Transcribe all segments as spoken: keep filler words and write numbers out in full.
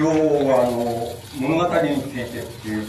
一応、あの、物語についてっていう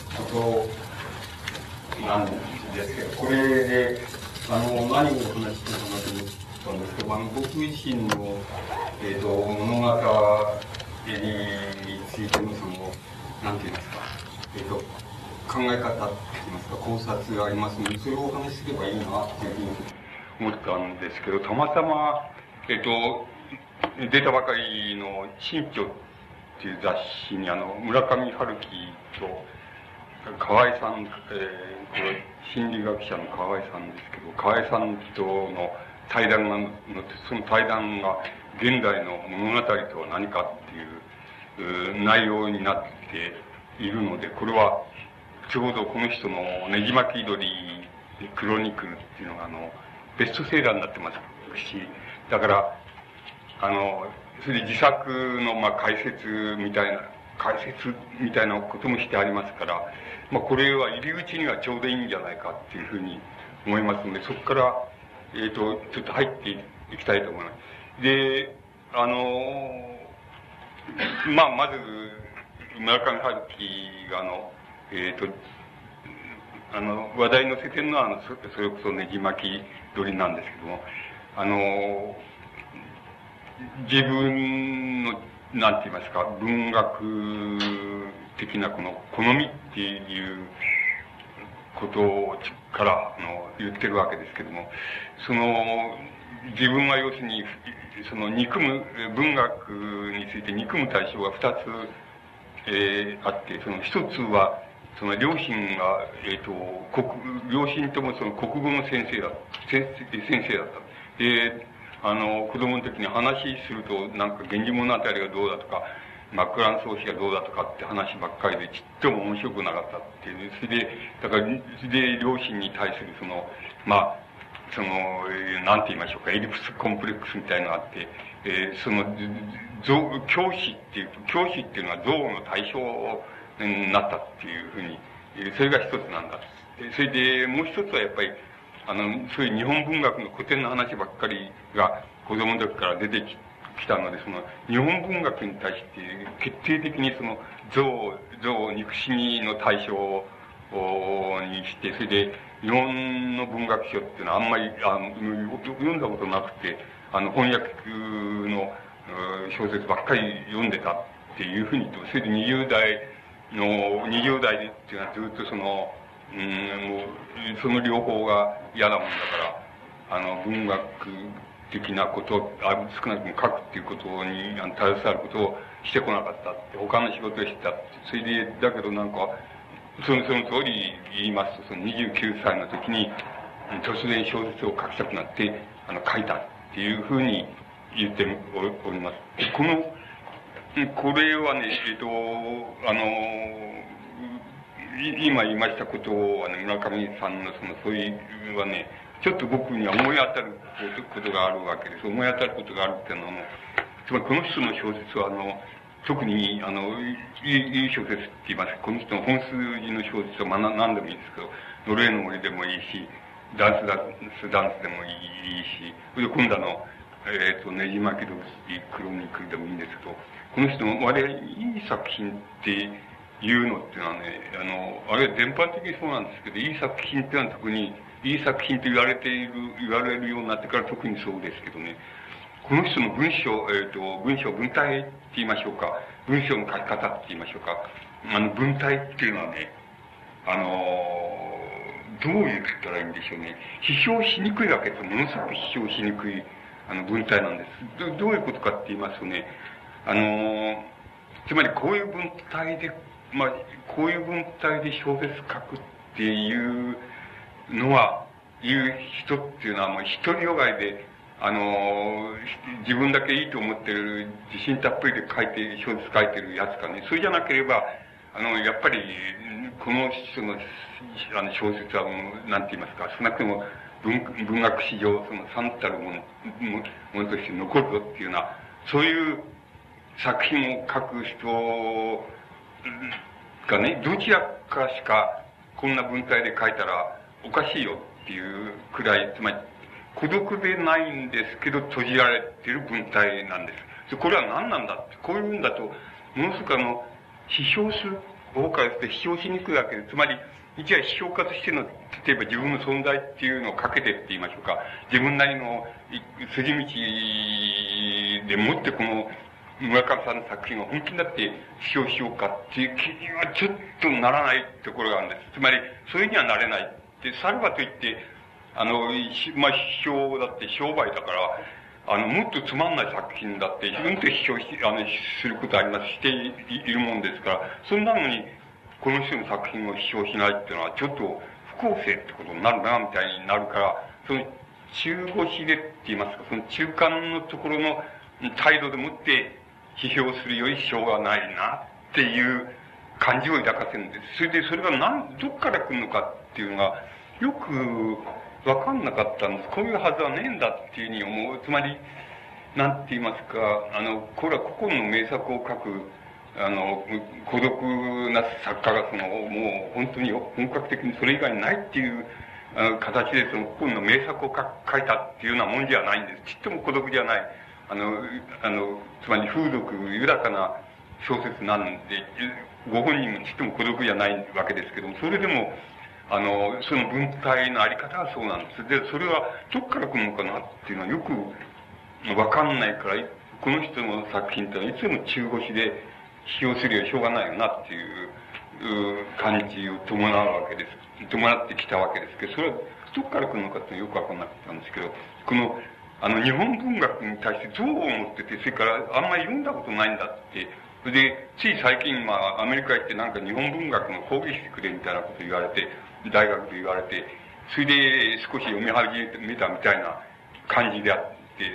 ことなんですけど、これで、あの、何をお話しするかなと思ったんですけど、あの、僕自身の、えっと、物語についての、その、なんていうんですか、えっと、考え方って言いますか、考察がありますので、それをお話しすればいいな、っていうふうに思ったんですけど、たまたま、えっと、出たばかりの新潮っていう雑誌に、あの、村上春樹と、河合さん、えー、これ、心理学者の河合さんですけど、河合さんとの対談が載って、その対談が現代の物語とは何かっていう、う内容になっているので、これは、ちょうどこの人のねじ巻き鳥クロニクルっていうのが、あの、ベストセーラーになってますし、だから、あの、それで自作の、まあ、解説みたいな、解説みたいなこともしてありますから、まあ、これは入り口にはちょうどいいんじゃないかっていうふうに思いますので、そこから、えっと、ちょっと入っていきたいと思います。で、あの、まあ、まず、村上春樹が、あの、えっと、あの、話題に載せてるのは、あの、そそれこそねじ巻き鳥なんですけども、あの、自分の、なんて言いますか、文学的なこの好みっていうことをから、あの、言ってるわけですけども、その、自分は要するに、その、憎む、文学について憎む対象が二つ、えー、あって、その一つは、その両親が、えっ、ー、と、国、両親ともその国語の先生だ、先先生だった。で、あの、子供の時に話すると、なんか、源氏物語がどうだとか、枕草子がどうだとかって話ばっかりで、ちっとも面白くなかったっていう。それで、だから、それで、両親に対するその、まあ、その、なんて言いましょうか、エディプスコンプレックスみたいなのがあって、えー、その、像、教師っていう、教師っていうのは像の対象になったっていうふうに、それが一つなんだ。それで、もう一つはやっぱり、あの、そういう日本文学の古典の話ばっかりが子供の時から出てきたので、その、日本文学に対して決定的にその、像、像、憎しみの対象にして、それで、日本の文学書っていうのはあんまり、あの、読んだことなくて、あの、翻訳の小説ばっかり読んでたっていうふうに言って、それでにじゅう代の、にじゅう代っていうのはずっとその、うん、もう、その両方が嫌なもんだから、あの、文学的なことを、あ少なくとも書くっていうことに、あの、携わることをしてこなかったって、他の仕事をしてたって。それで、だけどなんか、その、その通り言いますと、そのにじゅうきゅうさいの時に、突然小説を書きたくなって、あの、書いたっていうふうに言っております。この、これはね、えっと、あの、今言いましたことはね、村上さんのそのそういうはね、ちょっと僕には思い当たることがあるわけです。思い当たることがあるっていうのは、つまりこの人の小説は、あの、特に、あの、いい、いい小説って言いますか、この人の本数字の小説は、まあ、何でもいいんですけど、ノルウェーの森でもいいし、ダンスダンス、ダンスでもいいし、それで今度あの、えっ、ー、と、ねじ巻き鳥クロニクルでもいいんですけど、この人の、あれ、いい作品って、いうのっていうのはね、あの、あれは全般的にそうなんですけど、いい作品っていうのは特に、いい作品と言われている、言われるようになってから特にそうですけどね、この人の文章、えっ、ー、と、文章、文体って言いましょうか、文章の書き方って言いましょうか、あの、文体っていうのはね、あの、どう言ったらいいんでしょうね、批評しにくいわけです。ものすごく批評しにくい、あの、文体なんです。ど、どういうことかって言いますとね、あの、つまりこういう文体で、まあ、こういう文体で小説書くっていうのは、いう人っていうのはもう独りよがいで、あの、自分だけいいと思ってる、自信たっぷりで書いて、小説書いてるやつかね。それじゃなければ、あの、やっぱり、この人の、あの、小説はもう、なんて言いますか、少なくとも文、文学史上、その、三たるもの、ものとして残るぞっていうような、そういう作品を書く人がね、どちらかしかこんな文体で書いたらおかしいよっていうくらい、つまり孤独でないんですけど閉じられている文体なんです。これは何なんだって、こういうんだと、 ものすごくあの、批評する方からして批評しにくいわけです。つまり、一応批評家としての、例えば自分の存在っていうのをかけてって言いましょうか。自分なりの筋道でもってこの村上さんの作品を本気になって批評しようかっていう気にはちょっとならないところがあるんです。つまり、それにはなれない。で、さればといって、あの、まあ、批評だって商売だから、あの、もっとつまんない作品だって、自分と批評し、あの、することあります、しているもんですから、そんなのに、この人の作品を批評しないっていうのは、ちょっと不公正ってことになるな、みたいになるから、その、中腰でって言いますか、その中間のところの態度でもって、批評するよりしょうがないな、っていう感じを抱かせるんです。それで、それが何、どっから来るのかっていうのが、よく、わかんなかったんです。こういうはずはねえんだっていうふうに思う。つまり、なんて言いますか、あの、これは個々の名作を書く、あの、孤独な作家がその、もう本当に本格的にそれ以外にないっていう、あの形でその個々の名作を書書いたっていうようなもんじゃないんです。ちっとも孤独じゃない。あの、あの、つまり風俗豊かな小説なんで、ご本人もちっとも孤独じゃないわけですけども、それでも、あの、その文体のあり方はそうなんです。で、それはどっから来るのかなっていうのはよくわかんないから、この人の作品ってのはいつも中腰で批評するよりしょうがないよなっていう感じを伴うわけです。伴ってきたわけですけど、それはどっから来るのかってよくわかんなかったんですけど、この、あの、日本文学に対してどう思ってて、それからあんまり読んだことないんだって、それで、つい最近、まあ、アメリカ行ってなんか日本文学の講義してくれみたいなこと言われて、大学で言われて、それで少し読み始めたみたいな感じであって、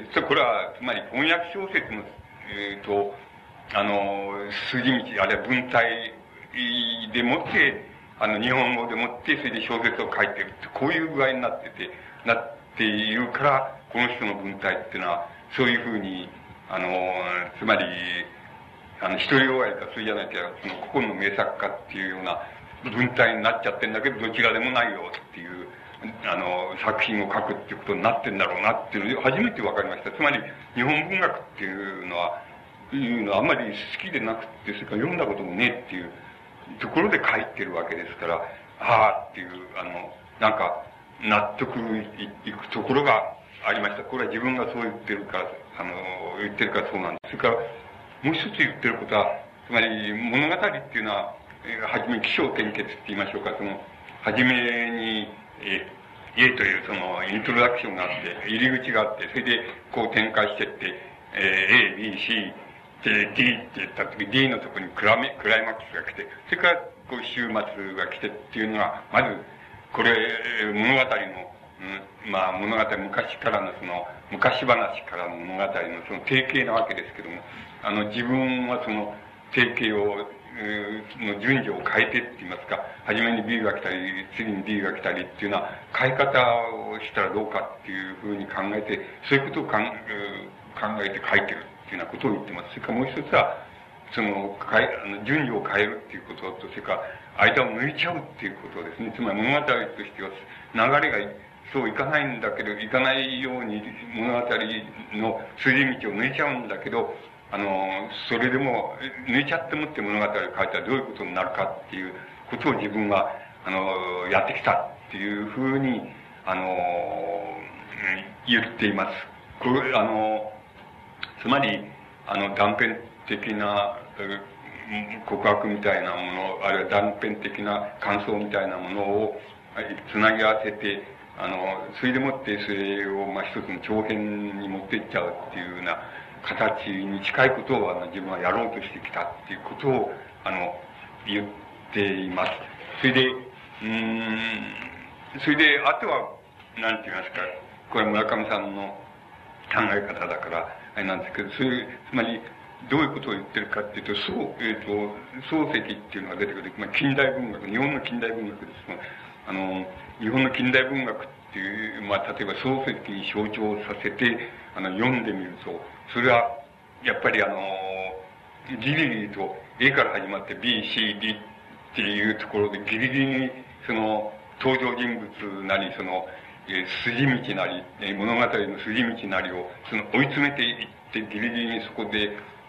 それこれは、つまり翻訳小説の、えー、と、あの、筋道、あるいは文体でもって、あの、日本語でもって、それで小説を書いてるって、こういう具合になってて、なっているから、この人の文体っていうのは、そういうふうに、あの、つまり、あの、一人終わりか、それじゃなきゃ、その、個々の名作家っていうような文体になっちゃってんだけど、どちらでもないよっていう、あの、作品を書くっていうことになってんだろうなっていうのを初めて分かりました。つまり、日本文学っていうのは、いうのはあんまり好きでなくて、それから読んだこともねえっていうところで書いてるわけですから、ああっていう、あの、なんか、納得いくところがありました。これは自分がそう言ってるから、あの、言ってるからそうなんです。それから、もう一つ言ってることは、つまり物語っていうのは、はじめ起承転結って言いましょうか、その、はじめに、え、A というその、イントロダクションがあって、入り口があって、それでこう展開してって、えー、A、B、C、で、D って言った時、D のところにクラメ、クライマックスが来て、それからこう終末が来てっていうのが、まず、これ、物語の、うん、まあ物語、昔からのその、昔話からの物語のその定型なわけですけども、あの、自分はその定型を、の順序を変えてって言いますか、初めに B が来たり、次に D が来たりっていうような変え方をしたらどうかっていうふうに考えて、そういうことを考えて書いてるっていうようなことを言ってます。それからもう一つは、その、変え、あの、順序を変えるっていうことと、それから間を抜いちゃうっていうことですね。つまり物語としては流れがそういかないんだけど、いかないように物語の筋道を抜いちゃうんだけど、あの、それでも、抜いちゃってもって物語を書いたらどういうことになるかっていうことを自分は、あの、やってきたっていうふうに、あの、言っています。これ、あの、つまり、あの、断片的な告白みたいなもの、あるいは断片的な感想みたいなものをつなぎ合わせて、あの、それでもってそれを、まあ、一つの長編に持っていっちゃうっていうような形に近いことを、あの、自分はやろうとしてきたっていうことを、あの、言っています。それで、うーん、それで、あとは、なんて言いますか、これ村上さんの考え方だから、あれなんですけど、そういう、つまり、どういうことを言ってるかっていうと、そう、えっ、ー、と、漱石っていうのが出てくる、まあ、近代文学、日本の近代文学ですが、あの、日本の近代文学っていう、まあ、例えば漱石に象徴させて、あの、読んでみると、それは、やっぱりあの、ギリギリと A から始まって B、C、D っていうところで、ギリギリに、その、登場人物なり、その、えー、筋道なり、えー、物語の筋道なりを、その、追い詰めていって、ギリギリにそこで、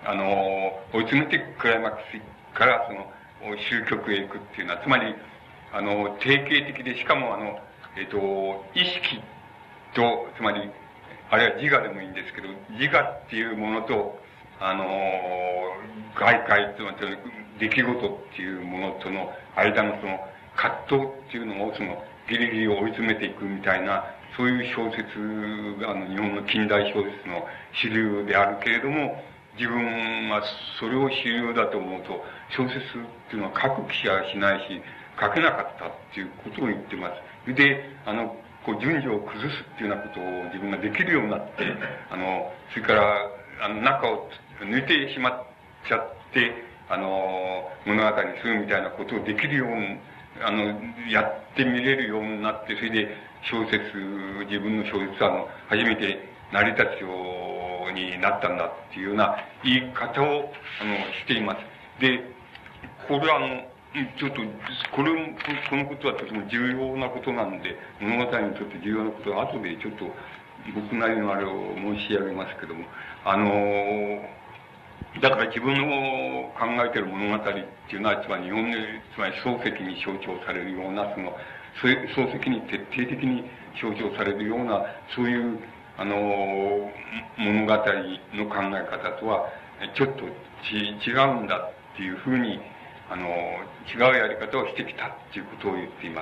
あの、追い詰めてクライマックスからその、終局へ行くっていうのは、つまり、あの、定型的で、しかもあの、えっと、意識と、つまり、あるいは自我でもいいんですけど、自我っていうものと、あの、外界と、出来事っていうものとの間のその葛藤っていうのをそのギリギリを追い詰めていくみたいな、そういう小説が、あの、日本の近代小説の主流であるけれども、自分はそれを主流だと思うと、小説っていうのは書く気はしないし、書けなかったっていうことを言ってます。で、あの、こう、順序を崩すっていうようなことを自分ができるようになって、あの、それから、あの、中を抜いてしまっちゃって、あの、物語にするみたいなことをできるように、あの、やってみれるようになって、それで小説、自分の小説は、あの、初めて成り立つようになったんだっていうような言い方を、あの、しています。で、これはあの、ちょっと、これ、このことはとても重要なことなんで、物語にとって重要なことは後でちょっと僕なりのあれを申し上げますけども、あの、だから自分の考えている物語っていうのは、つまり日本の、つまり漱石に象徴されるような、その、漱石に徹底的に象徴されるような、そういう、あの、物語の考え方とは、ちょっとち違うんだっていうふうに、あの、違うやり方をしてきたっていうことを言っています。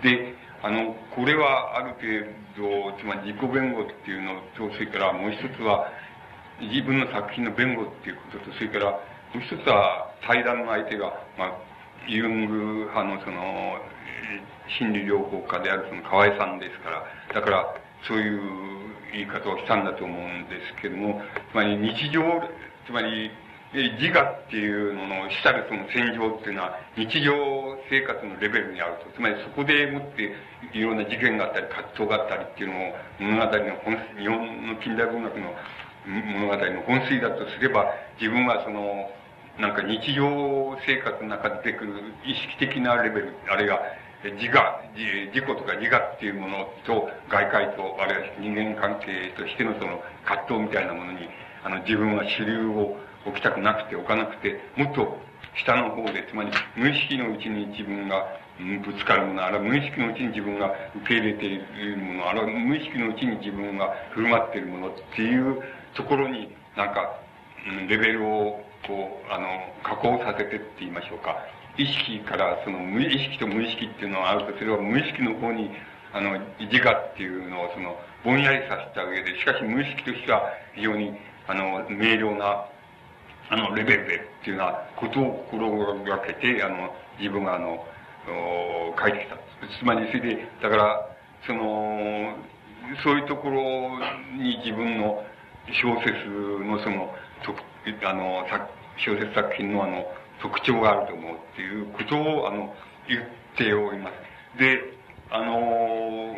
で、あの、これはある程度、つまり自己弁護っていうのと、それからもう一つは、自分の作品の弁護っていうことと、それから、もう一つは対談の相手が、まあ、ユング派のその、心理療法家であるその河合さんですから、だから、そういう言い方をしたんだと思うんですけども、つまり日常、つまり、自我っていうのの主たるその戦場っていうのは日常生活のレベルにあると。つまりそこでもっていろんな事件があったり葛藤があったりっていうのを物語の本、日本の近代文学の物語の本筋だとすれば、自分はその、なんか日常生活の中で出てくる意識的なレベル、あるいは自我、自己とか自我っていうものと外界と、あるいは人間関係としてのその葛藤みたいなものに、あの自分は主流を置きたくなくて置かなくて、もっと下の方で、つまり無意識のうちに自分がぶつかるもの、あるいは無意識のうちに自分が受け入れているもの、あるいは無意識のうちに自分が振る舞っているものっていうところに、なんか、レベルを、こう、あの、加工させてって言いましょうか。意識から、その無意識と無意識っていうのがあるとすれば、無意識の方に、あの、自我っていうのを、その、ぼんやりさせた上で、しかし無意識としては非常に、あの、明瞭な、あの、レベルでっていうようなことを心がけて、あの、自分があの、書いてきた。つまり、それで、だから、その、そういうところに自分の小説のその、とあの、小説作品のあの、特徴があると思うっていうことを、あの、言っております。で、あの、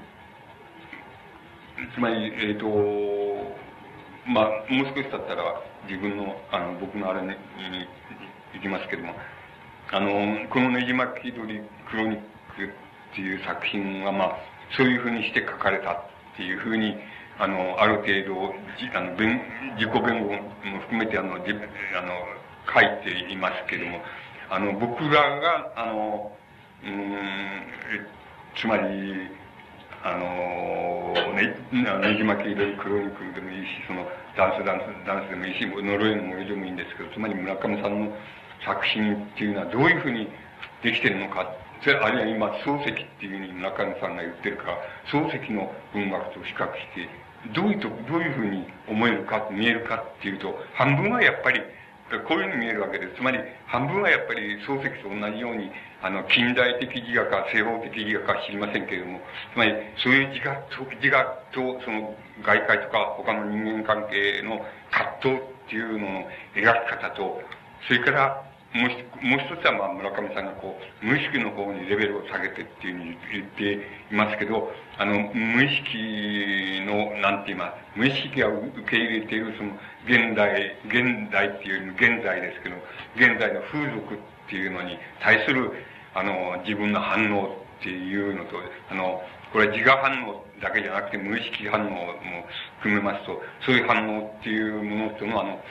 つまり、えっと、まあ、もう少し経ったら、自分の、あの、僕のあれに、行きますけども、あの、このねじ巻き鳥クロニックっていう作品は、まあ、そういうふうにして書かれたっていうふうに、あの、ある程度、じあの弁自己弁護も含めて、あの、じあの、書いていますけども、あの、僕らが、あの、うーん、つまり、あの、ね、ねじ巻き鳥クロニクルでもいいし、その、ダンスダンス、ダンスでもいいし、ノルウェーの森でもいいんですけど、つまり村上さんの作品っていうのはどういうふうにできてるのか、それあるいは今、漱石っていうふうに村上さんが言ってるから、漱石の文学と比較して、どういうと、どういうふうに思えるか、見えるかっていうと、半分はやっぱり、こういうふうに見えるわけです。つまり、半分はやっぱり漱石と同じように、あの、近代的自我か、西方的自我か知りませんけれども、つまり、そういう自我と、自我と、その、外界とか、他の人間関係の葛藤っていうのの描き方と、それから、もう、もう一つは、まあ、村上さんがこう、無意識の方にレベルを下げてっていうふうに言っていますけど、あの、無意識の、なんて言います、無意識が受け入れている、その、現代、現代っていうよりも現在ですけど、現在の風俗っていうのに対する、あの、自分の反応っていうのと、あの、これは自我反応だけじゃなくて無意識反応も含めますと、そういう反応っていうものとの、あの、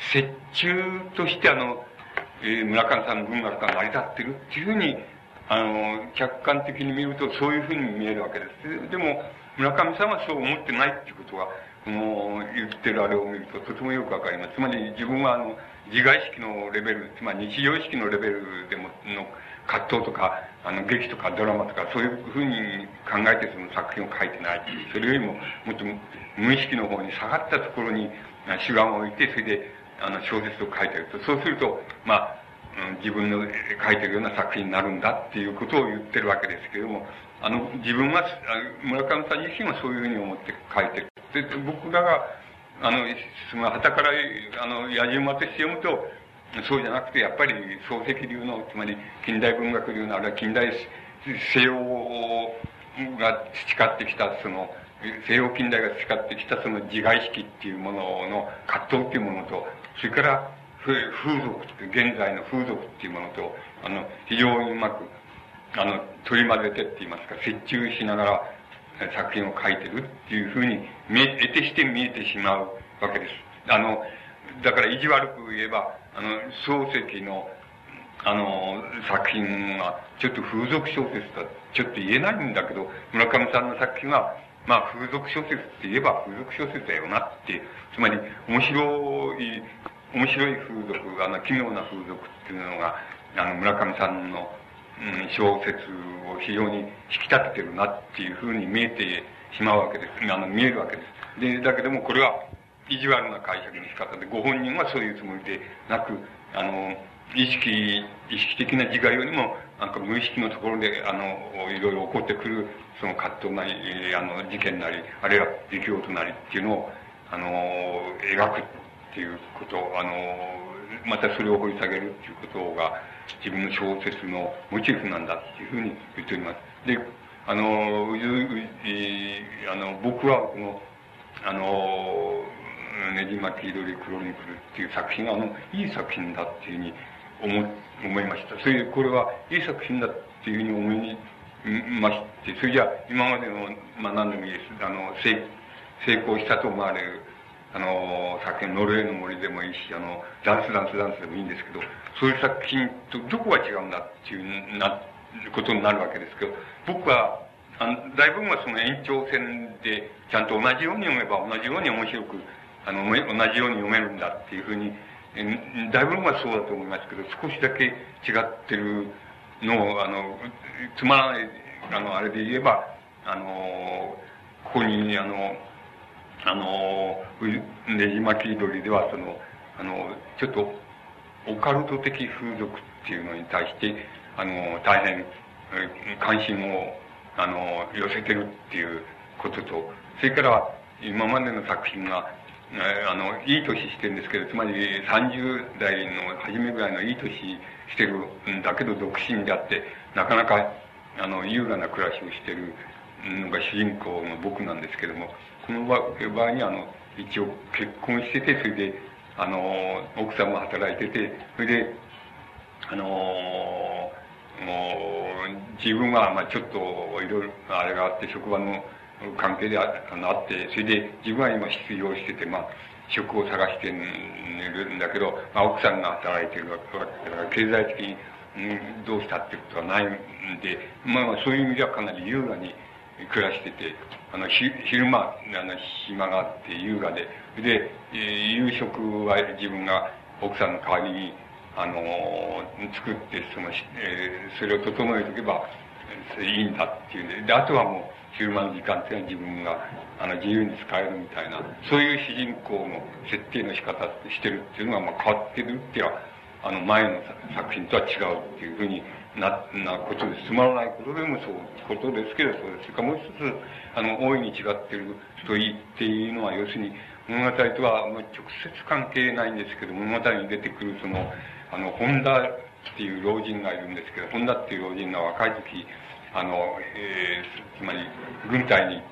折衷としてあの、えー、村上さんの文学が成り立ってるっていうふうに、あの、客観的に見るとそういうふうに見えるわけです。でも、村上さんはそう思ってないっていうことは、この言ってるあれを見るととてもよくわかります。つまり自分はあの、自我意識のレベル、つまり日常意識のレベルでも、の葛藤とか、あの、劇とかドラマとか、そういうふうに考えてその作品を書いてない。それよりも、もっと無意識の方に下がったところに主眼を置いて、それで、あの、小説を書いてると。そうすると、まあ、うん、自分の書いてるような作品になるんだっていうことを言ってるわけですけれども、あの、自分は、村上さん自身はそういうふうに思って書いてる。で、僕らが、あの、その、旗から、あの、野じ馬として読むと、そうじゃなくて、やっぱり、漱石流の、つまり、近代文学流の、あるいは近代西洋が培ってきた、その、西洋近代が培ってきた、その自我意識っていうものの葛藤っていうものと、それから、風俗って、現在の風俗っていうものと、あの、非常にうまく、あの、取り混ぜてって言いますか、折衷しながら作品を書いてるっていうふうに見え、得てして見えてしまうわけです。あの、だから意地悪く言えば、あの、漱石の、あの、作品は、ちょっと風俗小説だ、ちょっと言えないんだけど、村上さんの作品は、まあ、風俗小説って言えば風俗小説だよなって、つまり、面白い、面白い風俗、あの、奇妙な風俗っていうのが、あの、村上さんの、うん、小説を非常に引き立ててるなっていうふうに見えてしまうわけです。あの、見えるわけです。で、だけどもこれは意地悪な解釈の仕方で、ご本人はそういうつもりでなく、あの、意識、意識的な自我よりも、なんか無意識のところで、あの、いろいろ起こってくる、その葛藤なり、あの、事件なり、あるいは出来事なりっていうのを、あの、描くっていうことを、あの、またそれを掘り下げるっていうことが、自分の小説のモチーフなんだっていうふうに言っております。で、あの、あの僕はこの、あの、ねじ巻き鳥クロニクルっていう作品が、あの、いい作品だっていうふうに思、思いました。それで、これはいい作品だっていうふうに思いまして、それじゃあ、今までの、まあ何でもいいです。あの、成、成功したと思われる、あの、作品、ノルウェーの森でもいいし、あの、ダンスダンスダンスでもいいんですけど、そういう作品とどこが違うんだっていうな、ことになるわけですけど、僕は、あの、大部分はその延長線で、ちゃんと同じように読めば同じように面白く、あの、同じように読めるんだっていうふうに、大部分はそうだと思いますけど、少しだけ違ってるのを、あの、つまらない、あの、あれで言えば、あの、ここに、あの、あの、ねじ巻き鳥では、その、あの、ちょっと、オカルト的風俗っていうのに対して、あの、大変、関心を、あの、寄せてるっていうことと、それから、今までの作品が、あの、いい年してるんですけど、つまりさんじゅう代の初めぐらいのいい年してるんだけど、独身であって、なかなか、あの、優雅な暮らしをしてるのが主人公の僕なんですけども、この場合にあの、一応結婚してて、それで、あの、奥さんも働いてて、それで、あの、もう、自分は、まあちょっと、いろいろ、あれがあって、職場の関係であって、それで、自分は今失業してて、まあ、職を探してるんだけど、まあ、奥さんが働いてるわけだから、経済的に、うん、どうしたってことはないんで、まあ、そういう意味ではかなり優雅に暮らしてて、あの、ひ、昼間、あの、暇があって優雅で、で、夕食は自分が奥さんの代わりに、あの、作って、その、えー、それを整えておけばいいんだっていうんで、で、あとはもう、昼間の時間っていうのは自分が、あの、自由に使えるみたいな、そういう主人公の設定の仕方してるっていうのが、まあ、変わってるっていうのは、あの、前の作品とは違うっていうふうにな、なことです。つまらないことでもそう、ことですけど、そうです。それからもう一つ、あの、大いに違ってると言っていうのは、要するに、物語とは、まあ、直接関係ないんですけど、物語に出てくる、その、あの、本田っていう老人がいるんですけど、本田っていう老人が若い時、あの、えー、つまり、軍隊に行って、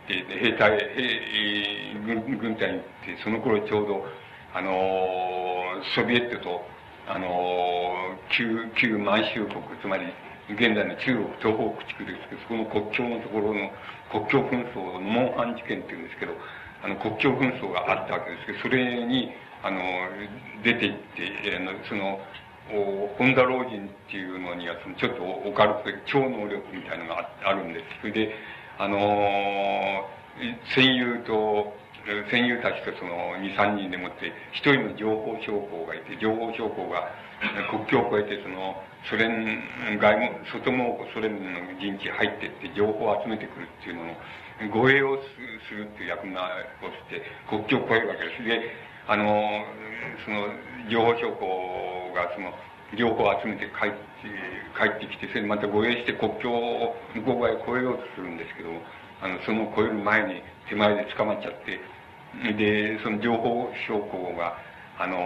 兵隊、兵、軍、軍隊に行って、その頃ちょうど、あの、ソビエトと、あの、旧、旧満州国、つまり、現在の中国東方地区ですけど、そこの国境のところの国境紛争のモンハン事件っていうんですけど、あの、国境紛争があったわけですけど、それに、 あの、出て行って、あの、その、本田老人っていうのには、その、ちょっとオカルトで超能力みたいなのがあるんです。それで、あの、戦友と、戦友たちとその、二、三人でもって、一人の情報将校がいて、情報将校が国境を越えて、その、ソ連、外務、外もソ連の陣地に入っていって、情報を集めてくるっていうのの、護衛をするっていう役目をして、国境を越えるわけです。で、あの、その、情報将校がその、情報を集めて帰って、帰ってきて、それでまた護衛して国境を向こう側へ越えようとするんですけども、あの、その越える前に手前で捕まっちゃって、で、その情報将校が、あの、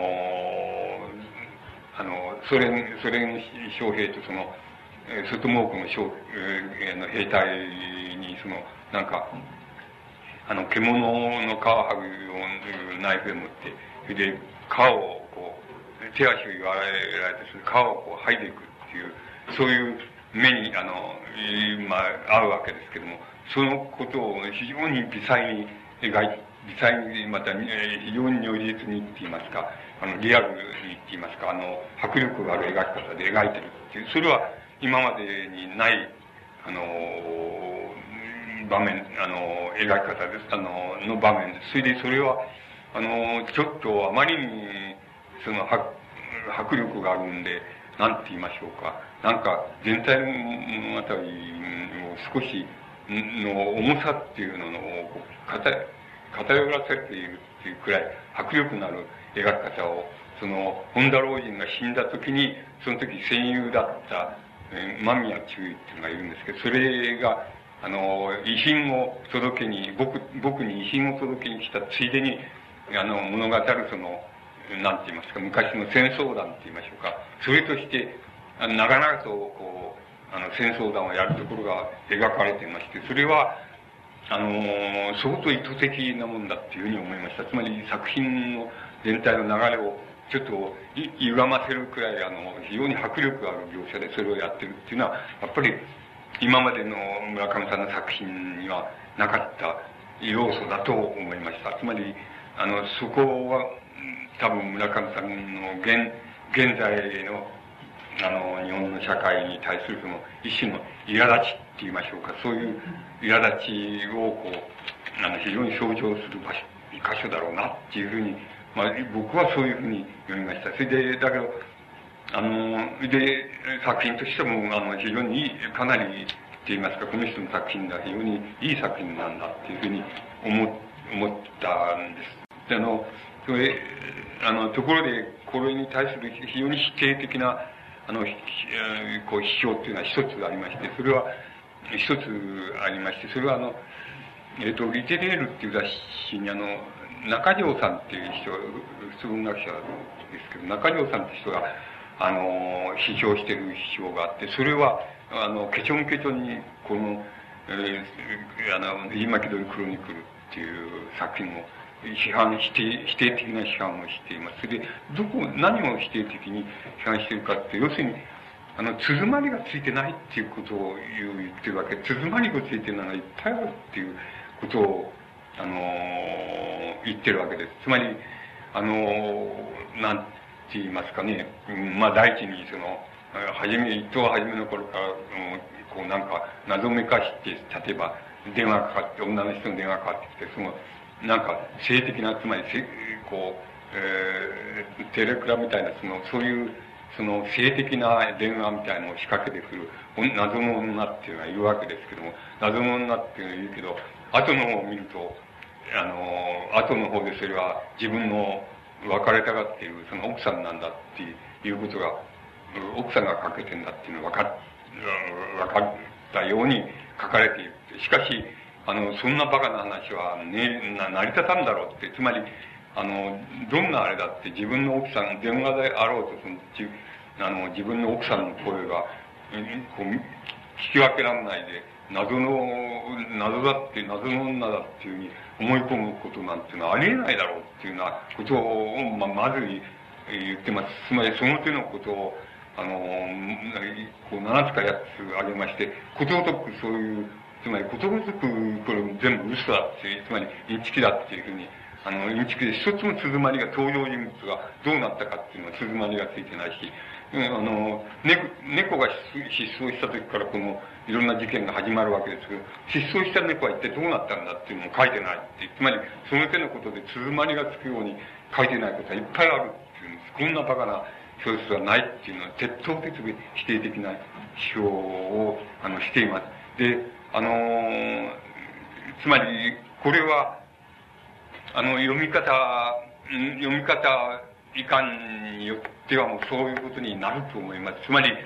あの、ソ連、ソ連将兵とその、外蒙古の将、えー、の兵隊に、その、なんか、あの、獣の皮を剥ぐようなナイフで持って、それで、皮をこう、手足を言われて、それで皮をこう剥いでいくっていう、そういう目に、あの、まあ、合うわけですけども、そのことを非常に微細に描いて、微細に、また、非常に如実にって言いますか、あの、リアルにって言いますか、あの、迫力がある描き方で描いてるっていう、それは今までにない、あの、場面、あの、描き方です、あの、の場面です。それで、それは、あの、ちょっとあまりに、その、迫、迫力があるんで、なんて言いましょうか。なんか、全体の物語を少し、の重さっていうのを、偏らせているっていうくらい、迫力のある描き方を、その、本田老人が死んだ時に、その時戦友だった、えー、間宮中尉っていうのがいるんですけど、それが、あの、遺品を届けに、僕、僕に遺品を届けに来たついでに、あの、物語るその、なんて言いますか、昔の戦争談って言いましょうか。それとして、あの長々と、こう、あの、戦争談をやるところが描かれていまして、それは、あのー、相当意図的なもんだっていうふうに思いました。つまり作品の全体の流れをちょっと歪ませるくらい、あの、非常に迫力ある描写でそれをやってるっていうのは、やっぱり今までの村上さんの作品にはなかった要素だと思いました。つまり、あの、そこは多分村上さんの現、現在のあの、日本の社会に対するその一種の苛立ちって言いましょうか、そういう苛立ちをこう、あの、非常に象徴する場所、箇所だろうなっていうふうに、まあ、僕はそういうふうに読みました。それで、だけど、あの、で、作品としても、あの、非常にいい、かなり、って言いますか、この人の作品が非常にいい作品なんだっていうふうに思、思ったんです。で、あの、それ、あの、ところで、これに対する非常に否定的な、あの、こう、批評っていうのは一つありまして、それは、一つありまして、それはあの、えっと、リテレールっていう雑誌にあの、中条さんっていう人、普通文学者ですけど、中条さんって人が、あの、批評してる批評があって、それは、あの、ケチョンケチョンに、この、えー、あの、飯巻鳥クロニクルっていう作品を、批判、否定、否定的な批判をしています。それで、どこ、何を否定的に批判しているかって、要するに、あの、鈴まりがついてないっていうことを言う言ってるわけ。鈴まりがついてるのがいっぱいあるっていうことを、あのー、言ってるわけです。つまり、あのー、なんて言いますかね。うん、まあ、第一に、その、はじめ、一等は初めの頃から、うん、こう、なんか、謎めかして、例えば、電話がかかって、女の人の電話がかかってきて、その、なんか、性的な、つまり、こう、えー、テレクラみたいな、その、そういう、その、性的な電話みたいなのを仕掛けてくる、謎の女っていうのがいるわけですけども、謎の女っていうのがいるけど、後の方を見ると、あの、後の方でそれは自分の別れたがっている、その奥さんなんだっていうことが、奥さんがかけてんだっていうのが分かっ、分かったように書かれている。しかし、あの、そんなバカな話はね、な、成り立たんだろうって、つまり、あの、どんなあれだって自分の奥さん、電話であろうと、その、じあの、自分の奥さんの声が、こう、聞き分けられないで、謎の、謎だって、謎の女だっていうふうに思い込むことなんていうのはありえないだろうっていうようなことを、ま、まず言ってます。つまり、その手のことを、あの、こう、七つか八つあげまして、ことごとくそういう、つまり、ことごとく、これ全部嘘だっていう、つまり、インチキだっていうふうに、 あの、インチキで一つも鈴まりが、登場人物がどうなったかっていうのは鈴まりがついてないし、うん、あの、猫、猫が失踪した時からこの、いろんな事件が始まるわけですけど、失踪した猫は一体どうなったんだっていうのも書いてないっていう。つまり、その手のことで鈴まりがつくように書いてないことはいっぱいあるっていうんです。こんなバカな小説はないっていうのは、徹頭徹尾否定的な批評を、あの、しています。で、あのー、つまり、これは、あの、読み方、読み方いかんによってはもうそういうことになると思います。つまり、うん、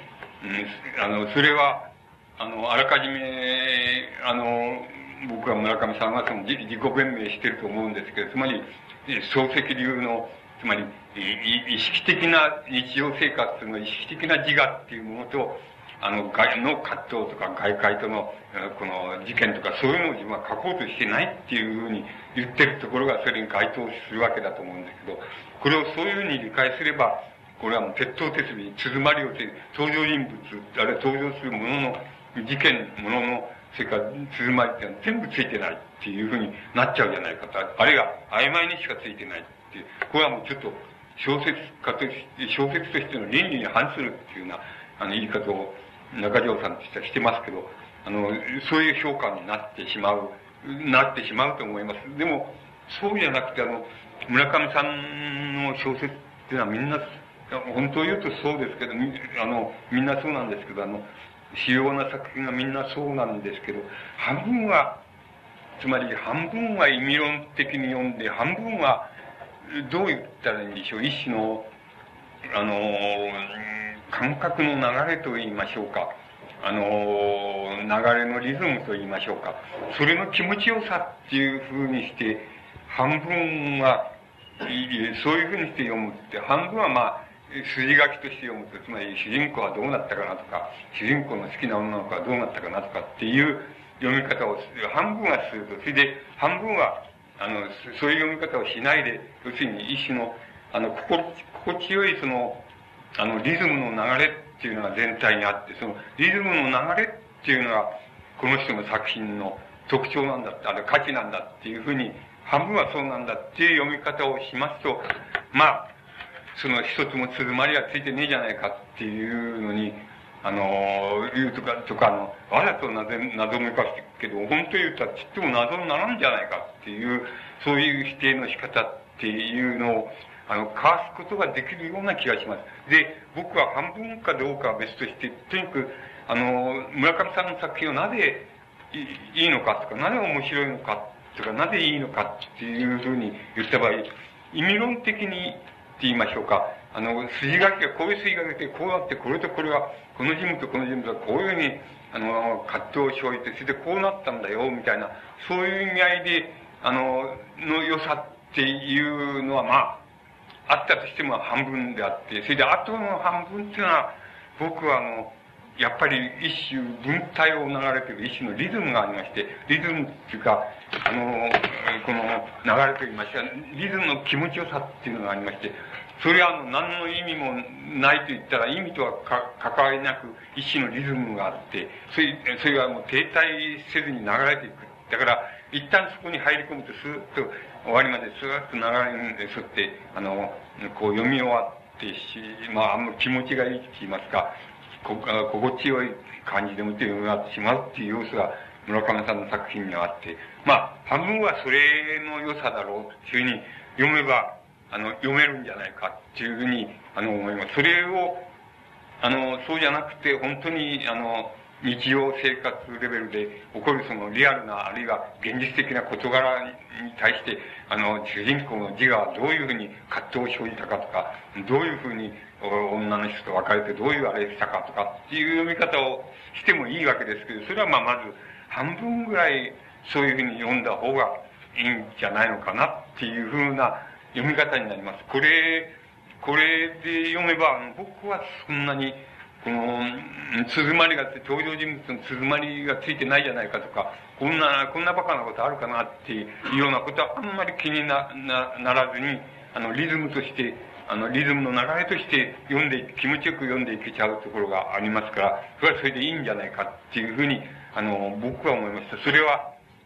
あの、それは、あの、あらかじめ、あの、僕は村上さんはその自己弁明してると思うんですけど、つまり、漱石流の、つまり、意識的な日常生活の意識的な自我っていうものと、あの、外の葛藤とか外界との、この事件とかそういうのを自分は書こうとしてないっていうふうに言ってるところがそれに該当するわけだと思うんですけど、これをそういうふうに理解すれば、これはもう徹頭徹尾、鈴まりをて、登場人物、あるいは登場するものの、事件、ものの、それから鈴まりっていうのは全部ついてないっていうふうになっちゃうじゃないかと。あるいは曖昧にしかついてないっていう。これはもうちょっと小説家として、小説としての倫理に反するっていうような、あの、言い方を中条さんとしてはしてますけど、あの、そういう評価になってしまう、なってしまうと思います。でも、そうじゃなくて、あの、村上さんの小説っていうのはみんな、本当を言うとそうですけど、あの、みんなそうなんですけど、あの、主要な作品がみんなそうなんですけど、半分は、つまり半分は意味論的に読んで、半分は、どう言ったらいいんでしょう、一種の、あの、感覚の流れと言いましょうか。あの、流れのリズムと言いましょうか。それの気持ちよさっていう風にして、半分は、そういう風にして読むって、半分はまあ、筋書きとして読むと、つまり主人公はどうなったかなとか、主人公の好きな女の子はどうなったかなとかっていう読み方をする。半分はすると、それで半分は、あの、そういう読み方をしないで、要するに一種の、あの、心、心地よいその、あの、リズムの流れっていうのが全体にあって、その、リズムの流れっていうのが、この人の作品の特徴なんだって、あれ価値なんだっていうふうに、半分はそうなんだっていう読み方をしますと、まあ、その一つも鈴まりはついてねえじゃないかっていうのに、あの、言うとか、とか、あの、わざと謎、謎めかしてるけど、本当言うとはちっとも謎にならんじゃないかっていう、そういう否定の仕方っていうのを、あの、交わすことができるような気がします。で、僕は半分かどうかは別として、とにかく、あの、村上さんの作品をなぜいいのかとか、なぜ面白いのかとか、なぜいいのかっていうふうに言った場合、意味論的にって言いましょうか。あの、筋書きが、こういう筋書きで、こうなって、これとこれは、この人物とこの人物はこういうふうに、あの、葛藤を生じて、それでこうなったんだよ、みたいな、そういう意味合いで、あの、の良さっていうのは、まあ、あったとしても半分であって、それであとの半分っていうのは、僕はあの、やっぱり一種文体を流れている一種のリズムがありまして、リズムっていうか、あの、この流れと言いましたリズムの気持ちよさっていうのがありまして、それはあの、何の意味もないと言ったら、意味とはか関わりなく一種のリズムがあって、それ、それがもう停滞せずに流れていく。だから、一旦そこに入り込むと、スーッと終わりまでスーッと流れに沿って、あの、こう読み終わってし、まあ、あんま気持ちがいいって言いますか、こ心地よい感じでもって読み終わってしまうっていう要素が村上さんの作品にはあって、まあ、半分はそれの良さだろうっていうふうに読めば、あの、読めるんじゃないかっていうふうに、あの、思います。それを、あの、そうじゃなくて、本当に、あの、日常生活レベルで起こるそのリアルな、あるいは現実的な事柄に対して、あの、主人公の自我はどういうふうに葛藤を生じたかとか、どういうふうに女の人と別れてどういうあれしたかとかっていう読み方をしてもいいわけですけど、それはまあまず半分ぐらいそういうふうに読んだ方がいいんじゃないのかなっていうふうな読み方になります。これ、これで読めば、僕はそんなに、この、鈴まりが、登場人物の鈴まりがついてないじゃないかとか、こんな、こんなバカなことあるかなっていうようなことはあんまり気にな、な、ならずに、あの、リズムとして、あの、リズムの流れとして読んで、気持ちよく読んでいけちゃうところがありますから、それはそれでいいんじゃないかっていうふうに、あの、僕は思いました。それは、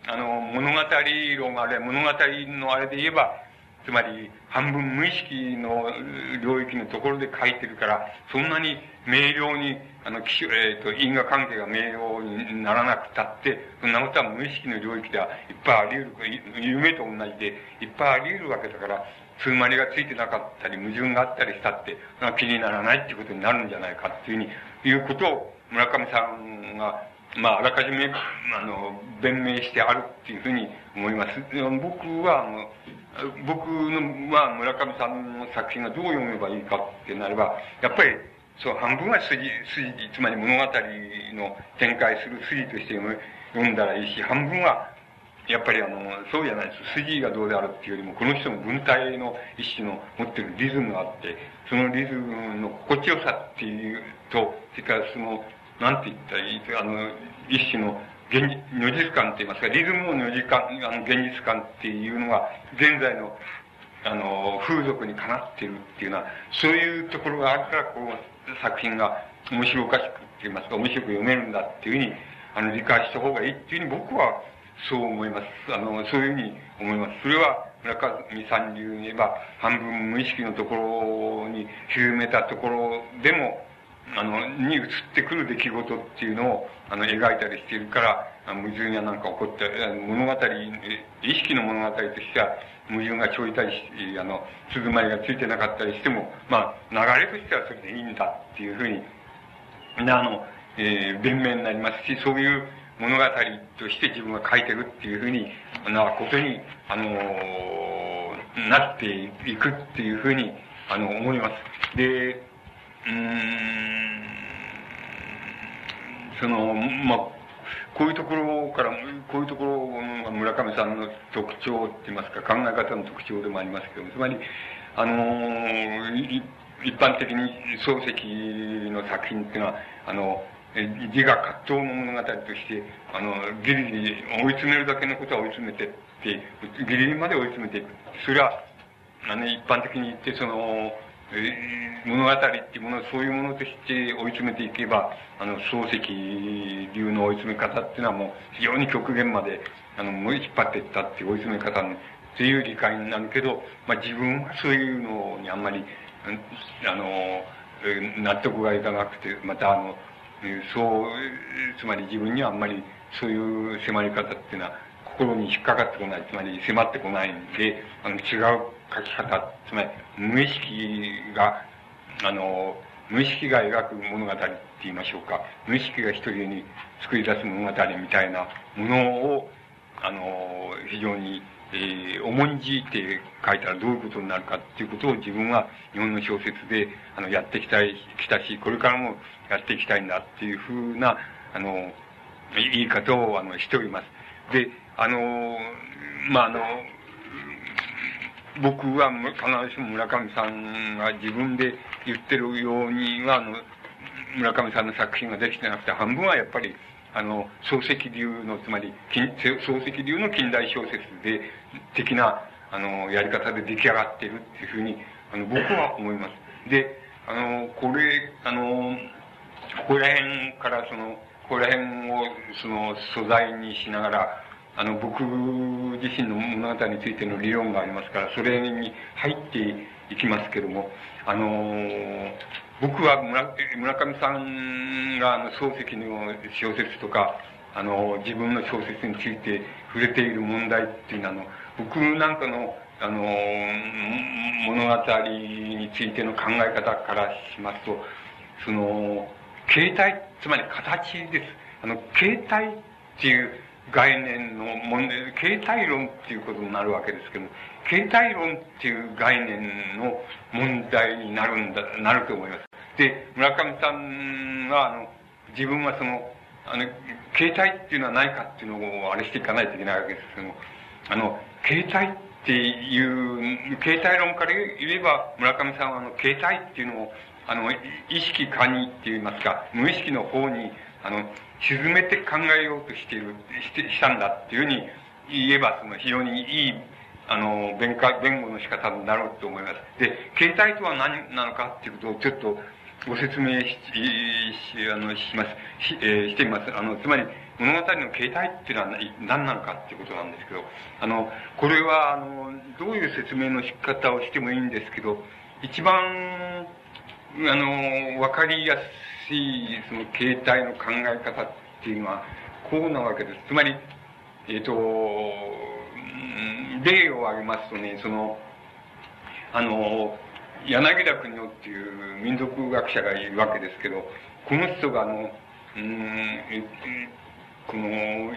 あの、物語論、あれ、物語のあれで言えば、つまり、半分無意識の領域のところで書いてるから、そんなに明瞭に、あの、えっと、因果関係が明瞭にならなくたって、そんなことは無意識の領域ではいっぱいあり得る、夢と同じで、いっぱいあり得るわけだから、つまりがついてなかったり、矛盾があったりしたって、気にならないっていうことになるんじゃないかっていうふうに、いうことを、村上さんが、まあ、あらかじめ、あの、弁明してあるっていうふうに思います。僕は、あの、僕の、は村上さんの作品がどう読めばいいかってなれば、やっぱり、そう、半分は筋、筋、つまり物語の展開する筋として読む読んだらいいし、半分は、やっぱりあの、そうじゃないです。筋がどうであるっていうよりも、この人の文体の一種の持ってるリズムがあって、そのリズムの心地よさっていうと、それからその、なんて言ったらいいあの、一種の現実、如実感って言いますか、リズムの如実感、あの、現実感っていうのが、現在の、あの、風俗にかなっているっていうのは、そういうところがあるから、こう、作品が面白おかしくって言いますか、面白く読めるんだっていうふうに、あの、理解した方がいいっていうふうに僕は、そう思います。あの、そういうふうに思います。それは、村上さん流に言えば、半分無意識のところに広めたところでも、あの、に移ってくる出来事っていうのを、あの、描いたりしているから、矛盾やなんか起こった、物語、意識の物語としては、矛盾が生じたりし、あの、鈴まりがついてなかったりしても、まあ、流れとしてはそれでいいんだっていうふうに、あの、えー、弁明になりますし、そういう物語として自分が書いてるっていうふうに、なことに、あのー、なっていくっていうふうに、あの、思います。で、うーん、その、まあ、こういうところから、こういうところが村上さんの特徴って言いますか、考え方の特徴でもありますけども、つまり、あのー、一般的に漱石の作品っていうのは、あの、自我葛藤の物語として、あの、ギリギリ追い詰めるだけのことは追い詰めてって、ギリギリまで追い詰めていく。それは、あの、一般的に言って、その、えー、物語っていうものをそういうものとして追い詰めていけば、あの、漱石流の追い詰め方っていうのはもう非常に極限まで、あの、もう引っ張っていったっていう追い詰め方っていう理解になるけど、まあ自分はそういうのにあんまり、あの、納得がいかなくて、またあの、そう、つまり自分にはあんまりそういう迫り方っていうのは心に引っかかってこない、つまり迫ってこないんで、あの、違う書き方、つまり無意識が、あの、無意識が描く物語って言いましょうか、無意識が一人に作り出す物語みたいなものを、あの、非常に、えー、重んじて書いたらどういうことになるかっていうことを自分は日本の小説で、あの、やってきたい、きたし、これからもやっていきたいんだっていうふうな、あの、言い方を、あの、しております。で、あの、まあ、あの、僕は必ずしも村上さんが自分で言ってるようには、あの、村上さんの作品ができてなくて、半分はやっぱり、あの、漱石流の、つまり、漱石流の近代小説で、的な、あの、やり方で出来上がっているっていうふうに、あの、僕は思います。で、あの、これ、あの、ここら辺からその、ここら辺を、その、素材にしながら、あの、僕自身の物語についての理論がありますから、それに入っていきますけども、あの、僕は村村上さんが、あの、漱石の小説とか、あの、自分の小説について触れている問題っていうのは、あの、僕なんかの、あの、物語についての考え方からしますと、その、形態、つまり形です。あの、形態っていう概念の問題、形態論っていうことになるわけですけども、形態論っていう概念の問題になるんだ、なると思います。で、村上さんが、あの、自分はその、あの、形態っていうのは何かっていうのをあれしていかないといけないわけですけども、あの、形態っていう、形態論から言えば、村上さんはあの、形態っていうのを、あの、意識化にって言いますか、無意識の方に、あの、沈めて考えようとしている、して、したんだっていうふうに言えば、その非常にいい、あの、弁解、弁護の仕方になろうと思います。で、形態とは何なのかっていうことをちょっと、 ご説明し、し、あの、します、し、えー、しています。あの、つまり、物語の形態っていうのは何なのかっていうことなんですけど、あの、これは、あの、どういう説明の仕方をしてもいいんですけど、一番、あの、わかりやすい、その形態の考え方っていうのは、こうなわけです。つまり、えっと、例を挙げますとね、その、あの、柳田国夫っていう民族学者がいるわけですけど、この人があの、うん、え、この、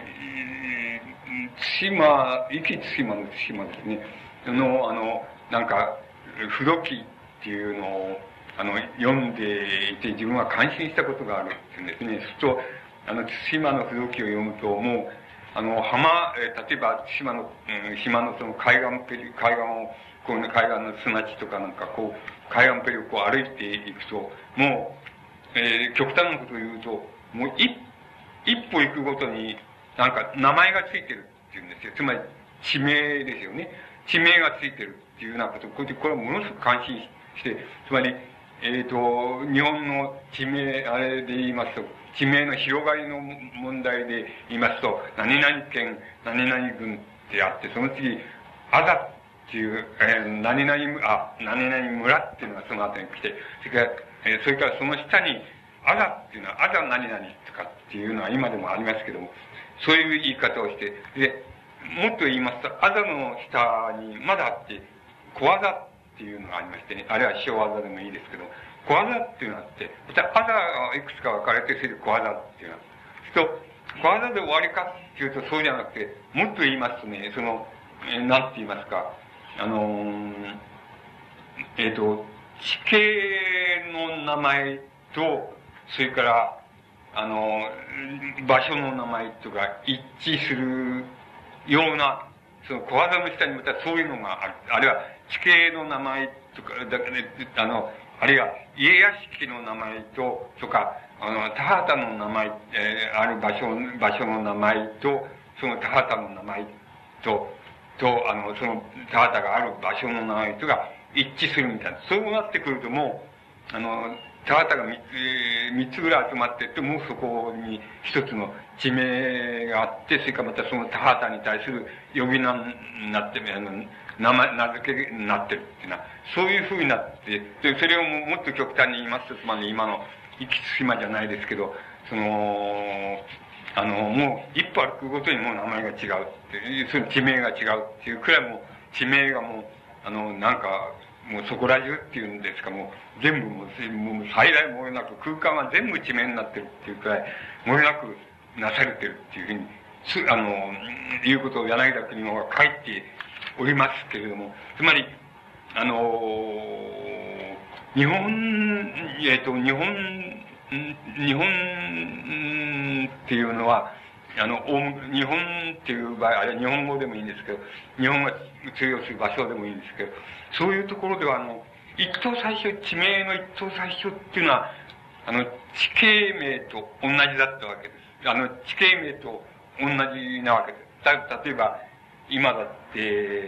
対馬、壱岐対馬の対馬ですね、の、あの、なんか、不動記っていうのを、あの、読んでいて自分は感心したことがあるっていうんですね。そうすると、あの、対馬の不動記を読むと、もう、あの、浜、えー、例えば、島の、うん、島のその海岸ペリ、海岸を、こうね、海岸の砂地とかなんか、こう、海岸ペリをこう歩いていくと、もう、えー、極端なことを言うと、もう一、一歩行くごとに、なんか、名前がついてるっていうんですよ。つまり、地名ですよね。地名がついてるっていうようなこと、これ、これはものすごく感心して、つまり、えっ、ー、と、日本の地名、あれで言いますと、地名の広がりの問題で言いますと、何々県、何々郡ってあって、その次、あざっていう、えー、何々、あ、何々村っていうのがその後に来て、それから、えー、それからその下に、あざっていうのは、あざ何々とかっていうのは今でもありますけども、そういう言い方をして、で、もっと言いますと、あざの下にまだあって、小あざっていうのがありましてね、あるいは小あざでもいいですけど、小あざっていうのがあって、またあざがいくつか分かれて、それで小あざっていうのは。と、小あざで終わりかっていうとそうじゃなくて、もっと言いますとね、その、えー、なんて言いますか、あのー、えっ、ー、と、地形の名前と、それから、あの、場所の名前とか一致するような、その小技の下にまたそういうのがある。あるいは地形の名前とか、だあの、あるいは家屋敷の名前と、とか、あの、田畑の名前、えー、ある場所、場所の名前と、その田畑の名前と、と、あの、その田畑がある場所の名前とが一致するみたいな。そうなってくるともう、あの、田畑が三つ、三つぐらい集まってって、もうそこに一つの地名があって、それからまたその田畑に対する呼び名になって、あの、名前、名付けになってるっていうのは、そういう風になって、で、それをもっと極端に言いますと、つまり今の、壱岐対馬じゃないですけど、その、あの、もう一歩歩くごとにもう名前が違うっていう、その地名が違うっていうくらいもう、地名がもう、あの、なんか、もうそこら中っていうんですか、もう全部もう、もう最大もれなく、空間は全部地名になってるっていうくらい、もれなくなされてるっていうふうに、す、あの、いうことを柳田国夫が書いておりますけれども、つまり、あの、日本、えっと、日本、日本っていうのは、あの、日本っていう場合、あれは日本語でもいいんですけど、日本が通用する場所でもいいんですけど、そういうところでは、あの、一等最初、地名の一等最初っていうのは、あの、地形名と同じだったわけです。あの、地形名と同じなわけです。た、例えば、今だって、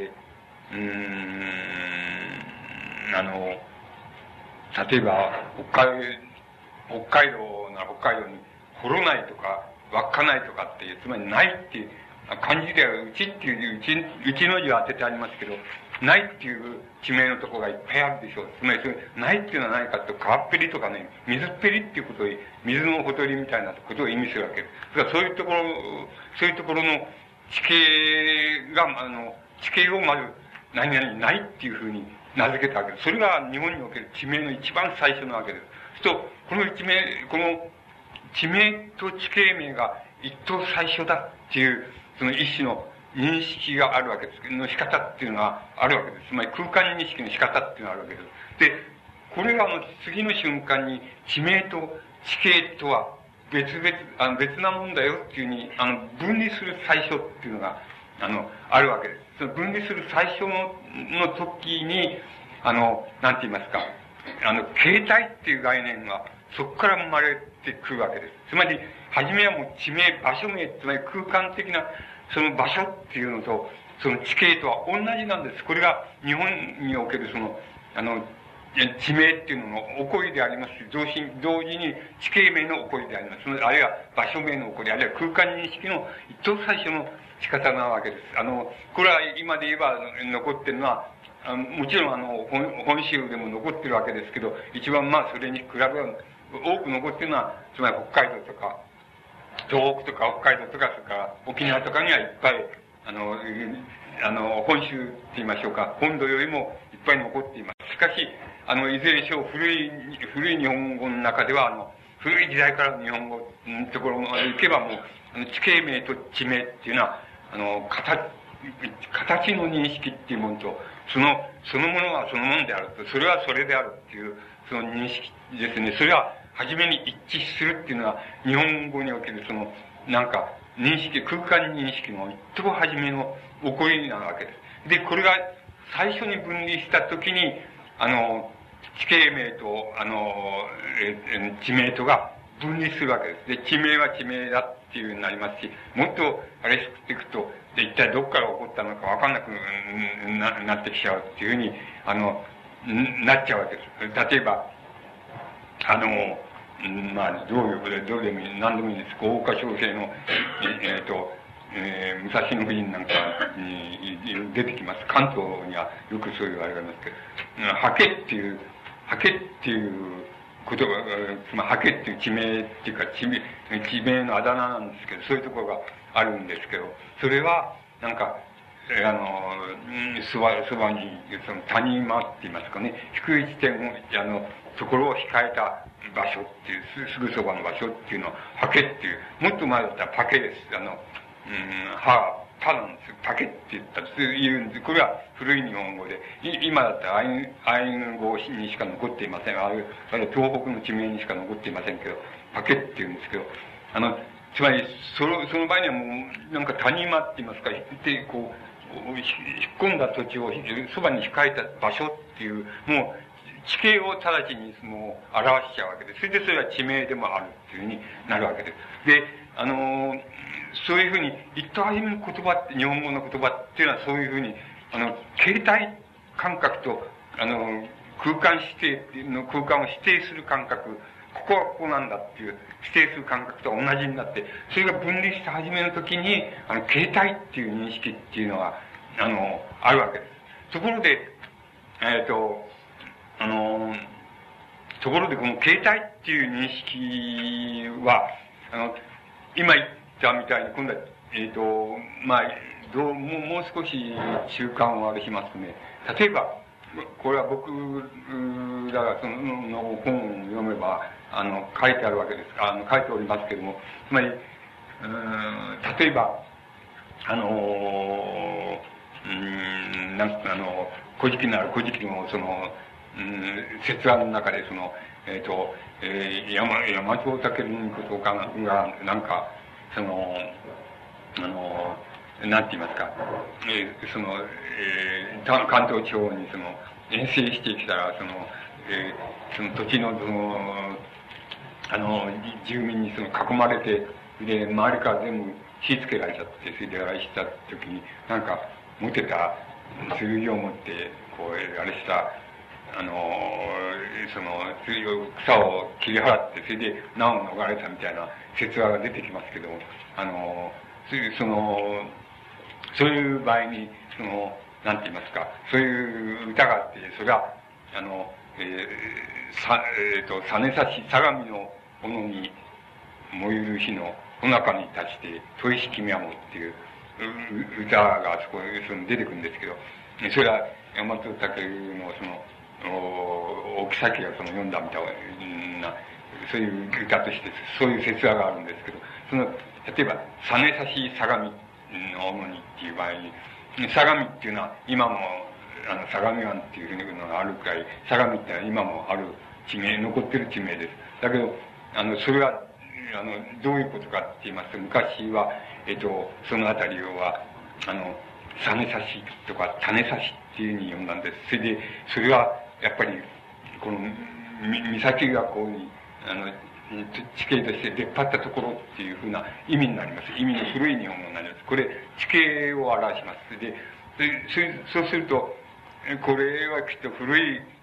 うーん、あの、例えば、北海、北海道なら北海道に、幌内とか、稚内とかっていう、つまりないっていう、漢字ではうちっていう、うち、うちの字は当ててありますけど、ないっていう地名のところがいっぱいあるでしょう。つまりそれ、ないっていうのは何かと、川っぺりとかね、水っぺりっていうことを、水のほとりみたいなことを意味するわけです。だからそういうところ、そういうところの地形が、あの、地形をまず、何々ないっていうふうに名付けたわけです。それが日本における地名の一番最初なわけです。そうすると、この地名、この地名と地形名が一等最初だっていう、その一種の認識があるわけです。の仕方っていうのがあるわけです。つまり空間認識の仕方っていうのがあるわけです。で、これがあの次の瞬間に地名と地形とは別々、あの別なもんだよっていうふうに、あの分離する最初っていうのが、あの、あるわけです。その分離する最初の、の時に、あの、なんて言いますか、あの、形態っていう概念がそこから生まれてくるわけです。つまり、初めはもう地名、場所名、つまり空間的な、その場所っていうのと、その地形とは同じなんです。これが日本におけるその、あの、 地名っていうのの起こりでありますし、同時同時に地形名の起こりであります。あるいは場所名の起こり、あるいは空間認識の一等最初の仕方なわけです。あの、これは今で言えば残ってるのは、あのもちろんあの本、本州でも残ってるわけですけど、一番まあそれに比べ多く残ってるのは、つまり北海道とか、東北とか北海道とか、それから沖縄とかにはいっぱい、あの、あの、本州って言いましょうか、本土よりもいっぱい残っています。しかし、あの、いずれにしろ古い、古い日本語の中では、あの、古い時代からの日本語のところまで行けばもう、あの地形名と地名っていうのは、あの、形、形の認識っていうものと、その、そのものはそのものであると、それはそれであるっていう、その認識ですね。それは、はじめに一致するっていうのは、日本語におけるその、なんか、認識、空間認識の一番初めの起こりなわけです。で、これが最初に分離したときに、あの、地形名と、あの、え、地名とが分離するわけです。で、地名は地名だっていうようになりますし、もっとあれしていくと、で、一体どこから起こったのかわかんなくななってきちゃうっていうふうに、あの、なっちゃうわけです。例えば、あの、まあ、どういうことで、どうでもいい、何でもいいんです。大岡小生の、えっ、えー、と、えー、武蔵野婦人なんかに出てきます。関東にはよくそういうあれがありますけど、ハケっていう、ハケっていう言葉、つまりハケっていう地名っていうか地名、地名のあだ名なんですけど、そういうところがあるんですけど、それは、なんか、あの、そば、そばに、その谷間って言いますかね、低い地点を、あの、ところを控えた場所っていう、すぐそばの場所っていうのは、ハケっていう、もっと前だったらパケです。あの、うん、は、パなんですよ。パケって言ったら、そういうんです。これは古い日本語で、今だったらアイヌ、アイヌ語にしか残っていません。あるいは東北の地名にしか残っていませんけど、パケって言うんですけど、あの、つまり、その、その場合にはもう、なんか谷間って言いますか、で、こう、引っ込んだ土地をそばに控えた場所っていう、もう、地形を直ちにもう表しちゃうわけです。それでそれは地名でもあるっていうふうになるわけです。で、あのー、そういうふうに、一等初めの言葉って、日本語の言葉っていうのはそういうふうに、あの、形態感覚と、あの、空間指定の空間を指定する感覚、ここはここなんだっていう指定する感覚と同じになって、それが分離した初めの時に、あの、形態っていう認識っていうのが、あの、あるわけです。ところで、えっ、ー、と、あの、ところでこの形態っていう認識は、あの、今言ったみたいに、今度は、えっ、ー、と、まあ、どうもう、もう少し中間をあれしますとね、例えば、これは僕らがその本を読めば、あの、書いてあるわけです。あの、書いておりますけども、つまり、うーん、例えば、あの、うーん、なんかあの、古事記なら古事記のその、うん、説話の中でその、えっ、ー、と、えー、山、山頂武のことかが、なんか、その、あの、なんて言いますか、えー、その、えー、関東地方にその、遠征してきたら、その、えー、その土地の、その、あの、住民にその囲まれて、で、周りから全部火つけられちゃって、それであれした時に、なんか、持ってた剣を持って、こう、あれした、あの、その、草を切り払って、それで難を逃れたみたいな説話が出てきますけども、あの、その、そういう場合に、その、なんて言いますか、そういう歌があって、それは、あの、えー、さ、えっ、ー、と、実差し相模の斧に燃ゆる火のお腹に立ちて、砥石君はもっていう歌があそこにその出てくるんですけど、それは大和武のその、お、木崎がその読んだみたいな、そういう歌として、そういう説話があるんですけど、その、例えば、実差し相模の斧にっていう場合に、相模っていうのは今も、あの、相模湾っていうのがあるくらい、相模ってのは今もある地名、残ってる地名です。だけど、あの、それは、あの、どういうことかって言いますと、昔は、えっと、そのあたりは、あの、実差しとか種差しっていうふうに呼んだんです。それで、それは、やっぱり、この、岬がこうに、あの、地形として出っ張ったところっていうふうな意味になります。意味の古い日本語になります。これ、地形を表します。で、そうすると、これはきっと古い、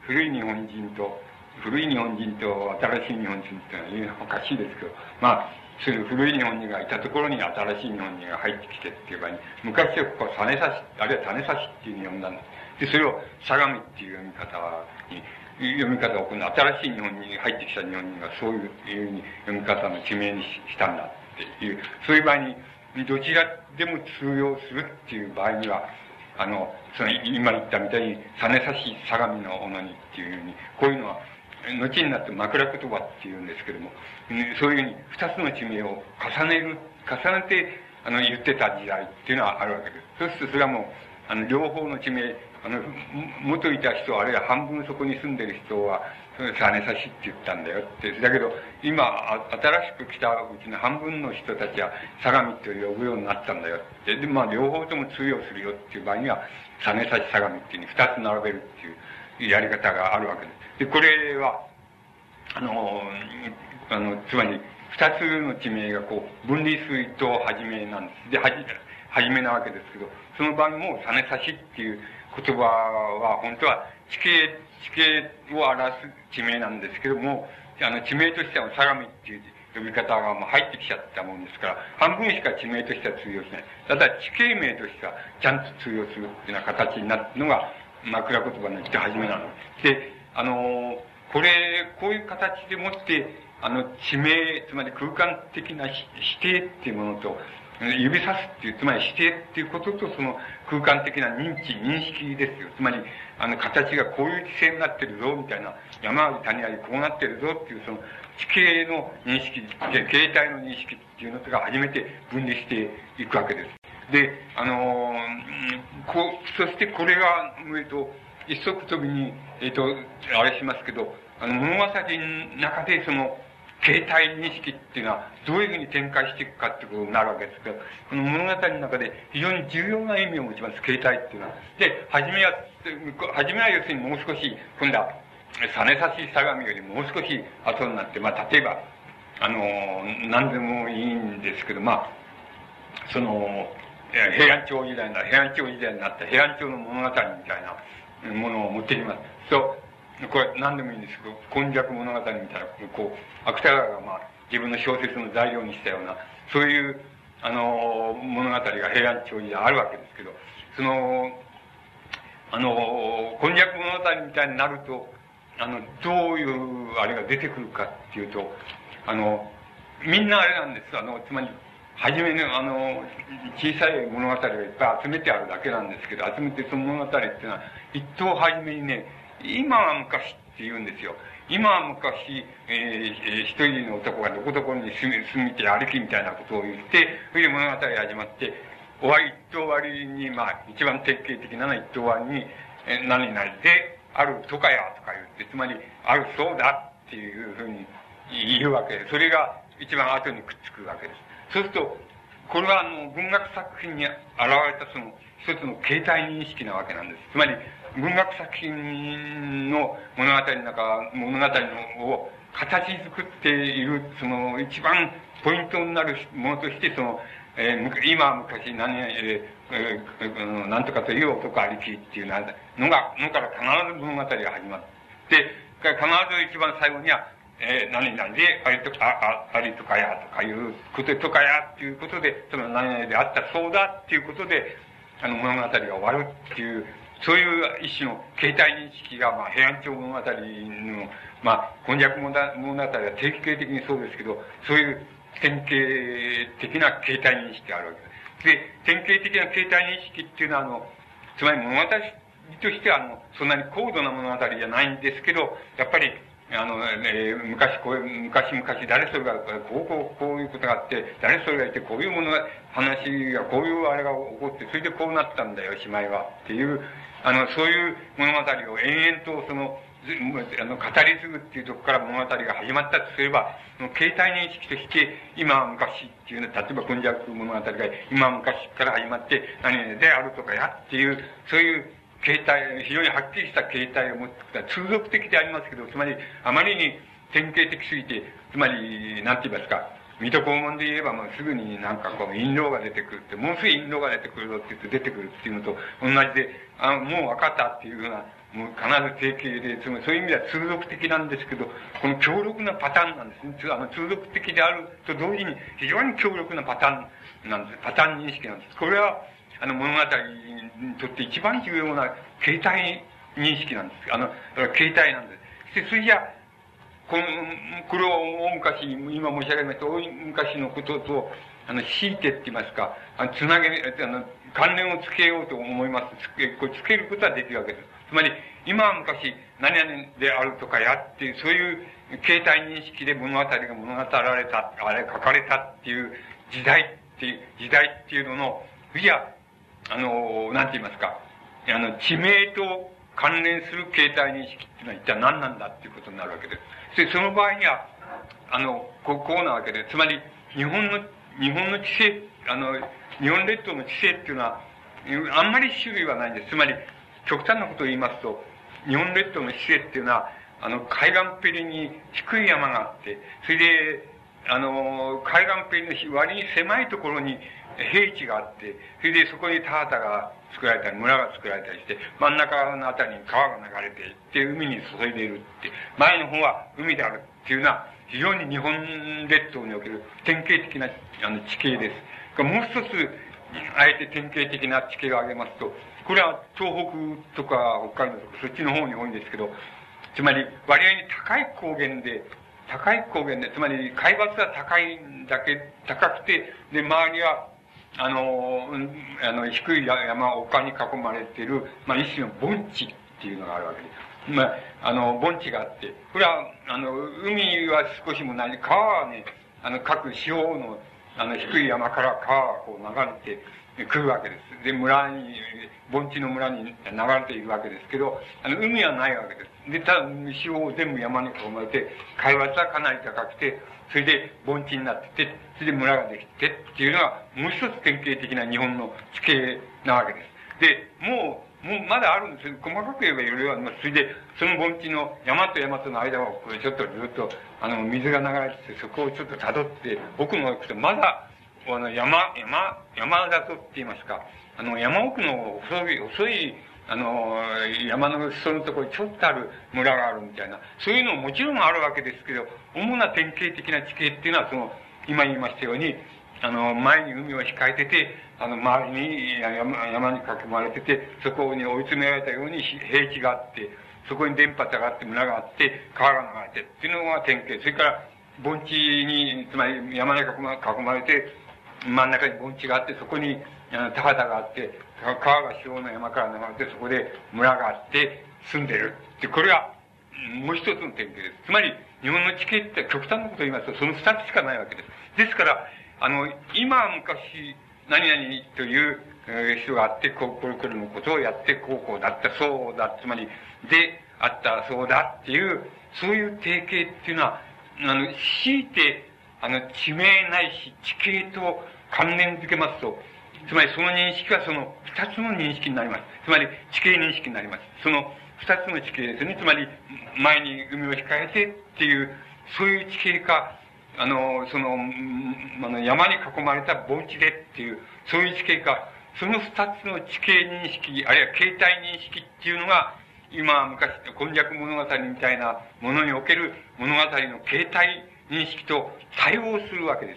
古い日本人と、古い日本人と新しい日本人ってのは言うのはおかしいですけど、まあ、そういう古い日本人がいたところに新しい日本人が入ってきてっていう場合に、昔はここは種差し、あるいは種差しっていうふうに呼んだんです。で、それを相模っていう読み方に、読み方を今度新しい日本人、入ってきた日本人がそういうふうに読み方の地名にしたんだっていう、そういう場合に、どちらでも通用するっていう場合には、あの、その、今言ったみたいに、種差し相模の斧にっていうふうに、こういうのは、後になって枕言葉っていうんですけども、そういうふうに二つの地名を重ねる、重ねて、あの、言ってた時代っていうのはあるわけです。そうするとそれはもう、あの、両方の地名、あの、元いた人、あるいは半分そこに住んでる人は、種差しって言ったんだよって。だけど、今、新しく来たうちの半分の人たちは、相模って呼ぶようになったんだよって。で、まあ、両方とも通用するよっていう場合には、種差し相模っていうふうに二つ並べるっていうやり方があるわけです。で、これは、あの、あの、つまり、二つの地名がこう、分離水とはじめなんです。で、はじ、はじめなわけですけど、その場合も、種差しっていう言葉は、本当は地形、地形を表す地名なんですけども、あの、地名としては相模っていう呼び方がもう入ってきちゃったもんですから、半分しか地名としては通用しない。ただ、地形名としてはちゃんと通用するっていうような形になるのが、枕言葉の言って始めなので。で、あの、これ、こういう形でもって、あの、地名、つまり空間的な指定っていうものと、指さすっていう、つまり指定っていうことと、その空間的な認知、認識ですよ。つまり、あの、形がこういう地形になってるぞ、みたいな、山あり谷ありこうなってるぞっていう、その、地形の認識、形態の認識っていうのが初めて分離していくわけです。で、あのー、こう、そしてこれが、えっと、一足飛びに、えっと、あれしますけど、あの、物語の中でその、形態認識っていうのはどういうふうに展開していくかっていうことになるわけですけど、この物語の中で非常に重要な意味を持ちます、形態っていうのは。で、はじめは、はじめは要するにもう少し、今度は、種差し相模よりもう少し後になって、まあ、例えば、あの、何でもいいんですけど、まあ、その、平安朝時代な、平安朝時代になった平安朝の物語みたいなものを持ってきます。そう。これ何でもいいんですけど、今昔物語みたいな、こう、芥川がまあ、自分の小説の材料にしたような、そういう、あの、物語が平安朝時代あるわけですけど、その、あの、今昔物語みたいになると、あの、どういう、あれが出てくるかっていうと、あの、みんなあれなんです。あの、つまり、はじめの、あの、小さい物語がいっぱい集めてあるだけなんですけど、集めてその物語っていうのは、一等はじめにね、今は昔って言うんですよ。今は昔、えー、一人の男がどこどこに住み、住みて歩きみたいなことを言って、それで物語が始まって、終わり、一等終わりに、まあ、一番典型的なのは一等終わりに、えー、何々で、あるとかやとか言って、つまり、あるそうだっていうふうに言うわけで、それが一番後にくっつくわけです。そうすると、これはあの、文学作品に現れたその、一つの形態認識なわけなんです。つまり、文学作品の物語の中、物語のを形作っている、その一番ポイントになるものとして、その、えー、今昔何、えーえー、なんとかという男ありきっていうのが、のが、のから必ず物語が始まって、必ず一番最後には、えー、何々で、ありとか、あ、ありとかやとかいうことで、とかやっていうことで、その何々であったそうだっていうことで、あの物語が終わるっていう、そういう一種の形態認識が、まあ、平安朝物語の、まあ、今昔物語は定型的にそうですけど、そういう典型的な形態認識があるわけです。で、典型的な形態認識っていうのは、あの、つまり物語としては、あの、そんなに高度な物語じゃないんですけど、やっぱり、あの、えー、昔こういう、昔々誰それが、こう、こう、こういうことがあって、誰それがいて、こういうものが、話が、こういうあれが起こって、それでこうなったんだよ、しまいは。っていう、あの、そういう物語を延々と、その、あの、語り継ぐっていうところから物語が始まったとすれば、形態認識として、今は昔っていうのは、例えば、今昔物語が、今は昔から始まって、何々であるとかやっていう、そういう、形態、非常にはっきりした形態を持ってきた、通俗的でありますけど、つまり、あまりに典型的すぎて、つまり、なんて言いますか、水戸黄門で言えばもうすぐになんかこう、印籠が出てくるって、もうすぐ印籠が出てくるぞって言って出てくるっていうのと同じで、あの、もう分かったっていうようなもう必ず定型で、つまりそういう意味では通俗的なんですけど、この強力なパターンなんですね。あの、通俗的であると同時に非常に強力なパターンなんです。パターン認識なんです。これは、あの、物語にとって一番重要な形態認識なんです。あの、形態なんです。で、それじゃあ、この、これを大昔、今申し上げました、大昔のことと、あの、強いてって言いますか、あの、つなげ、あの、関連をつけようと思います。つけ、こうつけることはできるわけです。つまり、今は昔、何々であるとかやっていう、そういう形態認識で物語が物語られた、あれ、書かれたっていう時代っていう、時代っていうのの、いや、あの、なんて言いますか、あの、地名と関連する形態認識っていうのは一体何なんだっていうことになるわけです。で、その場合には、あの、こう、こうなわけで、つまり、日本の、日本の地勢、あの、日本列島の地勢っていうのは、あんまり種類はないんです。つまり、極端なことを言いますと、日本列島の地勢っていうのは、あの、海岸っぺりに低い山があって、それで、あの、海岸っぺりの割に狭いところに平地があって、それでそこに田畑が作られたり、村が作られたりして、真ん中のあたりに川が流れていって、海に注いでいるって、前の方は海であるっていうのは、非常に日本列島における典型的なあの地形です。もう一つ、あえて典型的な地形を挙げますと、これは東北とか北海道とかそっちの方に多いんですけど、つまり割合に高い高原で、高い高原で、つまり海抜が高いんだけ、高くて、で、周りは、あの、あの、低い山、丘に囲まれている、まあ一種の盆地っていうのがあるわけです。まあ、あの、盆地があって、これは、あの、海は少しもない、川はね、あの、各四方の、あの、低い山から川がこう流れてくるわけです。で、村に、盆地の村に流れているわけですけど、あの、海はないわけです。で、ただ、四方全部山に囲まれて、海抜はかなり高くて、それで盆地になってて、それで村ができてっていうのが、もう一つ典型的な日本の地形なわけです。で、もう、もうまだあるんですよ。細かく言えばいろいろあります。それで、その盆地の山と山との間を、ちょっとずっと、あの、水が流れてて、そこをちょっと辿って、奥の方行くと、まだ、あの、山、山、山里って言いますか、あの、山奥の細い、細い、あの、山の裾のところにちょっとある村があるみたいな、そういうのももちろんあるわけですけど、主な典型的な地形っていうのは、その、今言いましたように、あの、前に海を控えてて、あの、周りに山、山に囲まれてて、そこに追い詰められたように平地があって、そこに電波があって、村があって、川が流れてっていうのが典型。それから、盆地に、つまり山に囲ま囲まれて、真ん中に盆地があって、そこにあの田畑があって、川が四方の山から流れて、そこで村があって、住んでる。で、これは、もう一つの典型です。つまり、日本の地形って極端なことを言いますと、その二つしかないわけです。ですから、あの、今昔、何々という、えー、人があって、こう、これこれのことをやって、こうこうだった、そうだ、つまり、で、あった、そうだっていう、そういう定型っていうのは、あの、強いて、あの、地名ないし、地形と関連づけますと、つまりその認識はその二つの認識になります。つまり地形認識になります。その二つの地形ですね。つまり、前に海を控えてっていう、そういう地形か、あの、その、あの山に囲まれた盆地でっていう、そういう地形か、その二つの地形認識、あるいは形態認識っていうのが、今、昔、今昔物語みたいなものにおける物語の形態認識と対応するわけです。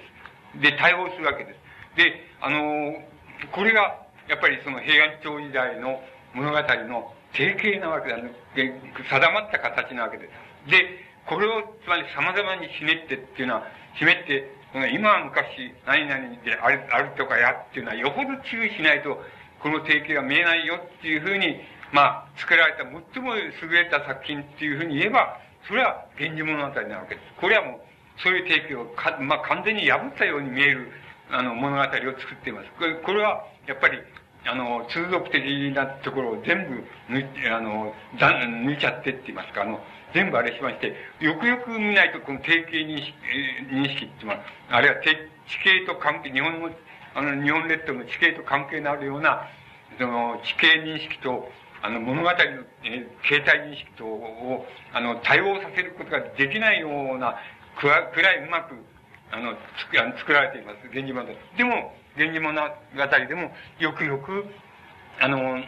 で、対応するわけです。で、あの、これが、やっぱりその平安朝時代の物語の定型なわけだね。で、定まった形なわけです。で、これを、つまり様々にひねってっていうのは、ひねって、今は昔、何々である、あるとかやっていうのは、よほど注意しないと、この定型が見えないよっていうふうに、まあ、作られた最も優れた作品っていうふうに言えば、それは源氏物語なわけです。これはもう、そういう定型をか、まあ、完全に破ったように見える、あの、物語を作っています。これ、これは、やっぱり、あの、通俗的なところを全部抜い、あの、抜いちゃってって言いますか、あの、全部あれしまして、よくよく見ないと、この定型認識、認識っていうのは、あるいは地形と関係、日本の、あの、日本列島の地形と関係のあるような、その、地形認識と、あの、物語の、えー、形態認識とを、あの、対応させることができないような、くら、くらいうまく、あの、つく、あの作られています。源氏物語。でも、源氏物語でも、よくよく、あの、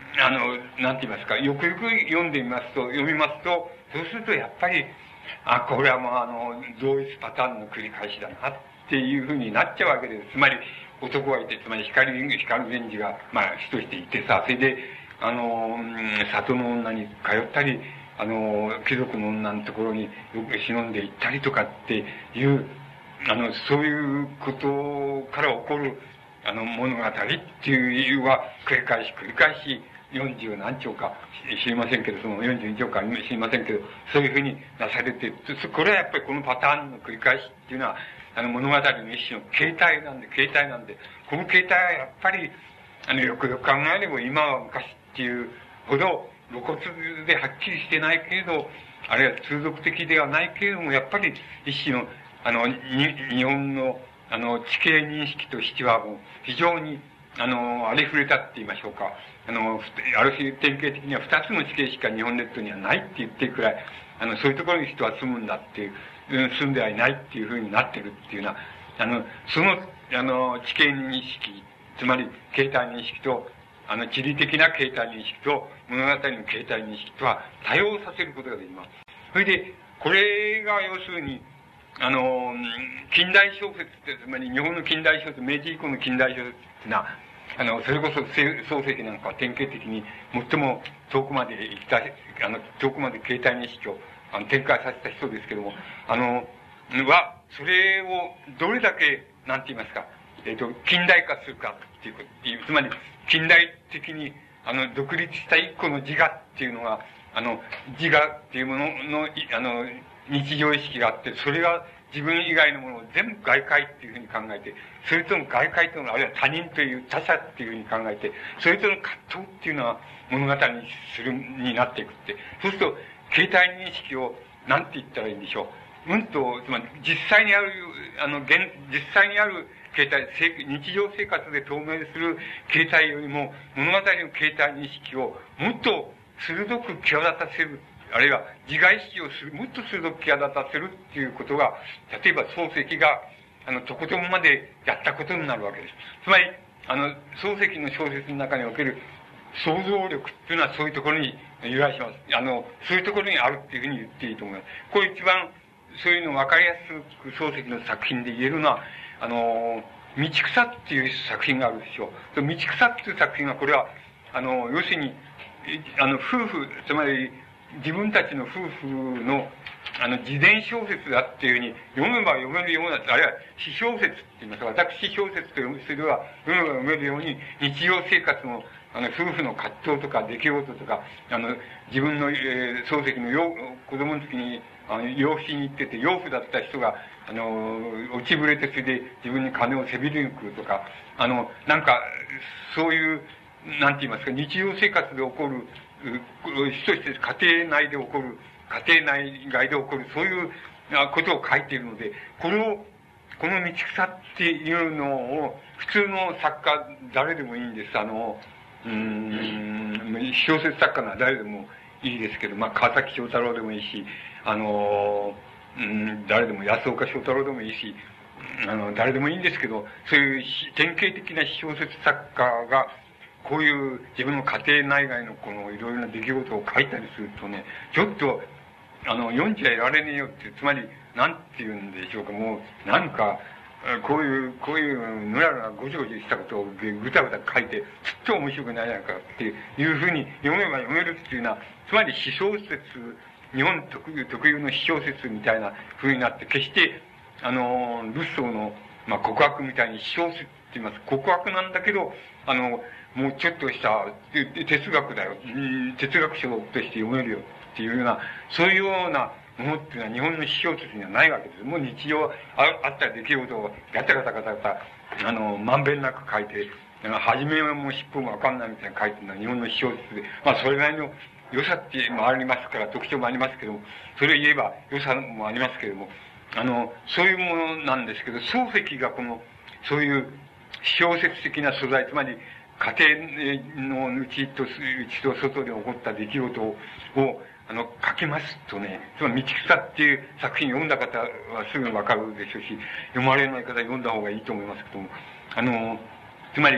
あの、なんて言いますか、よくよく読んでみますと、読みますと、そうするとやっぱり、あ、これはもうあの、同一パターンの繰り返しだなっていうふうになっちゃうわけです。つまり、男がいて、つまり光、光源氏が、まあ、主としていてさ、それで、あの、里の女に通ったり、あの、貴族の女のところによく忍んで行ったりとかっていう、あの、そういうことから起こる、あの、物語っていうは、繰り返し繰り返し、四十何丁か知りませんけど、その四十二丁か知りませんけど、そういうふうになされて、これはやっぱりこのパターンの繰り返しっていうのは、あの、物語の一種の形態なんで、形態なんで、この形態はやっぱり、あの、よくよく考えれば今は昔っていうほど露骨ではっきりしてないけれど、あるいは通俗的ではないけれども、やっぱり一種の、あの、に日本の、あの、地形認識としてはもう非常に、あの、ありふれたって言いましょうか。あの、ある種典型的には二つの地形しか日本列島にはないって言ってるくらい、あの、そういうところに人は住むんだっていう、住んではいないっていうふうになってるっていうような、あの、その、あの、地形認識、つまり形態認識と、あの、地理的な形態認識と、物語の形態認識とは多様させることができます。それで、これが要するに、あの、近代小説って、つまり日本の近代小説、明治以降の近代小説ってのは、あの、それこそ漱石なんかは典型的に最も遠くまで行った、あの、遠くまで形態認識をあの展開させた人ですけども、あの、は、それをどれだけ、なんて言いますか、えっ、と、近代化するかっていうこと、つまり、近代的に、あの、独立した一個の自我っていうのが、あの、自我っていうものの、あの、日常意識があって、それが自分以外のものを全部外界っていうふうに考えて、それとの外界との、あるいは他人という他者っていうふうに考えて、それとの葛藤っていうのは物語にする、になっていくって。そうすると、形態認識を、なんて言ったらいいんでしょう。うんと、つまり、実際にある、あの、現、実際にある形態、日常生活で透明する形態よりも、物語の形態認識をもっと鋭く際立たせる、あるいは自我意識をする、もっと鋭く際立たせるっていうことが、例えば漱石が、あの、とことんまでやったことになるわけです。つまり、あの、漱石の小説の中における想像力っていうのはそういうところに由来します。あの、そういうところにあるっていうふうに言っていいと思います。これ一番、そういうの分かりやすく漱石の作品で言えるのは、あの、道草っていう作品があるでしょう。道草っていう作品は、これは、あの、要するに、あの、夫婦、つまり、自分たちの夫婦の、あの、自伝小説だっていうふうに、読めば読めるような、あるいは、詩小説って言いますか、私小説と読みすれば、読めば読めるように、日常生活の、あの、夫婦の葛藤とか出来事とか、あの、自分の、えー、漱石のよ子供の時に、あの、養子に行ってて、養父だった人が、あの、落ちぶれて、それで自分に金をせびりに来るとか、あの、なんか、そういう、なんて言いますか、日常生活で起こる、人として家庭内で起こる、家庭内外で起こる、そういうことを書いているので、これを、この道草っていうのを、普通の作家、誰でもいいんです。あの、うーん、小説作家なら誰でもいいですけど、まあ、川崎翔太郎でもいいし、あの、うん、誰でも、安岡翔太郎でもいいし、あの、誰でもいいんですけど、そういう典型的な小説作家が、こういう自分の家庭内外のこのいろいろな出来事を書いたりするとね、ちょっと、あの、読んじゃいられねえよって、つまり、なんて言うんでしょうか、もう、なんか、こういう、こういう、ぬらぬらごちごちしたことをぐたぐた書いて、ちょっと面白くないやんかっていうふうに読めば読めるっていうのは、つまり詩小説、日本特有、特有の詩小説みたいな風になって、決して、あの、ルッソーの、まあ、告白みたいに詩小説って言います。告白なんだけど、あの、もうちょっとした哲学だよ。哲学書として読めるよっていうような、そういうようなものっていうのは日本の詩小説にはないわけです。もう日常ああった出来事をガタガタガタガタ、あの、まんべんなく書いて、初めはもう尻尾もわかんないみたいに書いてるのは日本の詩小説で、まあそれなりの良さってもありますから、特徴もありますけども、それを言えば良さもありますけれども、あの、そういうものなんですけど、漱石がこの、そういう小説的な素材、つまり、家庭の内と、内と外で起こった出来事を、をあの、書きますとね、つまり、道草っていう作品読んだ方はすぐわかるでしょうし、読まれない方は読んだ方がいいと思いますけども、あの、つまり、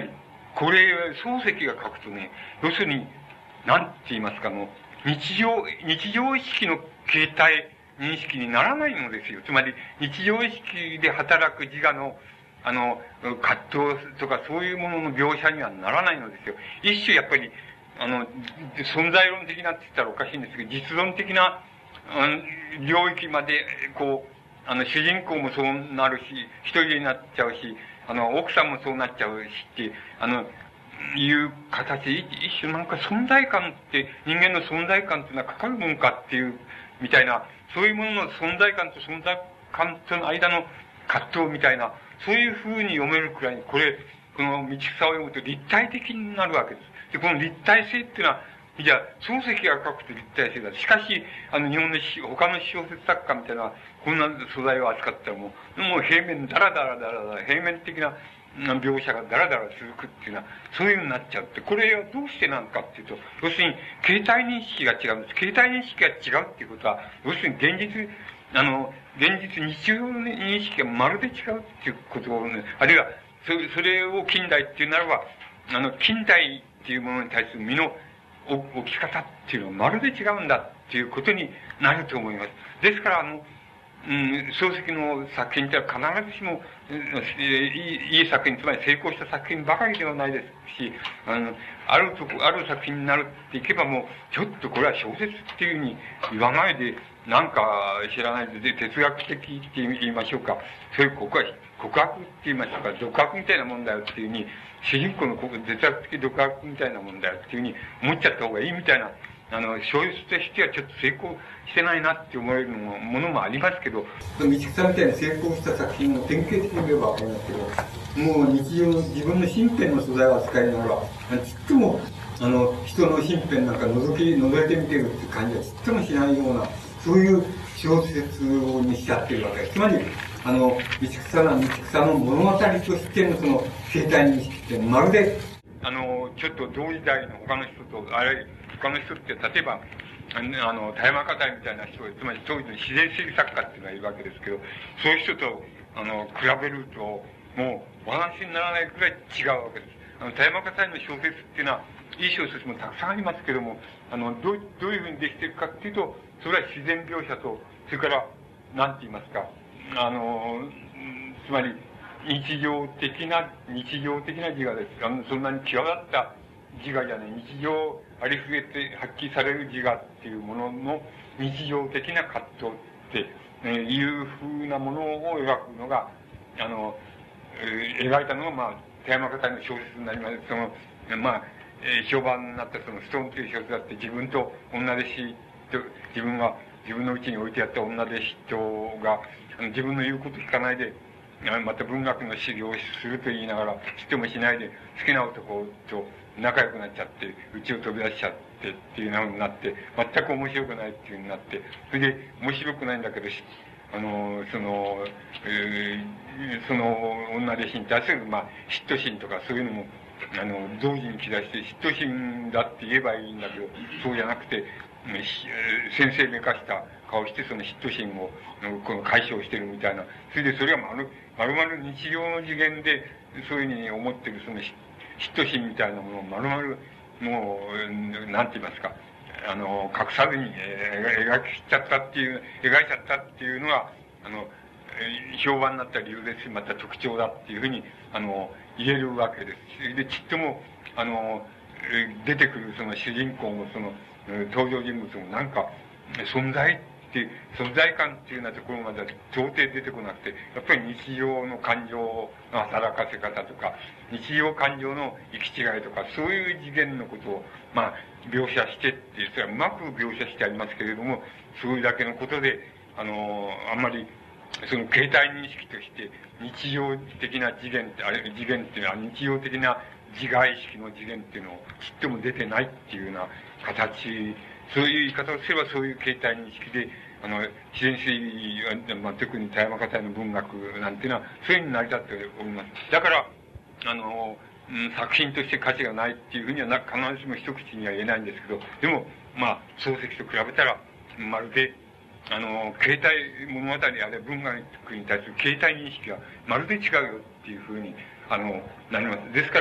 これ、漱石が書くとね、要するに、なんて言いますか、あの、日常、日常意識の形態認識にならないのですよ。つまり、日常意識で働く自我の、あの、葛藤とかそういうものの描写にはならないのですよ。一種やっぱり、あの、存在論的なって言ったらおかしいんですけど、実論的な、うん、領域まで、こう、あの、主人公もそうなるし、一人になっちゃうし、あの、奥さんもそうなっちゃうしって、あの、いう形、一種なんか存在感って、人間の存在感っていうのはかかるもんかっていう、みたいな、そういうものの存在感と存在感との間の葛藤みたいな、そういう風に読めるくらいに、これ、この道草を読むと立体的になるわけです。で、この立体性っていうのは、じゃあ、漱石が書くと立体性だ。しかし、あの、日本の他の小説作家みたいな、こんな素材を扱ったらもう、もう平面、だらだらだらだら、平面的な描写がだらだら続くっていうのは、そういう風になっちゃうって、これはどうしてなんかっていうと、要するに、形態認識が違うんです。形態認識が違うっていうことは、要するに現実、あの、現実、日常の認識がまるで違うっていうことを、ね、あるいは、そそれを近代っていうならば、あの、近代っていうものに対する身の置き方っていうのはまるで違うんだっていうことになると思います。ですから、あの、うん、漱石の作品ってのは必ずしも、いい、いい作品、つまり成功した作品ばかりではないですし、あの、あるとこ、ある作品になるっていけばもう、ちょっとこれは小説っていうふうに言わないで、なんか知らないで、哲学的って言いましょうか。そういう告白、告白って言いましょうか。独白みたいなもんだよっていうふうに、主人公の哲学的独白みたいなもんだよっていうふうに思っちゃった方がいいみたいな、あの、小説としてはちょっと成功してないなって思えるのも、ものもありますけど。 道草みたいに成功した作品の典型的に言えばわかりますけど、もう日常の自分の身辺の素材を扱いながら、ちっとも、あの、人の身辺なんか覗き、覗いてみてるって感じはちっともしないような、そういう小説にしちゃってるわけです。つまり、あの、道草の、道草の物語としてのその生態認識ってまるで、 あの、ちょっと同時代の他の人と、あれ、他の人って、例えば、あの、田山花みたいな人が、つまり当時の自然主義作家っていうのがいるわけですけど、そういう人と、あの、比べると、もう、お話にならないくらい違うわけです。あの、田山花の小説っていうのは、いい小説もたくさんありますけども、あの、どう、どういうふうにできているかっていうと、それは自然描写と、それから、なんて言いますか、あの、つまり、日常的な、日常的な自我です。あの、そんなに際立った自我じゃない、日常ありふれて発揮される自我っていうものの日常的な葛藤って、えー、いう風なものを描くのが、あの、えー、描いたのが、まあ、田山花の小説になります。その、まあ、えー、評判になったそのストーンという小説だって自分と女弟子と、自分が、自分のうちに置いてやった女弟子とが、あの自分の言うこと聞かないで、また文学の修行をすると言いながら、してもしないで、好きな男と仲良くなっちゃって、家を飛び出しちゃってっていうのになって、全く面白くないっていうふうになって、それで面白くないんだけど、あの、その、えー、その女弟子に対する、まあ、嫉妬心とかそういうのも、あの、同時に来だして、嫉妬心だって言えばいいんだけど、そうじゃなくて、先生めかした顔してその嫉妬心をこの解消してるみたいな。それでそれはまる、まるまる日常の次元でそういうふうに思ってるその嫉妬心みたいなものをまるまるもう、なんて言いますか、あの、隠さずに描きちゃったっていう、描いちゃったっていうのが、あの、評判になった理由ですし、また特徴だっていうふうに、あの、言えるわけです。それでちっとも、あの、出てくるその主人公もその、登場人物もなんか、存在って、存在感っていうようなところまでは到底出てこなくて、やっぱり日常の感情の働かせ方とか、日常感情の行き違いとか、そういう次元のことを、まあ、描写してって、それはうまく描写してありますけれども、そういうだけのことで、あの、あんまり、その形態認識として、日常的な次元って、あれ、次元っていうのは日常的な自我意識の次元っていうのをちっとも出てないっていうような形、そういう言い方をすればそういう形態認識で、あの、自然主義、まあ、特に田山花の文学なんていうのは、そういうふうに成り立っております。だから、あの、うん、作品として価値がないっていうふうにはな、必ずしも一口には言えないんですけど、でも、まあ、漱石と比べたら、まるで、あの、形態物語あるいは文学に対する形態認識がまるで違うよっていうふうに、あの、なります。ですから、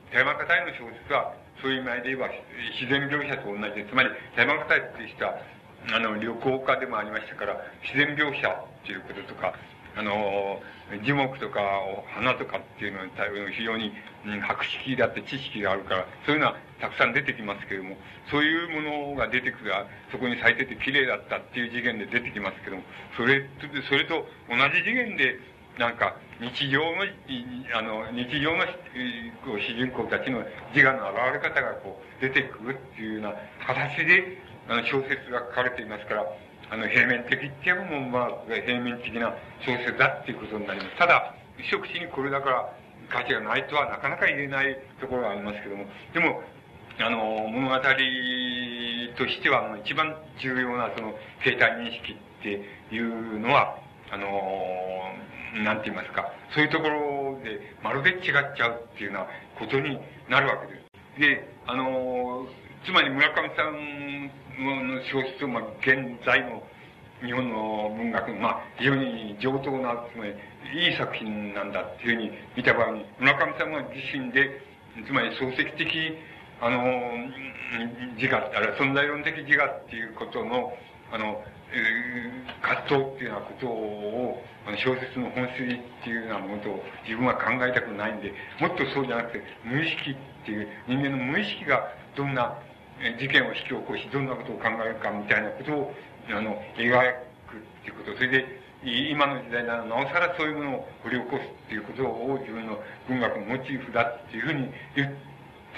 台湾方への小説は、そういう意味で言えば、自然描写と同じで、つまり、台湾方っていう人は、あの、旅行家でもありましたから、自然描写っていうこととか、あの、樹木とか、花とかっていうのに非常に、うん、博識だって知識があるから、そういうのはたくさん出てきますけれども、そういうものが出てくる、そこに咲いてて綺麗だったっていう次元で出てきますけども、それと、それと同じ次元で、なんか、日常の、あの、日常の、こう、主人公たちの自我の現れ方がこう、出てくるっていうような形で、あの、小説が書かれていますから、あの、平面的って言えばもう、まあ、平面的な小説だっていうことになります。ただ、一口にこれだから価値がないとはなかなか言えないところがありますけども、でも、あの、物語としては、一番重要な、その、形態認識っていうのは、あの、なんて言いますか、そういうところで、まるで違っちゃうっていうようなことになるわけです。で、あの、つまり村上さんの小説を、まあ、現在の日本の文学、まあ、非常に上等な、つまり、いい作品なんだっていうふうに見た場合に、村上さんは自身で、つまり創世記的、あの、自我、あるいは存在論的自我っていうことの、あの、えー、葛藤っていうようなことを、あの小説の本質っていうようなものと自分は考えたくないんで、もっとそうじゃなくて、無意識っていう、人間の無意識がどんな事件を引き起こし、どんなことを考えるかみたいなことを、あの、描くっていうこと。それで、今の時代ならなおさらそういうものを掘り起こすっていうことを自分の文学のモチーフだっていうふうに言って、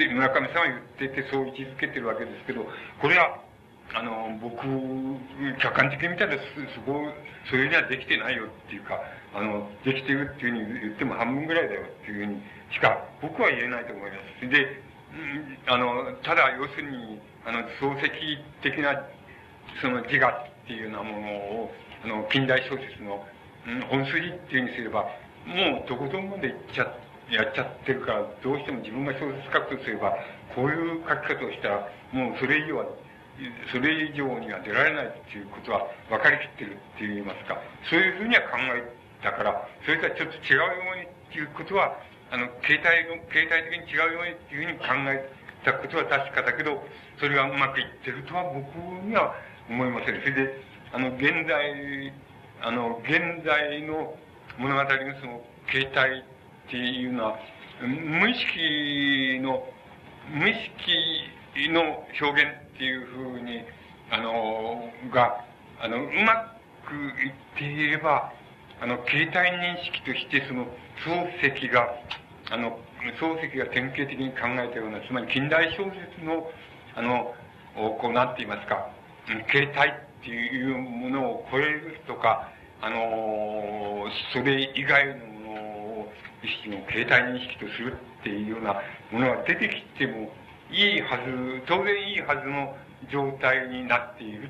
村上さんは言っててそう位置づけてるわけですけど、これは、あの、僕、客観的に見たらす、すごい、それにはできてないよっていうか、あの、できてるっていうふうに言っても半分ぐらいだよっていうふうにしか僕は言えないと思います。で、あの、ただ要するに、あの、漱石的な、その自我っていうようなものを、あの、近代小説の、うん、本筋っていうふうにすれば、もうとことんまでいっちゃ、やっちゃってるから、どうしても自分が小説書くとすれば、こういう書き方をしたら、もうそれ以上は、それ以上には出られないっていうことは分かりきってるって言いますか、そういうふうには考えたから、それとはちょっと違うようにっていうことは、あの、形態の、形態的に違うようにっていうふうに考えたことは確かだけど、それがうまくいってるとは僕には思いません。それで、あの、現在、あの、現在の物語のその形態っていうのは、無意識の、無意識の表現っていうふうに、あの、が、あの、うまくいっていれば、あの、形態認識としてその、漱石が、あの、漱石が典型的に考えたような、つまり近代小説の、あの、こうなっていますか、形態っていうものを超えるとか、あの、それ以外のものを一種の形態認識とするっていうようなものが出てきてもいいはず、当然いいはずの状態になっているって、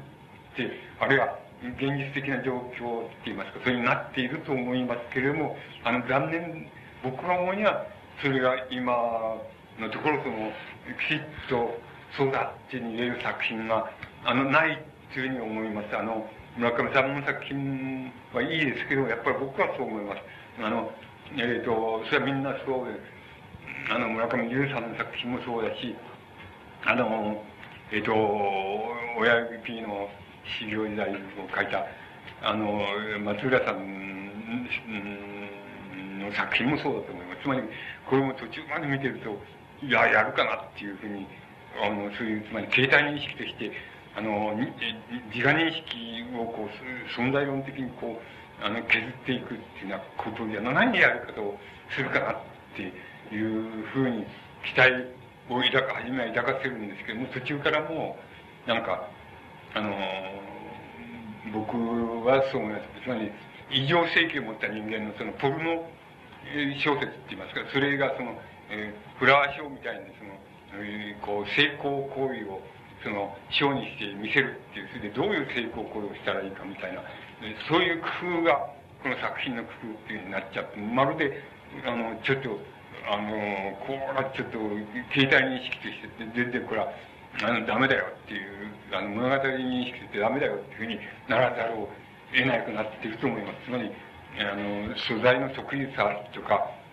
あるいは現実的な状況って言いますか、それになっていると思いますけれども、あの、残念、僕が思うには、それが今のところその、きちっとそうだって言える作品が、あの、ないというふうに思います。あの、村上さんの作品はいいですけど、やっぱり僕はそう思います。あの、えっ、ー、と、それはみんなそうです。あの、村上龍さんの作品もそうだし、あの、えっ、ー、と、親指の修行時代を書いた、あの、松浦さんの作品もそうだと思います。つまり、これも途中まで見てると、いや、やるかなっていうふうに、あの、そういう、つまり形態認識として、あの、自我認識をこう、存在論的にこう、あの、削っていくっていうようなことじゃないやり方をするかなっていうふうに期待を抱か、初めは抱かせるんですけども、途中からもう、なんか、あの、僕はそう思います。つまり、異常性器を持った人間のそのポルノ小説って言いますか、それがその、えー、フラワーショーみたいにその、えー、こう、成功行為を、その、ショーにして見せるっていう、それでどういう成功行為をしたらいいかみたいな、そういう工夫が、この作品の工夫っていうふうになっちゃって、まるで、あの、ちょっと、あの、これはちょっと、形態認識として、全然これは、あの、ダメだよっていう、あの、物語認識としてダメだよっていうふうにならざるを得なくなっていると思います。つまり、あの、素材の特異さとか、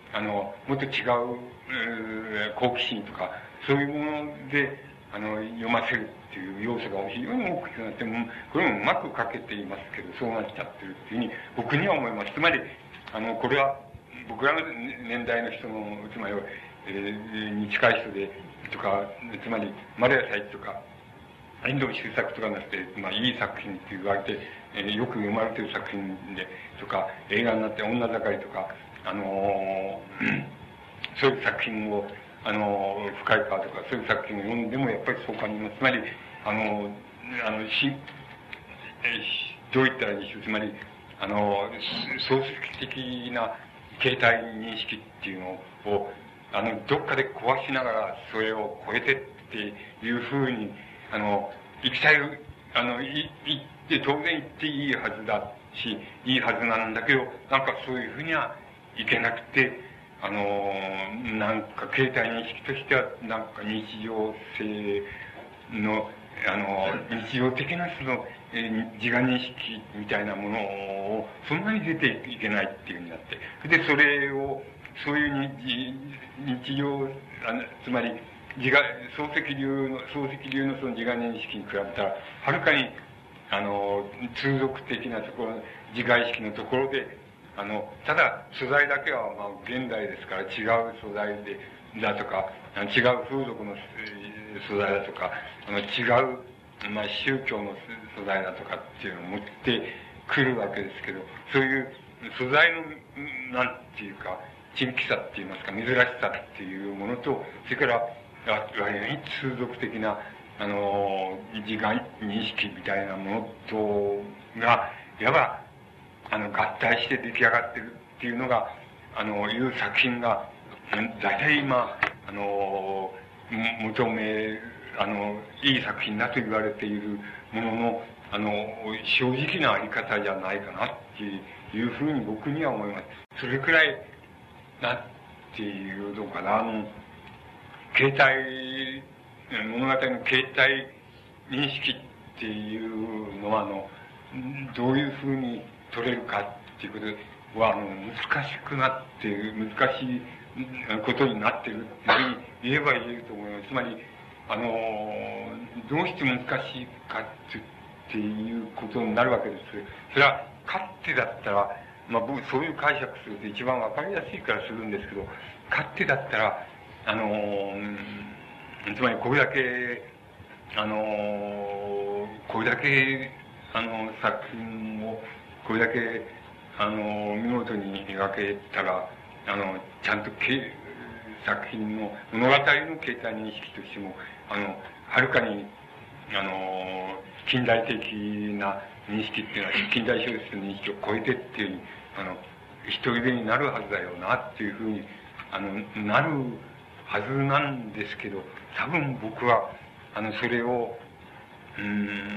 あの、もっと違う、う好奇心とか、そういうもので、あの、読ませるっていう要素が非常に大きくなって、もこれもうまく書けていますけど、そうなっちゃってるっていうふうに、僕には思います。つまり、あの、これは、僕らの年代の人の、つまり、えー、に近い人で、とか、つまり、丸谷祭とか、遠藤周作とかになって、まあ、いい作品って言われて、えー、よく読まれてる作品で、とか、映画になって女盛りとか、あのー、そういう作品を、あのー、深い川とか、そういう作品を読んでも、やっぱりそう感じます。つまり、あのー、あの、し、えー、どう言ったらいいでしょう。つまり、あのー、創設的な形態認識っていうのを、あの、どっかで壊しながら、それを超えてっていうふうに、あの、行きたい、あの、い、行って、当然行っていいはずだし、いいはずなんだけど、なんかそういうふうにはいけなくて、あの、なんか形態認識としては、なんか日常性の、あの、日常的なその、えー、自我認識みたいなものを、そんなに出ていけないっていうふうになって、で、それを、そういう日日常、あの、つまり、自我、漱石流の、漱石流のその自我認識に比べたら、はるかに、あの、通俗的なところ、自我意識のところで、あの、ただ、素材だけは、まあ、現代ですから、違う素材で、だとか、違う風俗の素材だとか、あの、違う、まあ、宗教の素材だとかっていうのを持ってくるわけですけど、そういう素材の、なんていうか、珍奇さって言いますか、珍しさっていうものと、それから、割に通俗的な、あの、自我認識みたいなものと、が、いわば、あの、合体して出来上がってるっていうのが、あの、いう作品が、大体今、あの、求め、あの、いい作品だと言われているものの、あの、正直なあり方じゃないかなっていうふうに僕には思います。それくらい、なんていうのかな、あの、形態、物語の形態認識っていうのは、あの、どういうふうに取れるかっていうことは、あの、難しくなっている、難しいことになっているっていうふうに言えば言えると思います。つまり、あの、どうして難しいかっていうことになるわけです。それは、勝手だったら、まあ僕そういう解釈すると一番わかりやすいからするんですけど、勝手だったら、あのー、つまりこれだけ、あのー、これだけ、あの、作品を、これだけ、あのー、見事に描けたら、あの、ちゃんとけ作品の、物語の形態認識としても、あの、はるかに、あの、近代的な認識っていうのは、近代小説の認識を超えてっていう、あの、一人でになるはずだよなっていうふうに、あの、なるはずなんですけど、多分僕は、あの、それを、うん、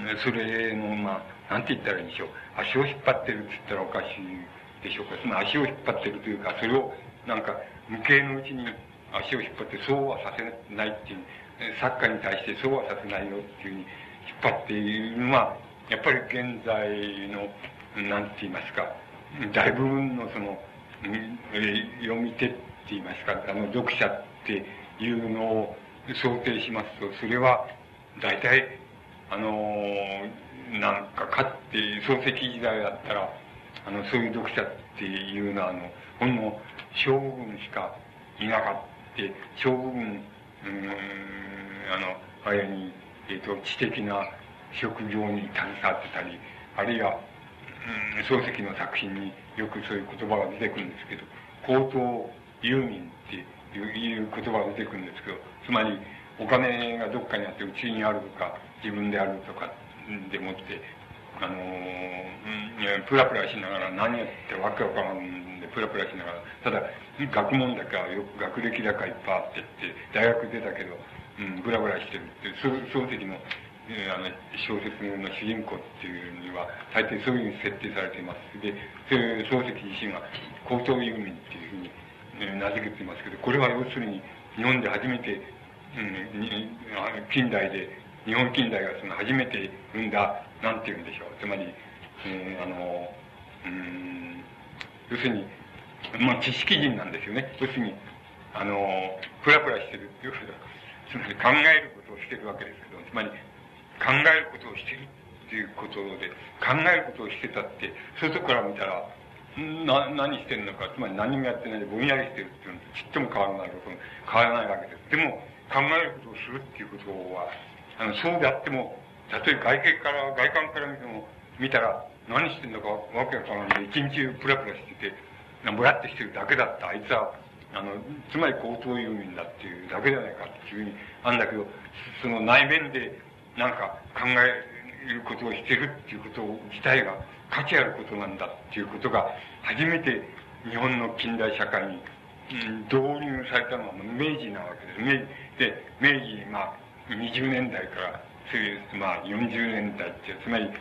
それの、まあ、なんて言ったらいいんでしょう。足を引っ張ってるって言ったらおかしいでしょうか。その足を引っ張ってるというか、それを、なんか、無形のうちに足を引っ張って、そうはさせないっていう、作家に対してそうはさせないよっていうふうに引っ張っているのは、やっぱり現在の、なんて言いますか、大部分のその、読み手って言いますか、あの、読者っていうのを想定しますと、それは、大体、あの、なんか、かって、漱石時代だったら、あの、そういう読者っていうのは、あの、ほんの小部分しかいなかった、小部分、うん、あの、あれに、えっと、知的な職業に携わってたり、あるいは、うん、漱石の作品によくそういう言葉が出てくるんですけど、高等遊民っていう言葉が出てくるんですけど、つまり、お金がどっかにあって、うちにあるとか、自分であるとかでもって、あのー、プラプラしながら、何やってわけわからんで、プラプラしながら、ただ、学問だけはよく、学歴だけはいっぱいあってって、大学出たけど、うん、ブラブラしてるって、漱石の、えー、あの、小説の主人公っていうには、大抵そういうふうに設定されています。で、漱石自身は、高等遊民っていうふうに、えー、名付けていますけど、これは要するに、日本で初めて、うん、近代で、日本近代がその初めて生んだ、なんて言うんでしょう。つまり、えー、あの、うん、要するに、 まあ、知識人なんですよね。要するに、あの、プラプラしてるっていうことだ。つまり考えることをしてるわけですけど、つまり、考えることをしてるっていうことで、考えることをしてたって、外から見たら、な、何してるのか、つまり何もやってないでぼんやりしてるっていうのとちっとも変わらないこと、変わらないわけです。でも、考えることをするっていうことは、あの、そうであっても、たとえ外界から、外観から見ても、見たら、何してんのかわけがわからないで、一日中プラプラしてて、ぼやってしてるだけだった。あいつは、あの、つまり高等遊民だっていうだけじゃないかっていうふうにあんだけど、その内面で、なんか考えることをしてるっていうこと自体が価値あることなんだっていうことが、初めて日本の近代社会に、うん、導入されたのは明治なわけです。明治で、明治、まあ、にじゅうねんだいから、そういう、まあ、よんじゅうねんだいって、つまり、うん、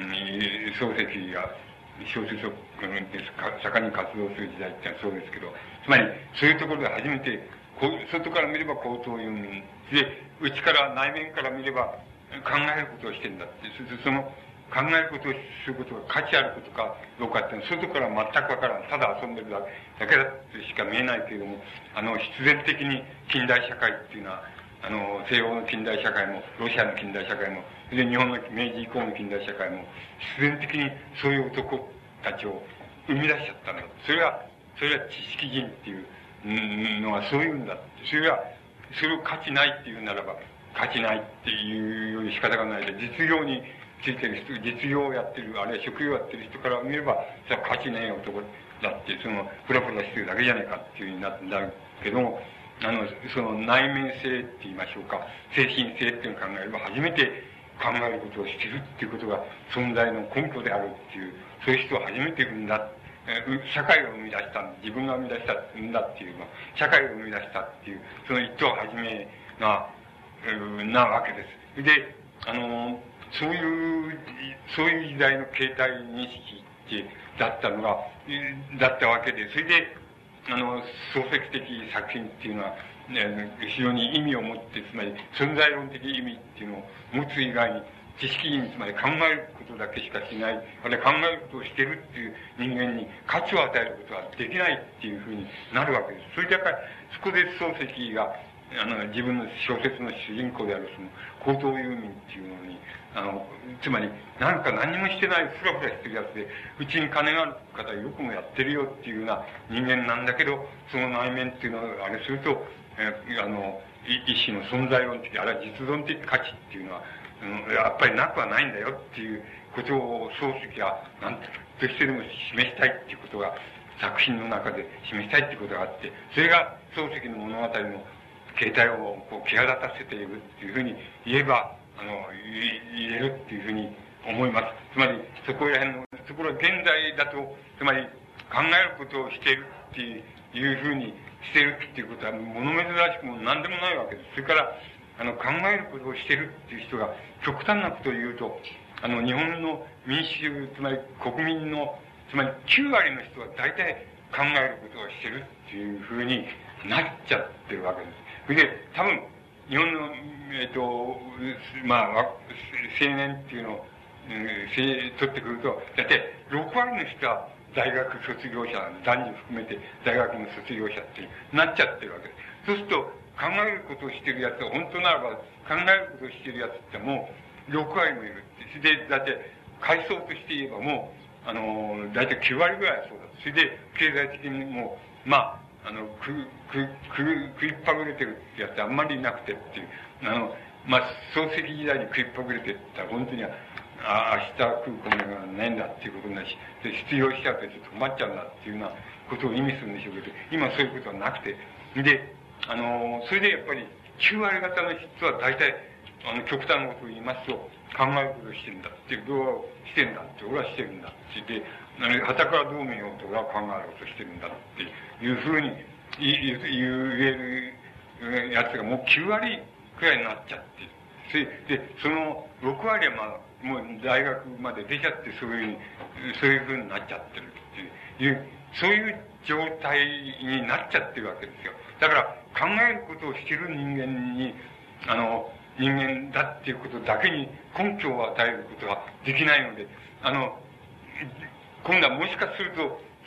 漱石が小説を盛んに活動する時代ってのはそうですけど、つまり、そういうところで初めて、外から見れば高等遊民で、内から内面から見れば考えることをしてるんだって、その考えることをすることが価値あることかどうかっていうのは、外から全くわからん。ただ遊んでるだけだけだってしか見えないけれども、あの、必然的に近代社会っていうのは、あの、西欧の近代社会も、ロシアの近代社会も、で、日本の明治以降の近代社会も、必然的にそういう男たちを生み出しちゃったのよ。それは、それは知識人っていうのはそういうんだって。それは、それを価値ないっていうならば、価値ないっていうより仕方がないで、実業についてる人、実業をやってる、あるいは職業をやってる人から見れば、それは価値ない男だって、その、プラプラしてるだけじゃないかっていうふうになるけども、あの、その内面性って言いましょうか、精神性っていうのを考えれば、初めて考えることをしてるっていうことが存在の根拠であるっていう、そういう人を初めて生んだ、社会を生み出した、自分が生み出した、生んだっていうのは、社会を生み出したっていう、その一等初めな、なわけです。で、あの、そういう、そういう時代の形態認識って、だったのが、だったわけで、それで、あの、創設的作品っていうのは、ね、非常に意味を持って、つまり存在論的意味っていうのを持つ以外に、知識人、つまり考えることだけしかしない、あるいは考えることをしてるっていう人間に価値を与えることはできないっていうふうになるわけです。それでやっぱり、そこで漱石が、あの、自分の小説の主人公であるその、高等遊民っていうのに、あの、つまり、なんか何もしてない、ふらふらしてるやつで、うちに金がある方よくもやってるよっていうような人間なんだけど、その内面っていうのは、あれすると、えあの、一種の存在論的、あるいは実存的価値っていうのは、うん、やっぱりなくはないんだよっていうことを漱石は何としてでも示したいっていうことが作品の中で示したいっていうことがあって、それが漱石の物語の形態をこう際立たせているっていうふうに言えば、あの、言えるっていうふうに思います。つまり、そこら辺の、ところ現在だと、つまり考えることをしているっていうふうにしてるっていうことは、物珍しくも何でもないわけです。それから、あの、考えることをしてるっていう人が、極端なことを言うと、あの、日本の民衆、つまり国民の、つまりきゅうわりの人は大体考えることをしてるっていうふうになっちゃってるわけです。それで、多分、日本の、えっと、まあ、青年っていうのを、うん、取ってくると、だってろくわりの人は大学卒業者、男女含めて大学の卒業者ってなっちゃってるわけです。そうすると、考えることをしてるやつは、本当ならば、考えることをしてるやつってもう、ろくわりもいるって。で、だって、階層として言えばもう、あの、だいたいきゅうわりぐらいはそうだ。それで、経済的にもう、まあ、あの、く、く、く、食いっぱぐれてるってやつあんまりいなくてっていう。あの、まあ、漱石時代に食いっぱぐれてって言ったら、本当には、あ明日食う米がないんだっていうことになるし、で、必要しちゃうとちょっと困っちゃうんだっていうようなことを意味するんでしょうけど、今そういうことはなくて。で、あの、それでやっぱり、きゅうわり方の人は大体、あの、極端なことを言いますと、考えることをしてるんだっていう、どうしてるんだって、俺はしてるんだって言って、はたからどう見ようと俺は考えることをしてるんだっていうふうに言えるやつがもうきゅうわりくらいになっちゃって、で、そのろくわりはまあ、もう大学まで出ちゃって、そういう、そういうふうになっちゃってるっていう、そういう状態になっちゃってるわけですよ。だから、考えることをしてる人間に、あの、人間だっていうことだけに根拠を与えることはできないので、あの、今度はもしかすると、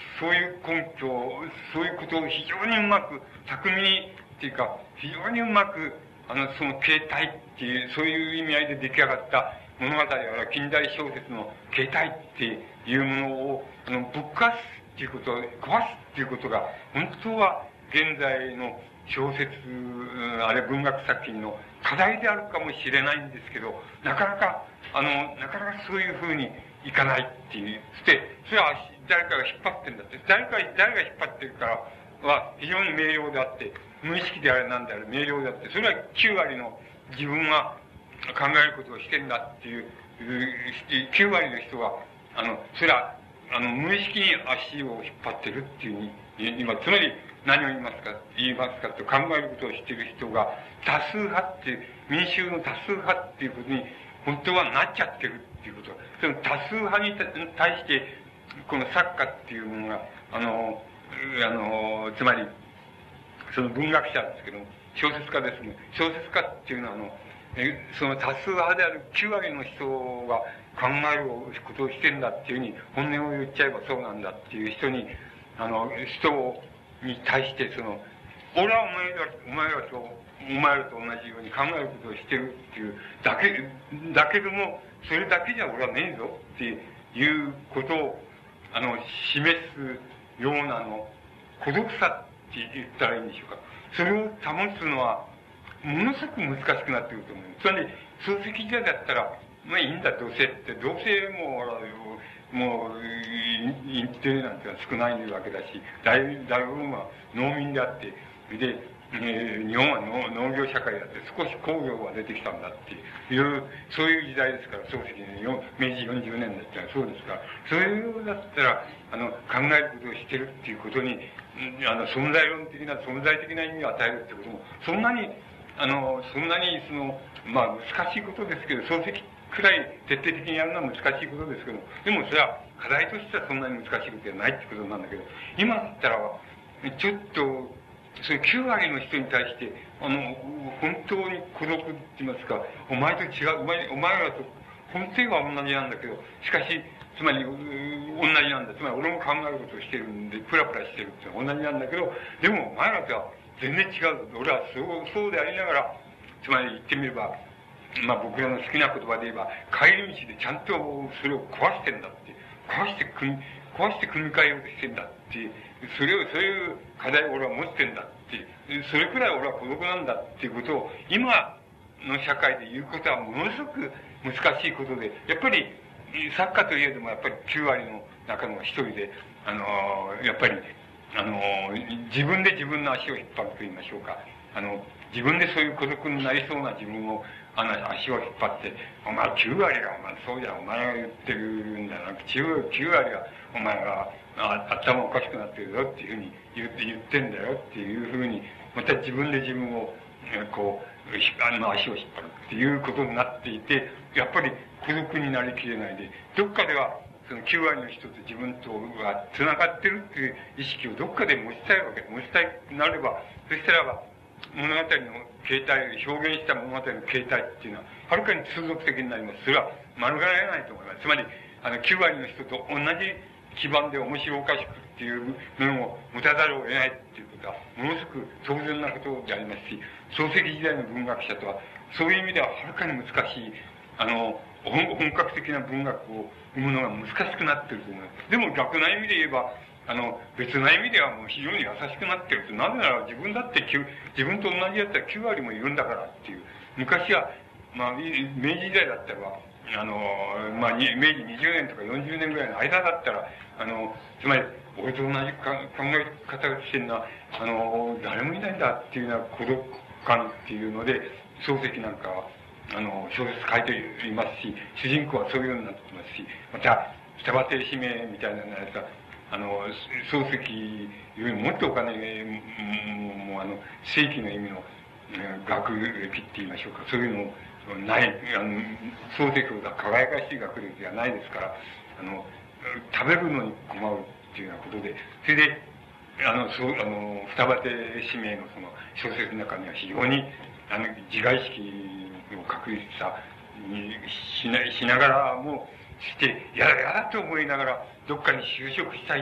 そういう根拠を、そういうことを非常にうまく、巧みに、っていうか、非常にうまく、あの、その形態っていう、そういう意味合いで出来上がった物語や近代小説の形態っていうものを、あの、ぶっ壊すっていうこと、壊すっていうことが、本当は現在の小説、あれ文学作品の課題であるかもしれないんですけど、なかなか、あの、なかなかそういうふうにいかないっていう。そして、それは誰かが引っ張ってんだって。誰か、誰が引っ張ってるからは非常に明瞭であって、無意識であれなんであれ明瞭であって、それはきゅう割の自分が考えることをしてんだっていう、きゅう割の人が、あの、それは、あの、無意識に足を引っ張ってるっていうふうに、今、つまり何を言いますか、言いますかと考えることをしている人が、多数派っていう、民衆の多数派っていうことに、本当はなっちゃってるっていうこと。その多数派に対して、この作家っていうものが、あの、あの、つまり、その文学者ですけども、小説家ですね。小説家っていうのは、あの、えその多数派であるきゅう割の人が考えることをしてんだっていうふうに、本音を言っちゃえばそうなんだっていう人に、あの、人に対して、その、俺はお前ら、お前らと、お前らと同じように考えることをしてるっていうだけ、だけども、それだけじゃ俺はねえぞっていうことを、あの、示すようなの、孤独さって言ったらいいんでしょうか。それを保つのは、ものすごく難しくなってくると思う。つまり、漱石時代だったら、まあいいんだ、どうせって、どうせもう、もう、インテリなんてのは少ないわけだし、大大部分は農民であって、で、えー、日本は農農業社会だって少し工業が出てきたんだっていう、そういう時代ですから、漱石の明治よんじゅうねんだったらそうですから、そういうだったら、あの、考えることをしてるっていうことに、あの、存在論的な、存在的な意味を与えるってことも、そんなに、あの、そんなに、その、まあ、難しいことですけど、漱石くらい徹底的にやるのは難しいことですけど、でもそれは課題としてはそんなに難しいことじゃないってことなんだけど、今だったら、ちょっと、そういうきゅう割の人に対して、あの、本当に孤独って言いますか、お前と違う、お前、お前らと、本性は同じなんだけど、しかし、つまり、同じなんだ。つまり、俺も考えることをしてるんで、プラプラしてるってのは同じなんだけど、でも、お前らとは全然違う。俺はそう、そうでありながら、つまり言ってみれば、まあ僕らの好きな言葉で言えば、帰り道でちゃんとそれを壊してんだって。壊して組み、壊して組み替えようとしてんだって。それを、そういう課題を俺は持ってんだって。それくらい俺は孤独なんだっていうことを、今の社会で言うことはものすごく難しいことで、やっぱり、作家といえどもやっぱりきゅう割の中の一人で、あのー、やっぱり、あのー、自分で自分の足を引っ張ると言いましょうか。あの、自分でそういう孤独になりそうな自分を、あの、足を引っ張って、お前きゅう割が、お前そうじゃ、お前が言ってるんだな、きゅう割が、お前が、あ頭おかしくなってるぞっていうふうに言って、言ってんだよっていうふうに、また自分で自分を、えー、こう、あの、足を引っ張るっていうことになっていて、やっぱり孤独になりきれないで、どっかでは、そのきゅう割の人と自分とは繋がってるっていう意識をどっかで持ちたいわけで、持ちたいとなれば、そしたらば、物語の形態、表現した物語の形態っていうのは、はるかに通俗的になります。それは免れないと思います。つまり、あの、きゅう割の人と同じ基盤で面白おかしくっていう面を持たざるを得ないっていうことは、ものすごく当然なことでありますし、漱石時代の文学者とは、そういう意味でははるかに難しい、あの、本格的な文学を生むのが難しくなってると思います。でも逆な意味で言えば、あの、別な意味ではもう非常に優しくなってると。なぜなら自分だって自分と同じやつはきゅう割もいるんだからっていう。昔は、まあ、明治時代だったら、あの、まあ、明治にじゅうねんとかよんじゅうねんぐらいの間だったら、あの、つまり、俺と同じ考え方をしてるのは、あの、誰もいないんだっていうような孤独感っていうので、漱石なんかは、あの、小説書いていますし、主人公はそういうようになってますし、また、北畑使命みたいなやつは、あの、漱石よりもっとお金、もう、あの、正規の意味の学歴って言いましょうか、そういうのない、あの、漱石ほど輝かしい学歴がないですから、あの、食べるのに困るっていうようなことで、それで、あの、そう、あの、二畑使命のその小説の中には非常に、あの、自我意識を確立さにしなしながらもして、やだやだと思いながら、どっかに就職したいっ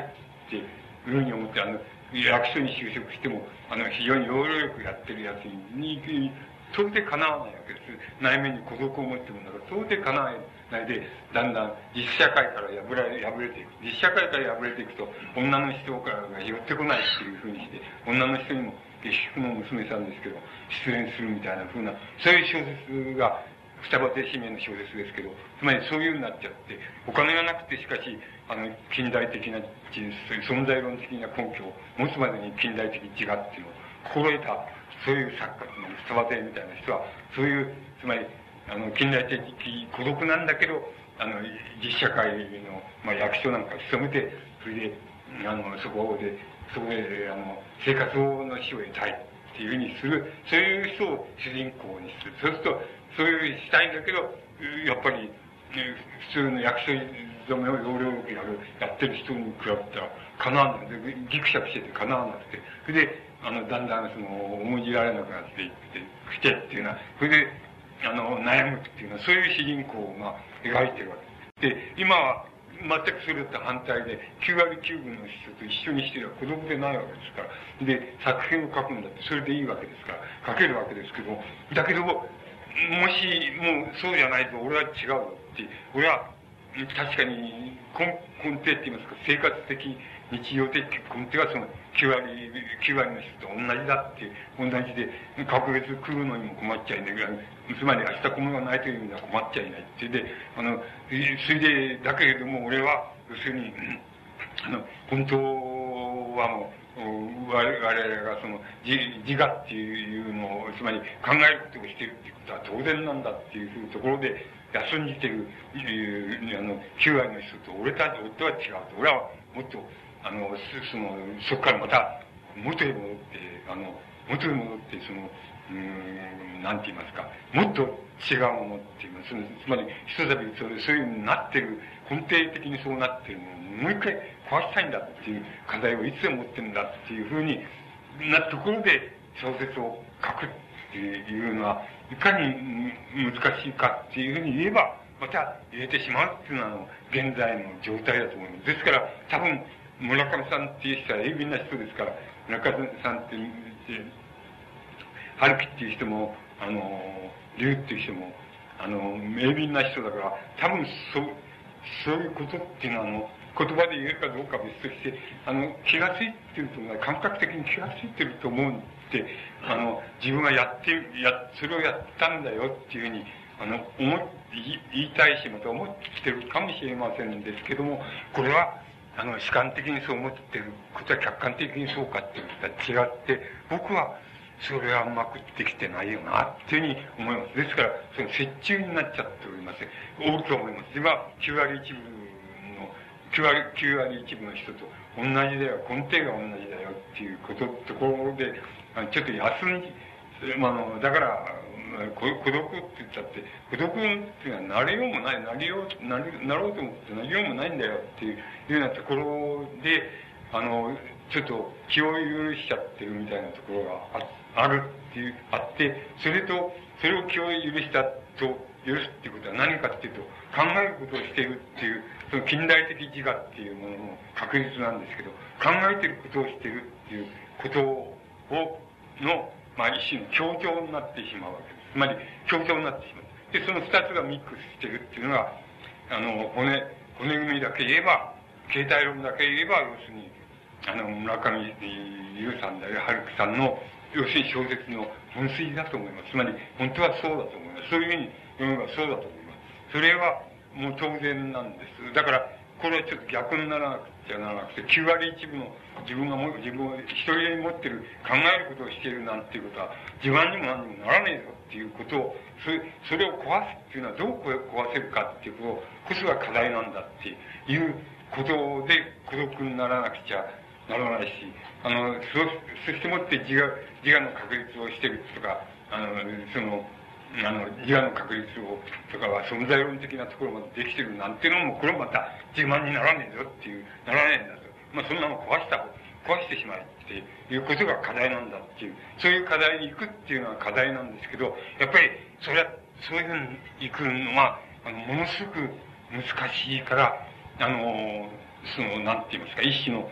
っていうふうに思って、あの、役所に就職しても、あの、非常に要領よくやってるやつに、到底叶わないわけです。内面に孤独を持ってるんだから、到底叶わないで、だんだん実社会から破れ、破れていく。実社会から破れていくと、女の人からが寄ってこないっていうふうにして、女の人にも、下宿の娘さんですけど、失恋するみたいなふうな、そういう小説が、双葉亭紙面の小説ですけど、つまりそういうになっちゃって、お金がなくてしかし、あの、近代的な、存在論的な根拠を持つまでに近代的自我っていうのを心得た、そういう作家、双葉亭みたいな人は、そういう、つまり、あの、近代的孤独なんだけど、あの、実社会の、まあ、役所なんか勤めて、それで、あの、そこで、そこで、あの、生活の死を得たいっていうふうにする、そういう人を主人公にする。そうすると、そういうしたいんだけど、やっぱり、ね、普通の役所勤めを要領よくやる、やってる人に比べたら、かなわない。ギクシャクしててかなわなくて。それで、あの、だんだんその、思いじられなくなっていって、きてっていうのは、それで、あの、悩むっていうのは、そういう主人公を、まあ、描いてるわけです。で、今は、全くそれと反対で、きゅうわりきゅうぶんの人と一緒にしてれば孤独でないわけですから。で、作品を書くんだって、それでいいわけですから、書けるわけですけど、だけど、もし、もう、そうじゃないと、俺は違うよって、俺は、確かに根、根底って言いますか、生活的、日常的根底はそのきゅうわり、きゅうわりの人と同じだって、同じで、隔月食うのにも困っちゃいないぐらい、つまり明日米がないという意味では困っちゃいないってで、あの、それで、だけれども俺は、要するに、あの、本当はもう、我々がその自、自我っていうのを、つまり考えることをしているっていうことは当然なんだっていうところで、休んじてる、あの、きゅうわりの人と俺たち、俺とは違うと。俺はもっと、あの、その、そこからまた、元へ戻って、あの、元へ戻って、その、うーん、なんて言いますか、もっと違うものっていうのは、その、つまり、ひとたびそうそういうふうになってる、根底的にそうなってるのを、もう一回壊したいんだっていう課題をいつでも持ってるんだっていうふうになところで、小説を書くっていうのは、いかに難しいかっていうふうに言えば、また入れてしまうっていうのは、あの、現在の状態だと思います。ですから、多分、村上さんっていう人は鋭敏な人ですから、村上さんって、春樹っていう人も、あの、龍っていう人も、あの、鋭敏な人だから、多分、そう、そういうことっていうのは、あの、言葉で言えるかどうかは別として、あの、気がついてると思う、感覚的に気がついてると思うんで、あの、自分はやって、や、それをやったんだよっていうふうに、あの、思い、言いたいし、また思ってきてるかもしれませんですけども、これは、あの、主観的にそう思ってることは客観的にそうかっていうことは違って、僕は、それはうまくいってきてないよな、っていうふうに思います。ですから、その折衷になっちゃっておりません。おると思います。今、きゅうわりいちぶの、きゅうわり、きゅうわりいちぶの人と同じだよ、根底が同じだよっていうこと、ところで、ちょっと休んじ、まあ、あの、だから、孤独って言ったって、孤独っていうのはなれようもない、なりよう、なり、なろうと思ってなりようもないんだよっていうようなところで、あの、ちょっと気を許しちゃってるみたいなところがああるっていう、あって、それと、それを気を許したと、許すっていうことは何かっていうと、考えることをしているっていう、その近代的自我っていうものの確実なんですけど、考えていることをしているっていうことを、の、まあ一種の強調になってしまうわけです。つまり、強調になってしまう。で、その二つがミックスしているっていうのが、あの、骨、骨組みだけ言えば、形態論だけ言えば、要するに、あの、村上優さんだよ、春樹さんの、要するに小説の本筋だと思います。つまり、本当はそうだと思います。そういうふうに読めばそうだと思います。それは、もう当然なんです。だから、これはちょっと逆にならなくちゃならなくて、きゅうわりいちぶの自分がも、自分を一人で持ってる、考えることをしているなんていうことは、自慢にも何にもならねえぞっていうことを、それ、それを壊すっていうのはどう壊せるかっていうことこそが課題なんだっていうことで孤独にならなくちゃならないし、あの、そ、そしてもって自我、自我の確立をしてるとか、あの、その、あの、自我の確立を、とかは存在論的なところまでできてるなんていうのも、これもまた自慢にならねえぞっていう、ならねえんだと。まあ、そんなの壊した、壊してしまえっていうことが課題なんだっていう、そういう課題に行くっていうのは課題なんですけど、やっぱり、それは、そういうふうに行くのは、あの、ものすごく難しいから、あの、その、なんて言いますか、一種の、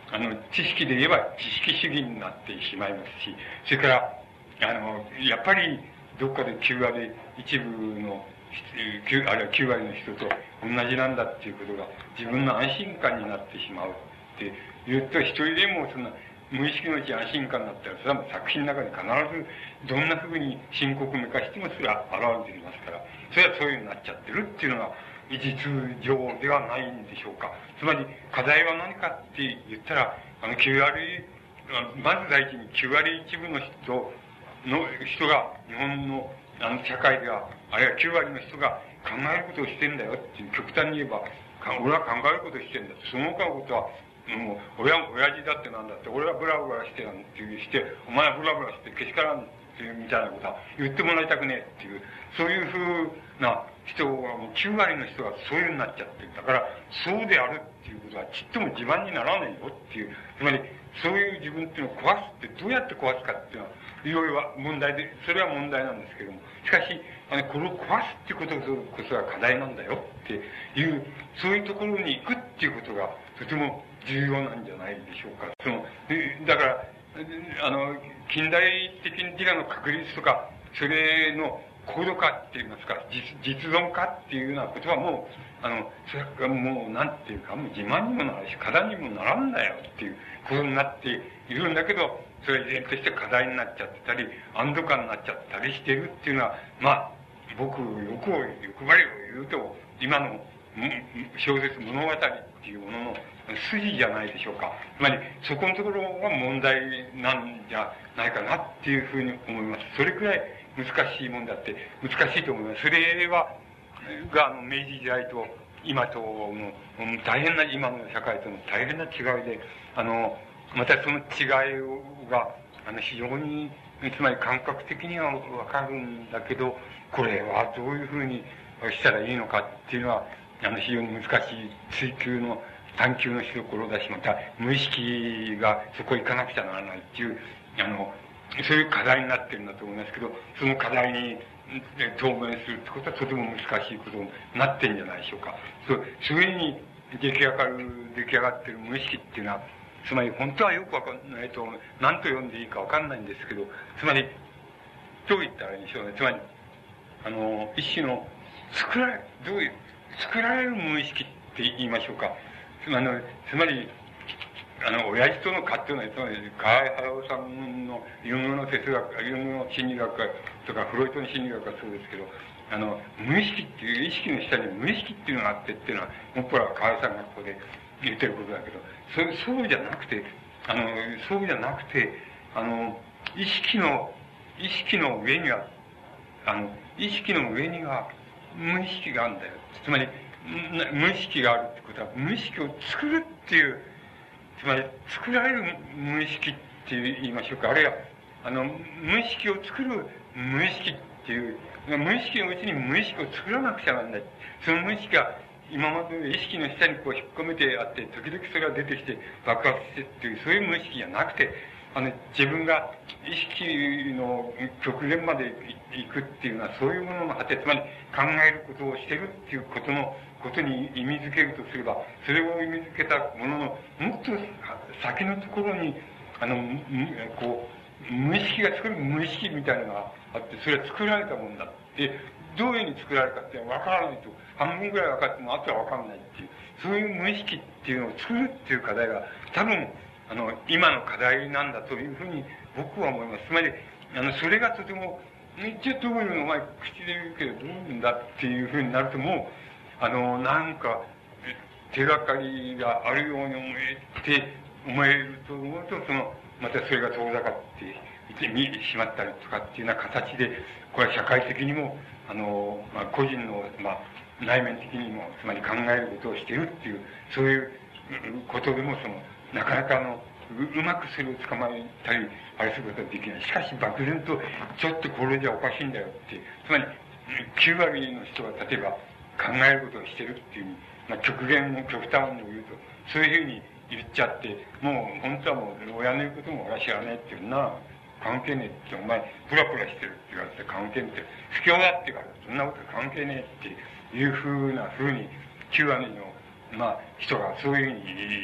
あの、知識で言えば知識主義になってしまいますし、それから、あの、やっぱり、どっかできゅう割、一部の、あるいはきゅう割の人と同じなんだっていうことが自分の安心感になってしまうって言うと、一人でもそんな無意識のうち安心感になったら、それはもう作品の中に必ずどんな風に深刻めかしてもそれは現れていますから、それはそういうふうになっちゃってるっていうのが実情ではないんでしょうか。つまり課題は何かって言ったら、あのきゅう割、まず第一にきゅう割一分の人の人が日本のあの社会では、あるいはきゅう割の人が考えることをしてんだよっていう、極端に言えば、俺は考えることをしてんだ。その他のことは、もう、俺は親父だってなんだって、俺はブラブラしてなんていうして、お前はブラブラしてけしからんっていうみたいなことは言ってもらいたくねえっていう、そういうふうな人が、もうきゅう割の人がそういうふうになっちゃってる。だから、そうであるっていうことはちっとも自慢にならないよっていう、つまり、そういう自分っていうのを壊すってどうやって壊すかっていうのは、いろいろ問題で、それは問題なんですけども、しかし、あの、これを壊すっていうことこそが課題なんだよっていう、そういうところに行くっていうことがとても重要なんじゃないでしょうか。その、だから、あの、近代的理科の確率とか、それの高度化って言いますか、実、実存化っていうようなことはもう、あの、それはもう、なんていうか、もう自慢にもなるし、課題にもならんだよっていうことになっているんだけど、それは依然として課題になっちゃってたり、安堵感になっちゃったりしてるっていうのは、まあ、僕、欲を、欲張りを言うと、今の小説物語っていうものの筋じゃないでしょうか。つまり、そこのところが問題なんじゃないかなっていうふうに思います。それくらい難しいもんだって、難しいと思います。それは、が、あの、明治時代と、今との、大変な、今の社会との大変な違いで、あの、またその違いが、あの、非常に、つまり感覚的にはわかるんだけど、これはどういうふうにしたらいいのかっていうのは、あの、非常に難しい追求の、探求のしどころだし、また、無意識がそこへ行かなくちゃならないっていう、あの、そういう課題になってるんだと思いますけど、その課題に当面するってことはとても難しいことになってんじゃないでしょうか。そう、そういうふうに出来上がる、出来上がってる無意識っていうのは、つまり本当はよくわかんないと、何と読んでいいかわかんないんですけど、つまり、どう言ったらいいんでしょうね。つまり、あの、一種の、作られ、どういう、作られる無意識って言いましょうか。つまり、つまり、あの、親父との葛藤の、つまり、河合隼さんのユングの哲学、ユングの心理学とか、フロイトの心理学はそうですけど、あの、無意識っていう、意識の下に無意識っていうのがあってっていうのは、もっぱら河合さんがここで言ってることだけど、そそうじゃなくて、あの、そうじゃなくて、あの、意識の、意識の上には、あの、意識の上には無意識があるんだよ。つまり、無意識があるってことは、無意識を作るっていう、つまり、作られる無意識って言いましょうか。あるいは、あの、無意識を作る無意識っていう、無意識のうちに無意識を作らなくちゃならない。その無意識が、今まで意識の下にこう引っ込めてあって、時々それが出てきて爆発してっていう、そういう無意識じゃなくて、あの、自分が意識の極限まで行くっていうのは、そういうものの果て、つまり考えることをしてるっていうことの、ことに意味づけるとすれば、それを意味づけたものの、もっと先のところに、あの、こう、無意識が作る無意識みたいなのがあって、それは作られたもんだって、どういうふうに作られるかって分からないと、半分ぐらい分かっても、あとは分からないっていう、そういう無意識っていうのを作るっていう課題が、多分、あの、今の課題なんだというふうに僕は思います。つまり、あの、それがとても、一応どういうのお前口で言うけどどういうんだっていうふうになるともう、あの、なんか、手がかりがあるように思えて、思えると思うと、その、またそれが遠ざかっていってしまったりとかっていうような形で、これは社会的にも、あの、まあ、個人の、まあ、内面的にも、つまり考えることをしているっていう、そういうことでも、その、なかなかあの、う, うまくそれを捕まえたり、あれすることはできない。しかし、漠然と、ちょっとこれじゃおかしいんだよっていう。つまり、きゅう割の人が例えば考えることをしてるっていう、まあ、極限の極端を言うと、そういうふうに言っちゃって、もう、本当はもう、親の言うことも俺は知らねえっていうな、関係ねえって、お前、プラプラしてるって言われて関係ねえって、不況だって言われて、そんなこと関係ねえっていうふうなふうに、きゅう割の、まあ、人がそういうふうに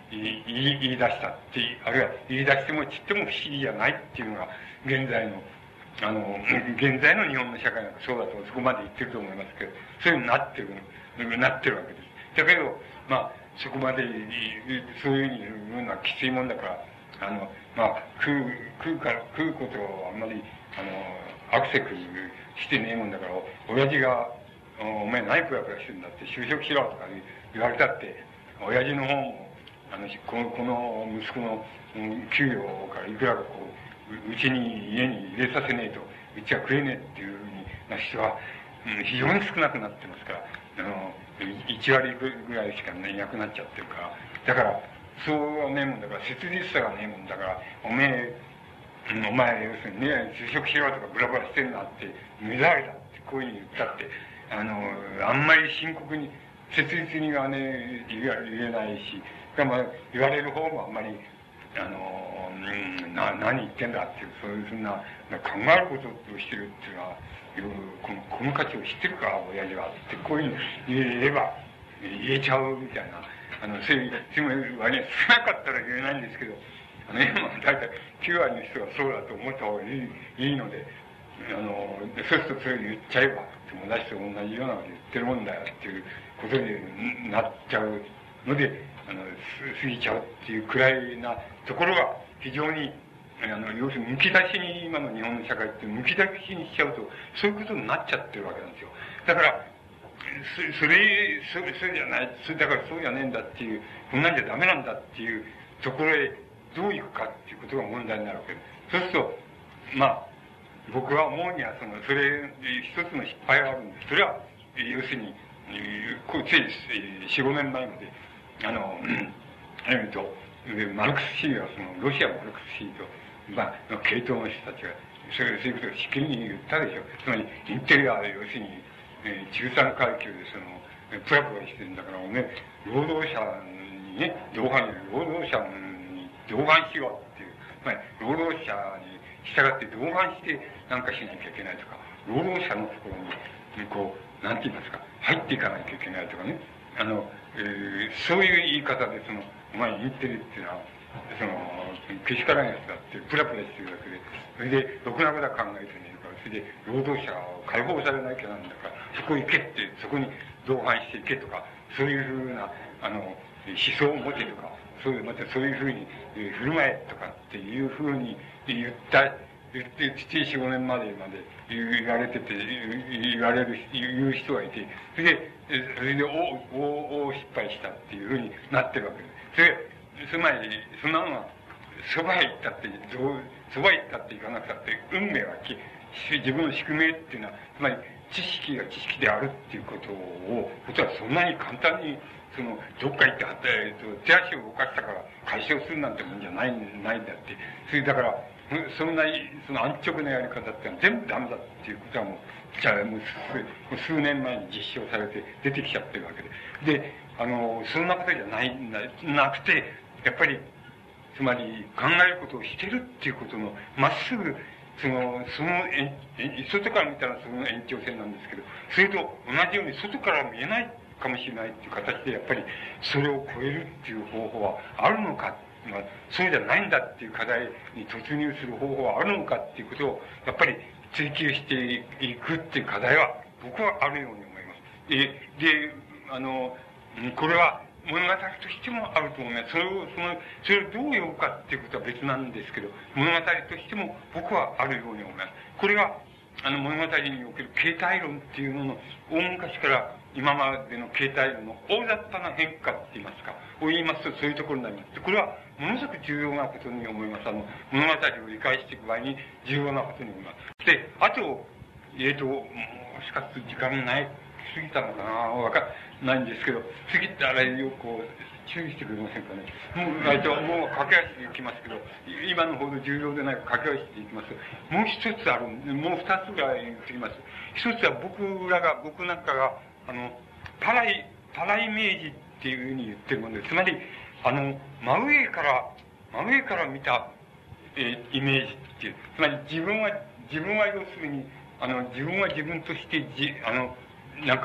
言い、言い出したって、あるいは言い出してもちっとも不思議じゃないっていうのが、現在の、あの、現在の日本の社会なんかそうだとそこまで言ってると思いますけど、そういうふうになってる、なってるわけです。だけど、まあ、そこまで、そういうふうに言うのはきついもんだから、あの、まあ、食う、食うから、食うことをあんまり、あの、アクセクしてねえもんだから、親父が、お前何プラプラしてるんだって就職しろとか言われたって、親父の方も、あの、この、この息子の、うん、給料からいくらかこう、うちに、家に入れさせねえと、うちは食えねえっていうふうにな人は、うん、非常に少なくなってますから、あの、いち割ぐらいしかいなくなっちゃってるから、だから、そうはねえもんだから、切実さがねえもんだから、おめえ、うん、お前、要するにね、就職しろとかブラブラしてるなって、目障りだって、こういうふうに言ったって、あの、あんまり深刻に、切実にはね、言えないし、まあ、言われる方もあんまり、あの、うん、な、何言ってんだっていう、そういうふうな、考えることをしてるっていうのは、この、この価値を知ってるか、親父は。って、こういうふうに言えば、言えちゃうみたいな。あの、そういう、つまりはね、少なかったら言えないんですけど、あの、今、だいたいきゅう割の人がそうだと思った方がいい、いいので、あの、そうするとそれ言っちゃえば、友達と同じようなこと言ってるもんだよっていうことになっちゃうので、あの、過ぎちゃうっていうくらいなところが非常に、あの、要するにむき出しに今の日本の社会ってむき出しにしちゃうと、そういうことになっちゃってるわけなんですよ。だから、そそれ、それ、それじゃない、それだからそうじゃねえんだっていう、こんなんじゃダメなんだっていうところへどう行くかっていうことが問題になるわけです。そうすると、まあ、僕は思うには、その、それ、一つの失敗があるんです。それは、要するに、こうついよん、ごねんまえまで、あの、えっと、マルクス主義はその、ロシアマルクス主義と、まあ、の系統の人たちが、そういう、そういうことをしきりに言ったでしょ。つまり、インテリアは要するに、えー、中産階級でその、プラプラしてるんだからね、労働者にね、同伴、労働者に同伴しようっていう、つまり、労働者に従って同伴してなんかしなきゃいけないとか、労働者のところに、こう、なんて言いますか、入っていかなきゃいけないとかね、あの、えー、そういう言い方で、その、お前インテリっていうのは、その、けしからんやつだって、プラプラしてるだけで、それで、ろくなことは考えてねえから、それで、労働者を解放されなきゃなんだから、そこ行けって、そこに同伴していけとか、そういうふうな、あの、思想を持てとか、そういう、またそういうふうに、えー、振る舞えとかっていうふうに言った、言って、よん、ごねんまでまで言われてて、言われる、言う人がいて、それで、それで大、大、大失敗したっていうふうになってるわけです。それ、つまり、そんなのは、蕎麦屋行ったって、蕎麦屋行ったって行かなくたって、運命はき、自分の宿命っていうのは、つまり、知識が知識であるっていうことを、ことはそんなに簡単に、その、どっか行って、えっと、手足を動かしたから解消するなんてもんじゃない、ないんだって。それだから、そんな、その安直なやり方ってのは全部ダメだっていうことはもう、じゃあもう数、数年前に実証されて出てきちゃってるわけで。で、あの、そんなことじゃない、な、なくて、やっぱり、つまり考えることをしてるっていうことの、まっすぐ、その、その、え、外から見たらその延長線なんですけど、それと同じように外から見えないかもしれないっていう形で、やっぱりそれを超えるっていう方法はあるのか、まあ、そうじゃないんだっていう課題に突入する方法はあるのかっていうことを、やっぱり追求していくっていう課題は、僕はあるように思います。で、で、あの、これは、物語としてもあると思います。それを、その、それをどう読むかっていうことは別なんですけど、物語としても僕はあるように思います。これが、あの物語における形態論っていうのの、大昔から今までの形態論の大雑把な変化って言いますか、を言いますとそういうところになります。これは、ものすごく重要なことに思います。あの、物語を理解していく場合に重要なことに思います。で、あと、えっと、もしかすると時間ない、過ぎたのかなわかんないんですけど、過ぎたらよくこう、注意してくれませんかね。もう、えっと、もう駆け足でいきますけど、今のほど重要でない駆け足でいきます。もう一つある、もう二つぐらい言ってきます。一つは僕らが、僕なんかが、あの、パライ、パライメージっていうふうに言ってるもんです。つまり、あの、真上から、真上から見た、えー、イメージっていう。つまり自分は、自分は要するに、あの、自分は自分として、じ、あの、なんか、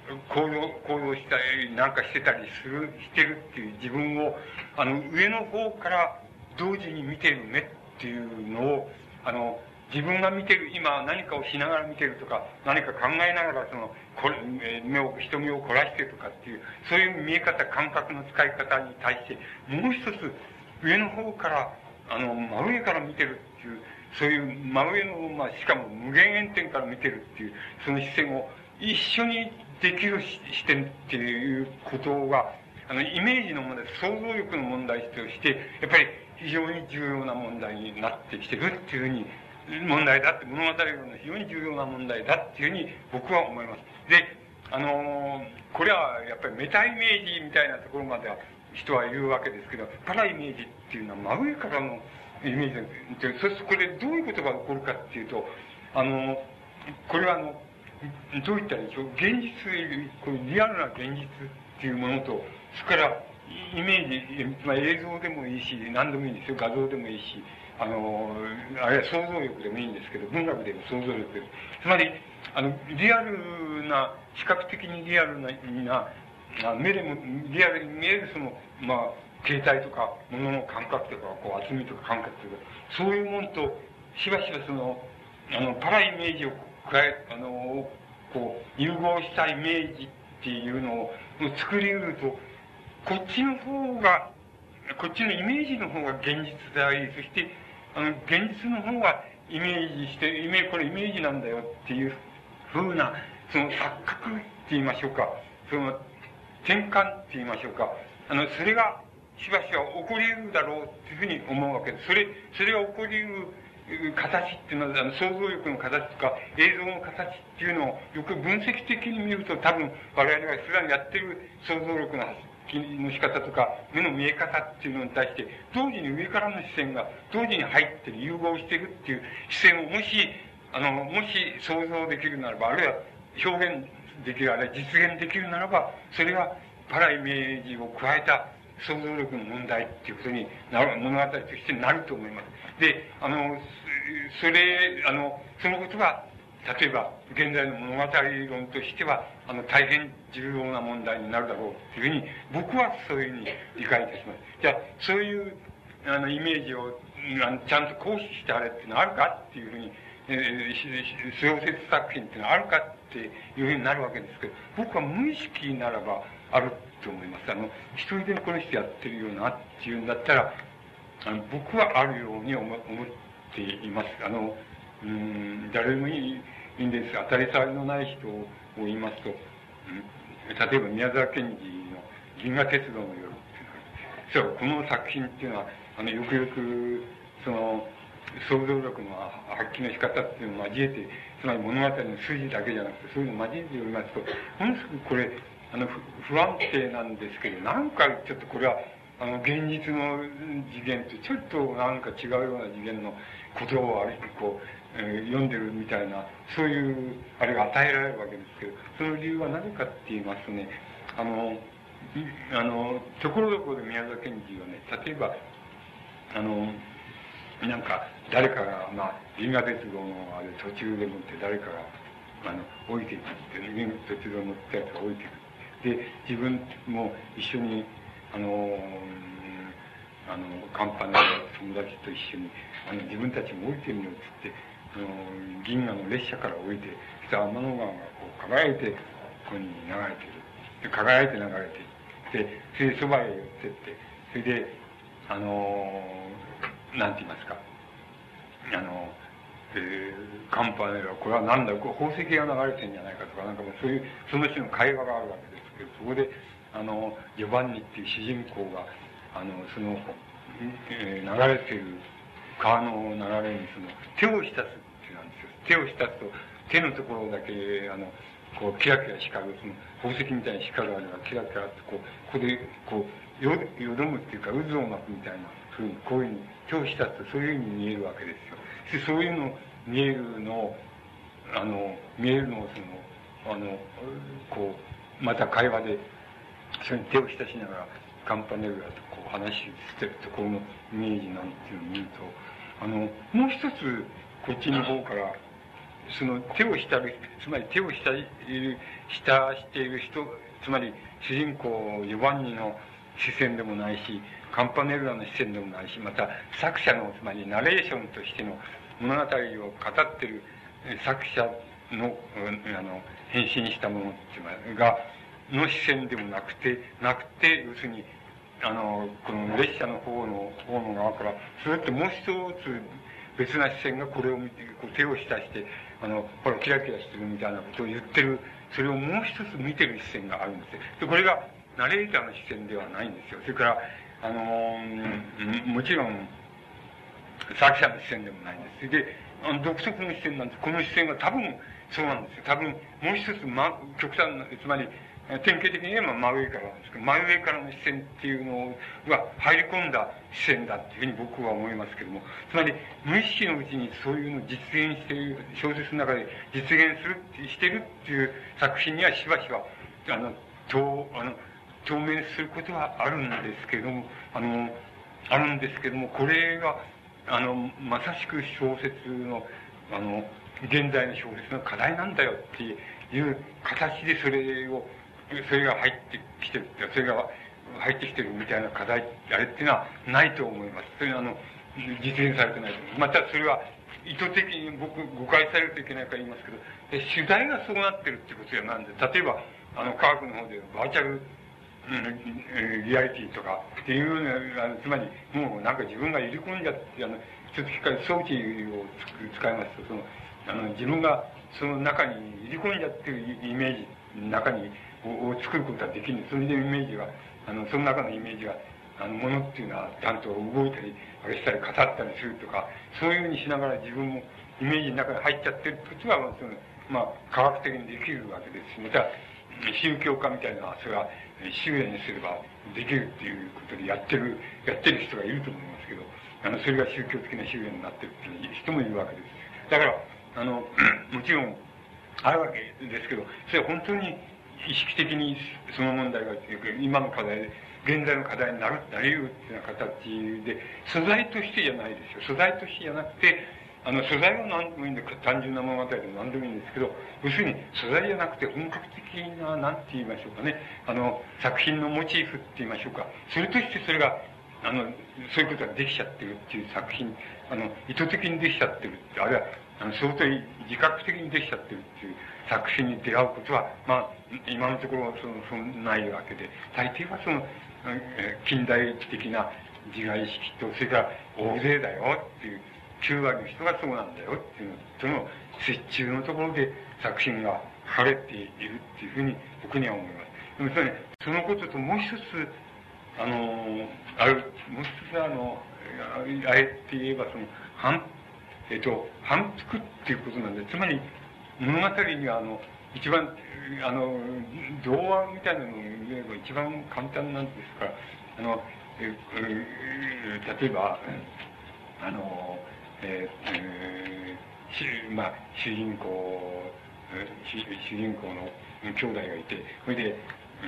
行動、行動したり、なんかしてたりする、してるっていう自分を、あの、上の方から同時に見てる目っていうのを、あの、自分が見てる、今何かをしながら見てるとか、何か考えながら、その、これ、目を、人目を凝らしてるとかっていう、そういう見え方、感覚の使い方に対して、もう一つ、上の方から、あの、真上から見てるっていう、そういう真上の、まあ、しかも無限遠点から見てるっていう、その視線を一緒にできる視点っていうことが、あの、イメージの問題、想像力の問題として、やっぱり非常に重要な問題になってきてるっていうふうに、問題だって、物語の非常に重要な問題だっていうふうに僕は思います。で、あのー、これはやっぱりメタイメージみたいなところまでは人は言うわけですけど、パライメージっていうのは真上からのイメージで、そしてこれどういうことが起こるかっていうと、あの、これはあの、どういったらいいでしょう、現実、こうリアルな現実っていうものと、それからイメージ、まあ、映像でもいいし、何でもいいんですよ、画像でもいいし、あの、あるいは想像力でもいいんですけど、文学でも想像力でも。つまり、あの、リアルな、視覚的にリアルな、な目でもリアルに見えるその、まあ、形態とか、ものの感覚とか、こう、厚みとか感覚とか、そういうものと、しばしばその、あの、パライメージを加え、あの、こう、融合したイメージっていうのを作り得ると、こっちの方が、こっちのイメージの方が現実であり、そして、あの、現実の方がイメージして、イメージ、これイメージなんだよっていう風な、その錯覚って言いましょうか、その、転換って言いましょうか、あの、それが、しばしば起こり得るだろうっていうふうに思うわけです。それ、それが起こり得る形っていうのは、あの、想像力の形とか、映像の形っていうのをよく分析的に見ると、多分、我々が普段やってる想像力の発揮の仕方とか、目の見え方っていうのに対して、同時に上からの視線が同時に入ってる、融合してるっていう視線をもし、あの、もし想像できるならば、あるいは表現できる、あるいは実現できるならば、それがパライメージを加えた想像力の問題っていうことになる、物語としてなると思います。で、あの、それ、あの、そのことが、例えば、現在の物語論としては、あの、大変重要な問題になるだろうっていうふうに、僕はそういうふうに理解いたします。じゃあ、そういう、あの、イメージを、あのちゃんと行使してあれっていうのはあるかっていうふうに、えー、小説作品っていうのはあるかっていうふうになるわけですけど、僕は無意識ならばあると思います。あの、一人でこの人やってるようなっていうんだったら、あの僕はあるように思っています。あの、うん、誰でもいい、いいんです。当たり障りのない人を言いますと、うん、例えば宮沢賢治の銀河鉄道の夜っていうのがある。そう、この作品っていうのは、あの、よくよく、その、想像力の発揮の仕方っていうのを交えて、つまり物語の筋だけじゃなくて、そういうのを交えて読みますと、ものすごくこれ、あの、不安定なんですけど、なんかちょっとこれは、あの、現実の次元とちょっとなんか違うような次元のことをあれこう、えー、読んでるみたいな、そういう、あれが与えられるわけですけど、その理由はなぜかって言いますとね、あの、あの、ところどころで宮沢賢治はね、例えば、あの、なんか、誰かが、まあ、銀河鉄道のあれ途中でもって誰かが、あの、降りていくって、銀河鉄道に乗ったやつが降りていく。で、自分も一緒に、あの、あの、カンパネの友達と一緒に、あの、自分たちも降りてみようって言って、あの、銀河の列車から降りて、そして天の川がこう輝いて、ここに流れてる。で、輝いて流れていって、それでそばへ寄ってって、それで、あの、なんて言いますか、あの、えー、カンパネラ、これはなんだ、こう宝石が流れてんじゃないかとか、なんかもうそういう、その種の会話があるわけですけど、そこで、あの、ジョバンニっていう主人公が、あの、その、えー、流れている川の流れに、その、手を浸すってなんですよ。手を浸すと、手のところだけ、あの、こう、キラキラ光る、その、宝石みたいに光るあれがキラキラって、こう、ここで、こう、よ、よどむっていうか、渦を巻くみたいな、そういう、こういうふうに、手を浸すと、そういうふうに見えるわけですよ。で、そういうの、見えるのを、あの、見えるのを、その、あの、こう、また会話で、それに手を浸しながら、カンパネルラとこう話してるところのイメージなんていうのを見ると、あの、もう一つ、こっちの方から、 その手を浸る、つまり手を浸る、浸している人、つまり主人公ジョバンニの視線でもないし、カンパネルラの視線でもないし、また作者の、つまりナレーションとしての物語を語っている作者の、あの、変身したものっていうのが、の視線でもなくて、なくて、要するに、あの、この列車の方の、方の側から、それってもう一つ別な視線がこれを見て、こう手を浸して、あの、ほら、キラキラしてるみたいなことを言ってる、それをもう一つ見てる視線があるんですよ。で、これが、ナレーターの視線ではないんですよ。それから、あのー、もちろん、作者の視線でもないんです。で、あの独特の視線なんです。この視線は多分、そうなんですよ。多分、もう一つ、ま、極端な、つまり、典型的に言えば真上からなんですけど、真上からの視線っていうのが入り込んだ視線だっていうふうに僕は思いますけども、つまり無意識のうちにそういうのを実現している、小説の中で実現する、してるっていう作品にはしばしば、あの、と、あの、当面することはあるんですけども、あの、あるんですけども、これが、あの、まさしく小説の、あの、現代の小説の課題なんだよっていう形でそれを、それが入ってきてる、それが入ってきてるみたいな課題、あれっていうのはないと思います。それはあの、実現されてないと思います。またそれは意図的に僕、誤解されるといけないから言いますけど、主題がそうなってるってことじゃなんで、例えば、あの、科学の方でバーチャル、うん、リアリティとかっていうのは、つまり、もうなんか自分が入り込んじゃって、あの、一つ機械装置を使いますと、その、あの、自分がその中に入り込んじゃってるイメージの中に、を作ることができるんです。それでイメージが、あの、その中のイメージが、あの、ものっていうのは、ちゃんと動いたり、あれしたり、語ったりするとか、そういうふうにしながら自分もイメージの中に入っちゃってる時は、その、まあ、科学的にできるわけですし、また、宗教家みたいな、それは、修練すればできるっていうことでやってる、やってる人がいると思いますけど、あの、それが宗教的な修練になってるっていう人もいるわけです。だから、あの、もちろん、あるわけですけど、それは本当に、意識的にその問題が今の課題で現在の課題になるなり得るっていうような形で素材としてじゃないですよ。素材としてじゃなくて、あの素材は何でもいいんで単純な物語でも何でもいいんですけど、要するに素材じゃなくて本格的な何て言いましょうかね、あの作品のモチーフって言いましょうか、それとしてそれがあのそういうことができちゃってるっていう作品、あの意図的にできちゃってるって、あるいはあの相当自覚的にできちゃってるっていう作品に出会うことは、まあ、今のところそのそのないわけで、大抵はその、えー、近代的な自我意識と、それから大勢だよっていう、きゅうわりの人がそうなんだよっていうのとの折衷のところで作品が書かれているっていうふうに僕には思います。でもそれ、ね、そのことともう一つ、あの、ある、もう一つあの、あえて言えばその、反、えっと、反復っていうことなんで、つまり、物語にはあの、一番、あの、童話みたいなのを言えば一番簡単なんですから、あの、ええ例えば、あの、えーえー、まあ、主人公、主主人公の兄弟がいて、それで、うん、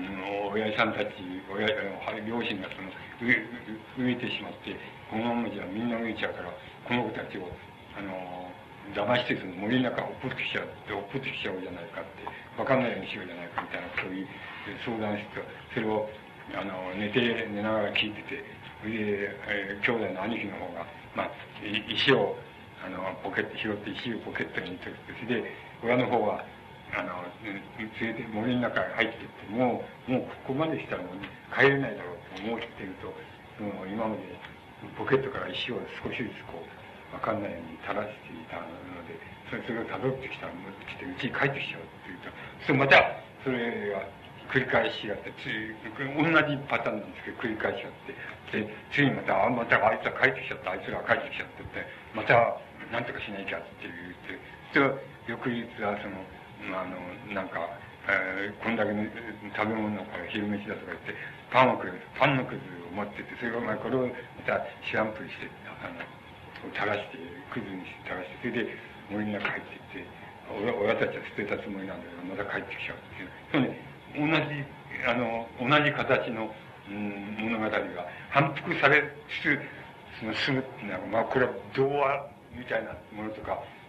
親父さんたち、親、両親がその、飢えてしまって、このままじゃみんな飢えちゃうから、この子たちを、あの、騙してその森の中を落っこってきちゃう、落っこってきちゃおうじゃないかって、わかんないようにしようじゃないかみたいなことを相談して、それを、あの、寝て、寝ながら聞いてて、それで、えー、兄弟の兄貴の方が、まあ、石を、あの、ポケット、拾って石をポケットに入れて、それで、親の方は、あの、連れて森の中に入っていって、もう、もうここまでしたらもう帰れないだろうと思っていると、もう今までポケットから石を少しずつこう、わかんないように垂らしていたので、それそれを辿ってきたら、持ってきて、うちに帰ってきちゃうっていうと、それまた、それが繰り返しがあって、つい、同じパターンなんですけど、繰り返しがあって、で、ついまた、あ、またあいつは帰ってきちゃった、あいつらは帰ってきちゃったって、また、なんとかしなきゃって言って、で、翌日はその、あの、なんか、えー、こんだけの食べ物だから昼飯だとか言って、パンをくれる、パンのくずを持ってって、それを、まあ、これをまた知らんぷりして、あの、垂らして、くずにして垂らして、それで森の中入っていって、親, 親たちは捨てたつもりなんだけど、また帰ってきちゃうっていう。そうね、同じ、あの、同じ形の、うん、物語が反復されつつ、その、するっていうのは、まあ、これは童話みたいなものとか、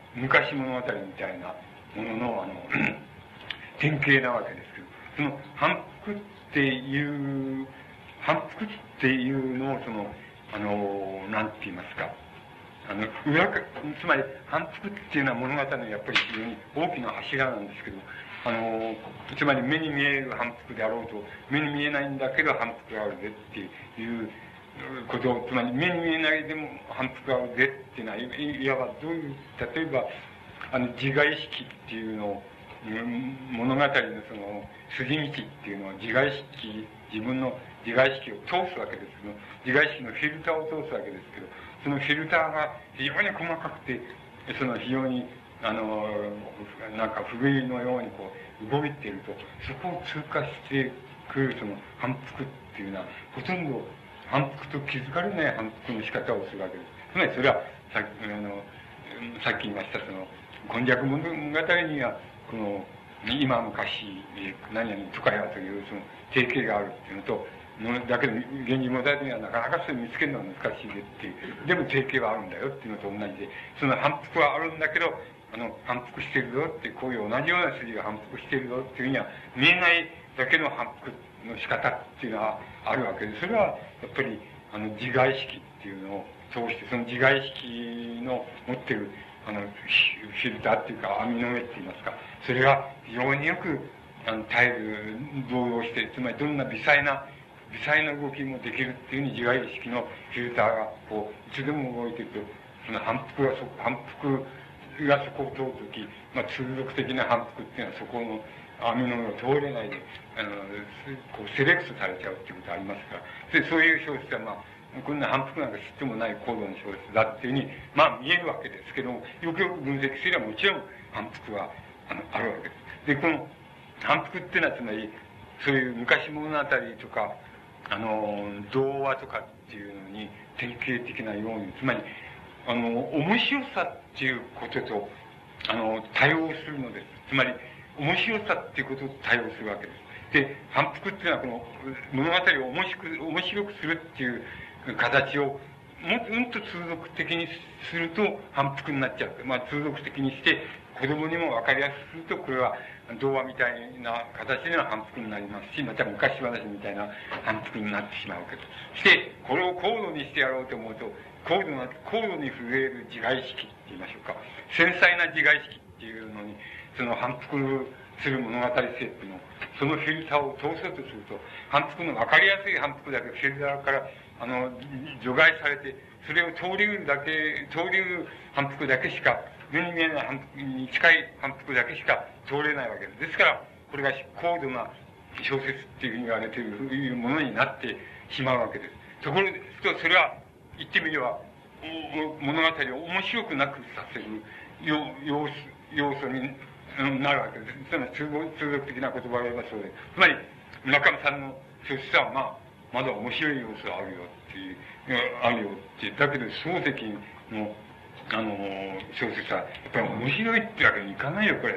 昔物語みたいなものの、あの、典型なわけですけど、その反復っていう、反復っていうのを、その、あの、なんて言いますか、あの、裏か、つまり反復っていうのは物語のやっぱり非常に大きな柱なんですけど、あの、つまり目に見える反復であろうと、目に見えないんだけど反復があるぜっていうことを、つまり目に見えないでも反復があるぜっていうのは、い, いわばどういう、例えば、あの、自我意識っていうのを、物語のその筋道っていうのは自我意識、自分の自我意識を通すわけですけど、自我意識のフィルターを通すわけですけど、そのフィルターが非常に細かくて、その非常に、あの、なんか不意のようにこう動いていると、そこを通過してくるその反復っていうのは、ほとんど反復と気づかれない反復の仕方をするわけです。つまりそれは、さっき、あの、さっき言いました、その、今昔物語には、この、今昔、何々とかやというその定型があるっていうのと、だけど、現実物語にはなかなかそれ見つけるのは難しいでっていう。でも定型はあるんだよっていうのと同じで、その反復はあるんだけど、あの、反復してるぞって、こういう同じような筋が反復してるぞっていうには、見えないだけの反復の仕方っていうのはあるわけで、それはやっぱり、あの、自我意識っていうのを通して、その自我意識の持ってる、あの、フィルターっていうか、網の目って言いますか、それが非常によく、あの、絶える、動揺して、つまりどんな微細な、微細な動きもできるっていうふうに自我意識のフィルターが、こう、いつでも動いていると、その反復がそ、反復がそこを通るとき、まあ、通俗的な反復っていうのはそこの網の目を通れないで、あの、こう、セレクトされちゃうっていうことがありますから、で、そういう小説は、まあ、こんな反復なんか知ってもない高度の小説だっていうふうに、まあ見えるわけですけども、よくよく分析すればもちろん反復は、あの、あるわけです。で、この反復っていうのはつまり、そういう昔物語とか、あの、童話とかっていうのに典型的なように、つまり、あの、面白さっていうことと、あの、対応するのです。つまり、面白さっていうことと対応するわけです。で、反復っていうのはこの物語を面白く、面白くするっていう形を、もうんと通俗的にすると反復になっちゃう。まあ通俗的にして、子供にも分かりやすくすると、これは童話みたいな形での反復になりますし、また昔話みたいな反復になってしまうわけです。して、これを高度にしてやろうと思うと、高度な、高度に震える自我意識って言いましょうか。繊細な自我意識っていうのに、その反復する物語性っていうのを、そのフィルターを通そうとすると、反復の分かりやすい反復だけフィルターから、あの、除外されて、それを通りうるだけ、通りうる反復だけしか、目に見えない反復に近い反復だけしか通れないわけです。ですから、これが高度な小説っていうふうに言われているものになってしまうわけです。ところで、それは、言ってみれば、物語を面白くなくさせる要素、要素になるわけです。つまり通俗的な言葉を言えばそうで。つまり、村上さんの小説は、まあ、まだ面白い要素があるよっていう、あるよって。だけど、漱石の、あの、小説は、やっぱり面白いってわけにいかないよ、これって。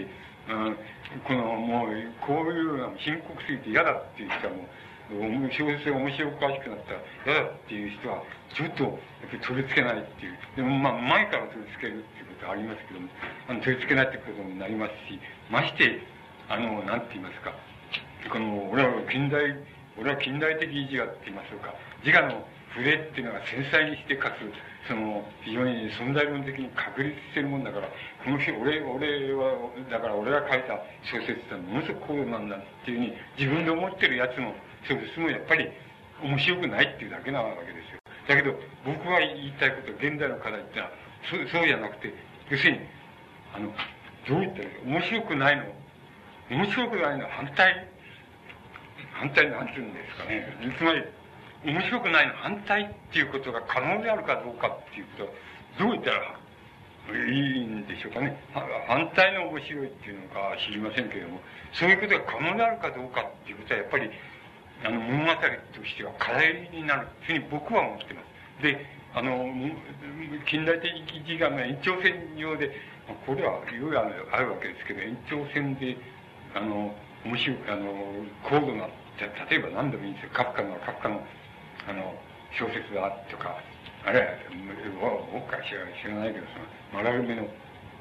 うん、この、もう、こういうような深刻すぎて嫌だっていう人はもう、小説が面白おかしくなったら嫌だっていう人は、ちょっと、やっぱり取り付けないっていう。でも、まあ、前から取り付けるっていうことはありますけども、あの、取り付けないってことになりますし、まして、あの、なんて言いますか、この、俺は近代、俺は近代的自我って言いましょうか。自我の触れっていうのが繊細にして、かつ、その、非常に存在論的に確立してるもんだから、この日、俺、俺は、だから俺が書いた小説ってのはものすごく高度なんだっていうふうに、自分で思ってるやつの小説もやっぱり面白くないっていうだけなわけですよ。だけど、僕が言いたいことは、現代の課題ってのは、そう、そうじゃなくて、要するに、あの、どう言ったらいいか、面白くないの、面白くないの反対、反対なんて言うんですかね。つまり、面白くないの反対っていうことが可能であるかどうかっていうことは、どう言ったらいいんでしょうかね。反対の面白いっていうのか知りませんけれども、そういうことが可能であるかどうかっていうことは、やっぱり、あの、物語としては課題になるというふうに僕は思ってます。で、あの、近代的自我の延長線上で、これはいろいろあるわけですけど、延長線で、あの、面白く、あの、高度な、例えば何でもいいんですよ。カフカの、カフカの、あの、小説だとか、あれは、僕は知らないけど、その、マラルメの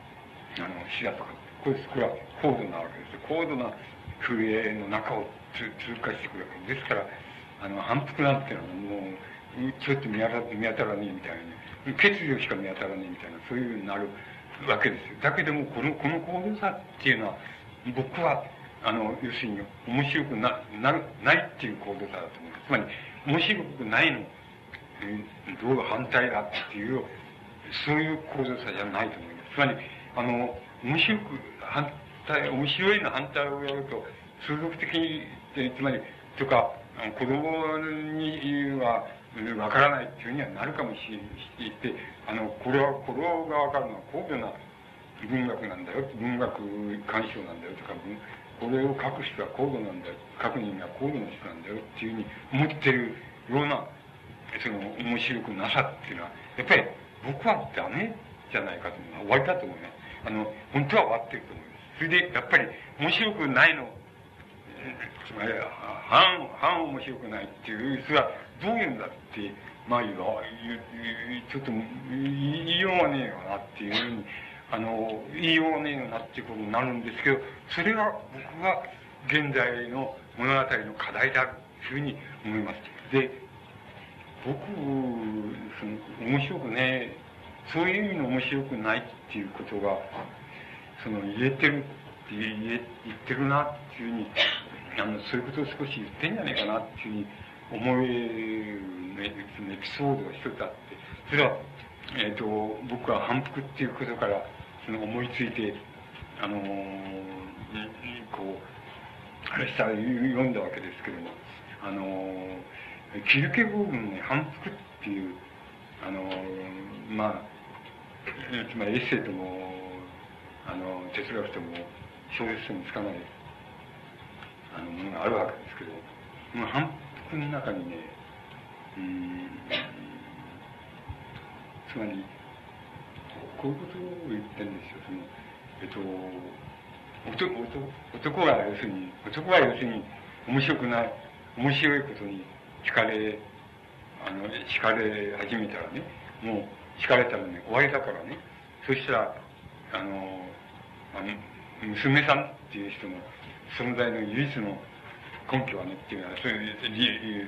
あの視野とか、これこれは高度なわけですよ。高度な風営の中を通過してくるわけですから、あの反復なんていうのはもうちょっと見当た見当たらねえみたいな、ね、欠如しか見当たらねえみたいな、そういうふうになるわけですよ。だけどもこのこの高度さっていうのは、僕はあの要するに面白くななないっていう高度さだと思います。つまり面白くないのどう反対だっていう、そういう高度さじゃないと思います。つまりあの面白く反対、面白いの反対をやると通俗的に、つまりとか子供にはわからないっていうにはなるかもしれないって、あのこれはこれがわかるのは高度な文学なんだよ、文学鑑賞なんだよとか、これを書く人は高度なんだよ、書く人は高度な人なんだよっていうふうに思ってるような、その面白くなさっていうのは、やっぱり僕はダメじゃないかと思う。終わりだと思います。あの、本当は終わってると思います。それで、やっぱり面白くないの、つまり、反、反面白くないっていう、それはどういうんだって、まあ言う、ちょっと言いようがねえよなっていうふうに、あの、言いようがねえよなっていうことになるんですけど、それが僕は現在の物語の課題であるというふうに思います。で、僕、その、面白くね、そういう意味の面白くないっていうことが、その、言えてるって言え、言ってるなっていうふうに、あの、そういうことを少し言ってんじゃないかなっていうふうに思える、ね、エピソードが一つあって、それは、えっと、僕は反復っていうことから、その思いついて、あのー、こう、あれした、読んだわけですけども、あのー、キルケゴールのね、反復っていう、あのー、まあ、つまりエッセイとも、あの、哲学とも、小説ともつかない、あの、ものがあるわけですけど、この反復の中にね、うん、つまり、こういうことを言ってるんですよ。その、えっと、男、男は要するに、男は要するに、面白くない、面白いことに惹かれ、あの、惹かれ始めたらね、もう、惹かれたらね、終わりだからね。そしたら、あの、あの、娘さんっていう人の存在の唯一の根拠はね、っていうのは、そういう、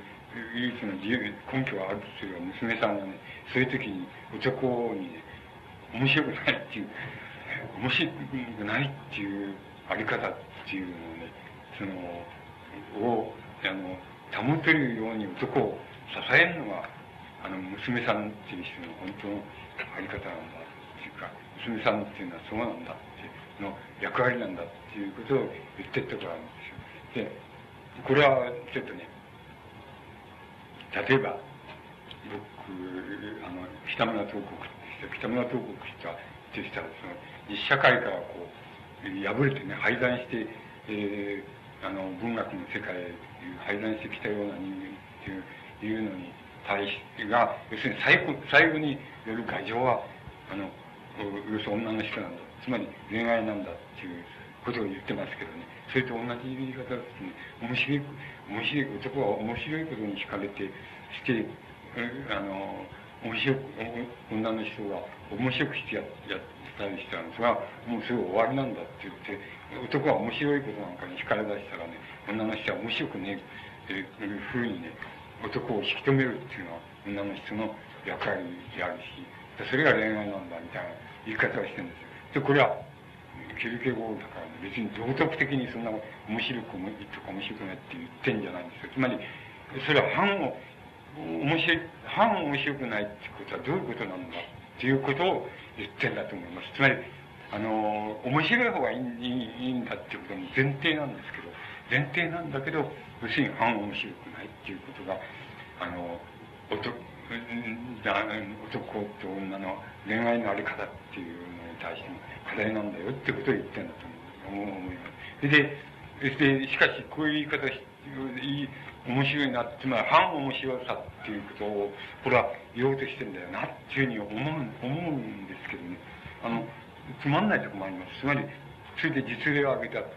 唯一の自由、根拠があるとすれば、娘さんはね、そういう時に男にね、面白くないっていう、面白くないっていうあり方っていうのをね、その、を、あの、保てるように男を支えるのが、あの、娘さんっていう人の本当のあり方なんだっていうか、娘さんっていうのはそうなんだっていうの役割なんだっていうことを言ってったからなんですよ。で、これはちょっとね、例えば、僕、あの、北村東国北村東国したってしたら、その、実社会からこう、破れてね、廃山して、えー、あの、文学の世界へ廃山してきたような人間っていうのに対してが、要するに最後、最後による牙城は、あの、要するに女の人なんだ。つまり恋愛なんだっていうことを言ってますけどね。それと同じ言い方ですね。面白い、面白い、男は面白いことに惹かれて、して、あの、面白く、女の人が面白くしてややったりしたんですが、もうそれ終わりなんだって言って、男は面白いことなんかに惹かれ出したらね、女の人は面白くねえ、というふうにね、男を引き止めるっていうのは女の人の役割であるし、それが恋愛なんだみたいな言い方をしてるんですよ。で、これは、キルケゴールだからね、別に道徳的にそんな面白くもいいとか面白くないって言ってんじゃないんですよ。つまり、それは反を、面白い、反面白くないってことはどういうことなんだっていうことを言ってんだと思います。つまり、あの、面白い方がいいいいんだっていうことの前提なんですけど、前提なんだけど、要するに反面白くないっていうことが、あの、男、男と女の恋愛のあり方っていうのに対しての課題なんだよってことを言ってんだと思います。で、で、しかし、こういう言い方し、いい、面白いな、つまり反面白さっていうことを、これは言おうとしてんだよなっていうふうに思う、思うんですけどね。あの、つまんないとこもあります。つまり、それで実例を挙げたって。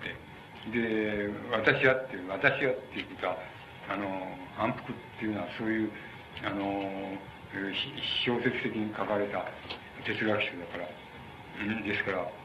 で、私はっていう、私はっていうことは、あの、反復っていうのはそういう、あの、小説的に書かれた哲学書だから、ですから、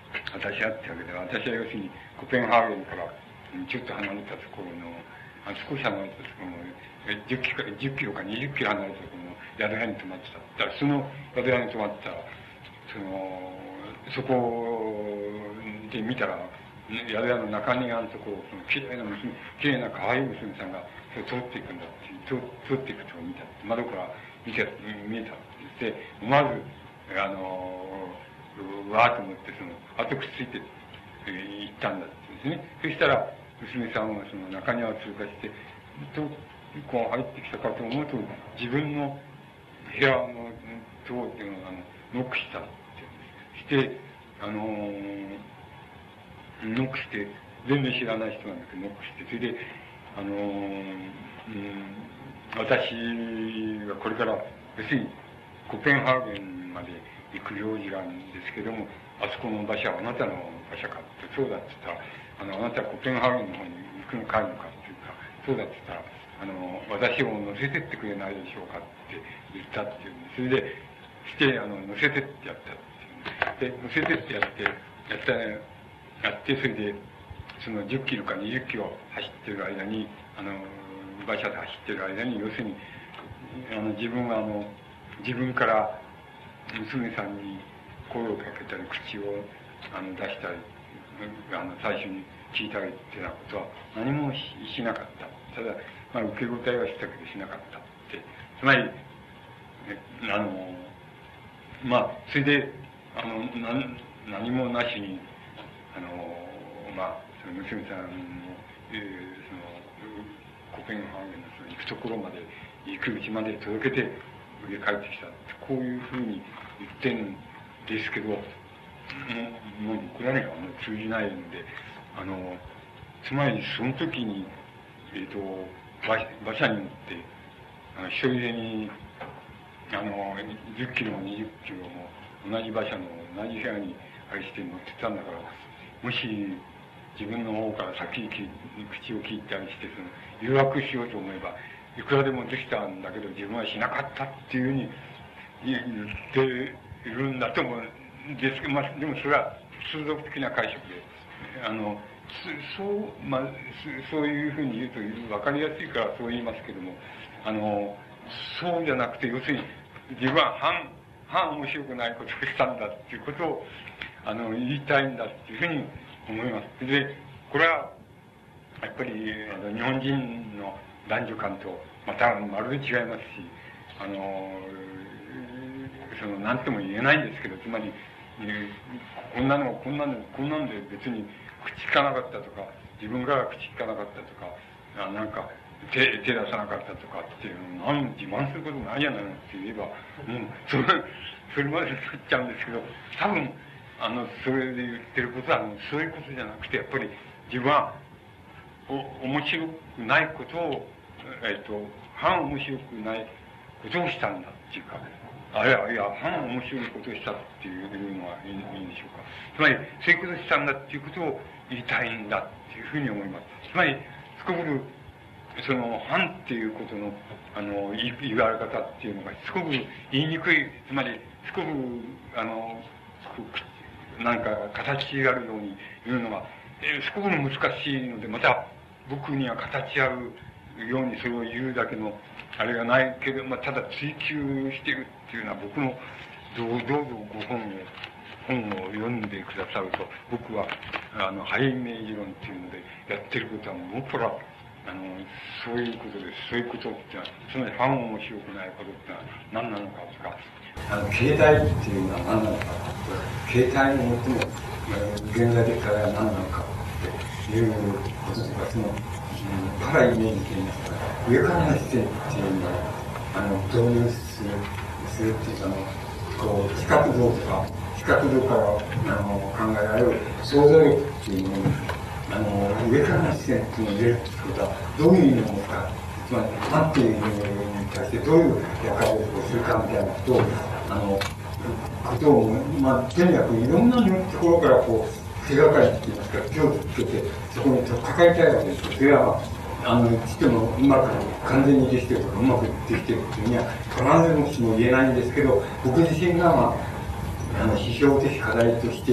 私はってわけで、私は要するにコペンハーゲンからちょっと離れたところの、あ少し離れたところの、じゅっキロか、じゅっキロかにじゅっキロ離れたところの宿屋に泊まってた。だからその宿屋に泊まってたら、その、そこで見たら、宿屋の中庭のところ、その綺麗な娘、綺麗な可愛い娘さんが通っていくんだっていう、通っていくところを見た。窓から見て、見えたって言って、思わず、あの、わーっと思って、その、後くっついて、えー、行ったんだってですね。そしたら、娘さんはその中庭を通過して、と、こう入ってきたかと思うと、自分の部屋のところっていうのを、あの、ノックしたって。して、あのー、ノックして、全然知らない人なんだけど、ノックして、それで、あのー、うん、私はこれから、要するに、コペンハーゲンまで行く用事があるんですけども、あそこの場所はあなたの場所かって、そうだって言ったら、あの、あなたはコペンハーゲンの方に行くのかいのかっていうか、そうだって言ったら、あの、私を乗せてってくれないでしょうかって言ったっていうんで、それで、して、あの、乗せてってやったっていう。で、乗せてってやって、やったね、やって、それで、そのじゅっキロかにじゅっキロ走ってる間に、あの、馬車で走ってる間に、要するに、あの、自分はあの、自分から娘さんに声をかけたり、口をあの出したり、あの、最初に聞いたりってなことは何も し, しなかった。ただ、まあ、受け答えはしたけどしなかったって。つまり、ね、あの、まあ、それで、あの、何、何もなしに、あの、まあ、その娘さんの、えー、その、コペンハーゲンのその行くところまで、行くうちまで届けて、家帰ってきたって、こういうふうに言ってんですけど、もう、もうこれはね、あの通じないので、あの、つまりその時に、えっ、ー、と、馬、馬車に乗って、あの、一人でに、あの、じゅっキロもにじゅっキロも同じ馬車の同じ部屋にあれして乗ってたんだから、もし自分の方から先に口を聞いたりして、その、誘惑しようと思えば、いくらでもできたんだけど、自分はしなかったっていうふうに言っているんだと思うんですけど、まあ、でもそれは通俗的な解釈で、あの、そう、まあ、そういうふうに言うと分かりやすいからそう言いますけども、あの、そうじゃなくて、要するに、自分は反、反面白くないことをしたんだっていうことを、あの、言いたいんだっていうふうに思います。で、これは、やっぱり、あの、日本人の男女間と、また、まるで違いますし、あの、その、なんとも言えないんですけど、つまり、えー、こんなの、こんなの、こんなんで別に口聞かなかったとか、自分が口聞かなかったとか、あなんか、手、手出さなかったとかっていうのを、なん自慢することないじゃないのって言えば、もう、それ、それまでになっちゃうんですけど、多分、あの、それで言ってることは、そういうことじゃなくて、やっぱり、自分は、お、面白くないことを、えっと、反面白くないことをしたんだっていうか、あいや、いや、反面白いことをしたっていうのはいい、いいんでしょうか。つまり、そういうことをしたんだっていうことを言いたいんだっていうふうに思います。つまり、すこぶる、その、反っていうことの、あの、言われ方っていうのが、すこぶる言いにくい、つまり、すこぶる、あの、なんか、形があるように言うのが、えー、すこぶる難しいので、また、僕には形あるようにそれを言うだけの、あれがないけど、まあ、ただ追求しているっていうのは、僕の、どうどうぞご本を、本を読んでくださると、僕は、あの、ハイイメージ論っていうので、やってることは、もっぱら、あの、そういうことです。そういうことってのは、つまり、ファン面白くないことってのは何なのかとか、あの、携帯っていうのは何なのかとか、携帯の最も、現在的課題は何なのかっていうこととか、その、パライメージといいますか、上からの視点っていうのを、あの、導入する、するっていうか、あの、こう、視覚像とか、視覚像から、あの、考えられる想像力っていうのに、あの、上からの視点っていうのを入れるってことは、どういう意味を持つか、つまり、何ていう意味に対してどういう役割をするかみたいなことを、あの、ことを、まあ、とにかくいろんなところからこう、手がかりって言いますか、手をつけて、そこに抱えたいわけですよ。それは、あの、ちっともうまく、完全にできてるとか、うまくできてるっていうには、必ずしも言えないんですけど、僕自身が、まあ、あの、批評的課題として、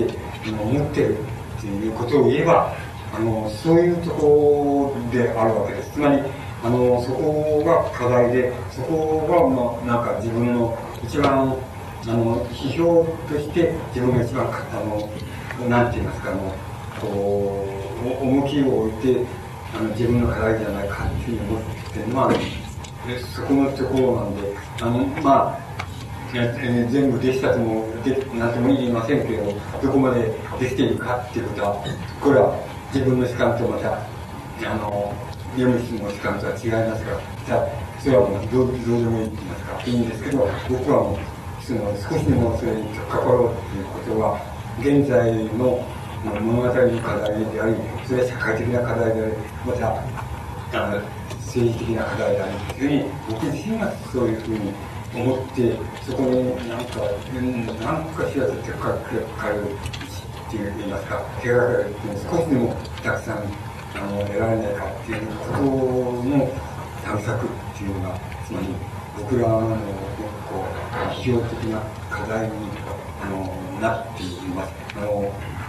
思ってるっていうことを言えば、あのそういうところであるわけです。つまりあのそこが課題で、そこが、まあ、なんか自分の一番あの指標として自分が一番あのなんて言いますか、あのこう重きを置いてあの自分の課題じゃないかっていうふうに思ってるのは、そこのところなんで、あのまあえー、全部できたともでなんとも言いませんけど、どこまでできているかっていうことは、これは自分の主観とまたあの読む人の主観とは違いますが、じゃあそれはもうどうどうでもいいと言いますか、いいんですけど、僕はもうその少しでもそれに関わろうということは現在の物語の課題であり、それは社会的な課題であり、またあの政治的な課題でありというふうに、僕自身がそういうふうに思って、そこになんか、なんかしらと手がかかるっていう言いますか、手がかるっていうのを少しでもたくさんあの得られないかっていうことの探索っていうのが、つまり僕らのこう批評的な課題にあのなっています。あの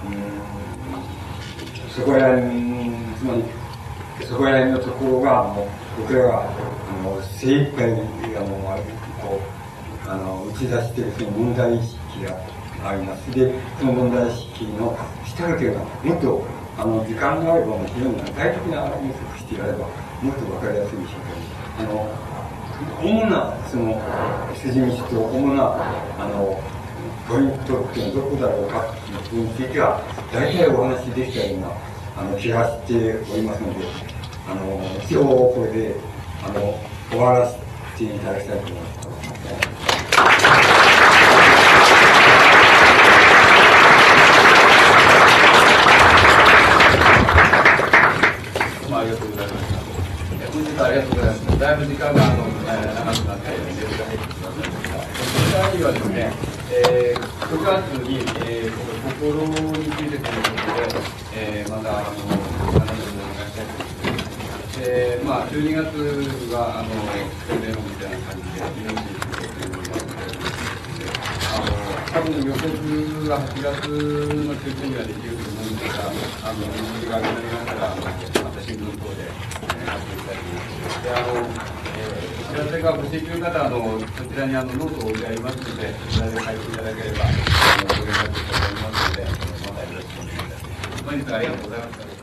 うんそこら辺、つまりそこら辺のところが、あの僕らがあの精一杯あのこうあの打ち出しているその問題意識があります。で、その問題意識の下だけがもっとあの時間があれば、もちろん具体的な分析してやればもっと分かりやすいでしょうけど、あの主なその筋道と主なあのポイントっていうのはどこだろうかっていうことについては大体お話できたようなあの気がしておりますので、あの一応これであの終わらせていただきたいと思います。 ありがとうございました。本日はありがとうございました。だいぶ時間があの長くなっているので、入ってくださいました。こちらにはですね、えー、くがつに、えー、心についてということで、えー、またあの話をお願いしたいと思います。で、まあじゅうにがつがあの宣伝みたいな感じでよろしいということになっておりますので、あの多分予告がはちがつの中旬にはできると思うんですが、あの時間がなりましたら、また新聞等で、えー、発表したいと思います。で、あの、えー、お知らせが欲しいという方は、あのそちらにあのノートを置いてありますので、そちらで書いていただければ、あのご連絡したいと思いますので、またよろしくお願いいたします。本日はありがとうございました。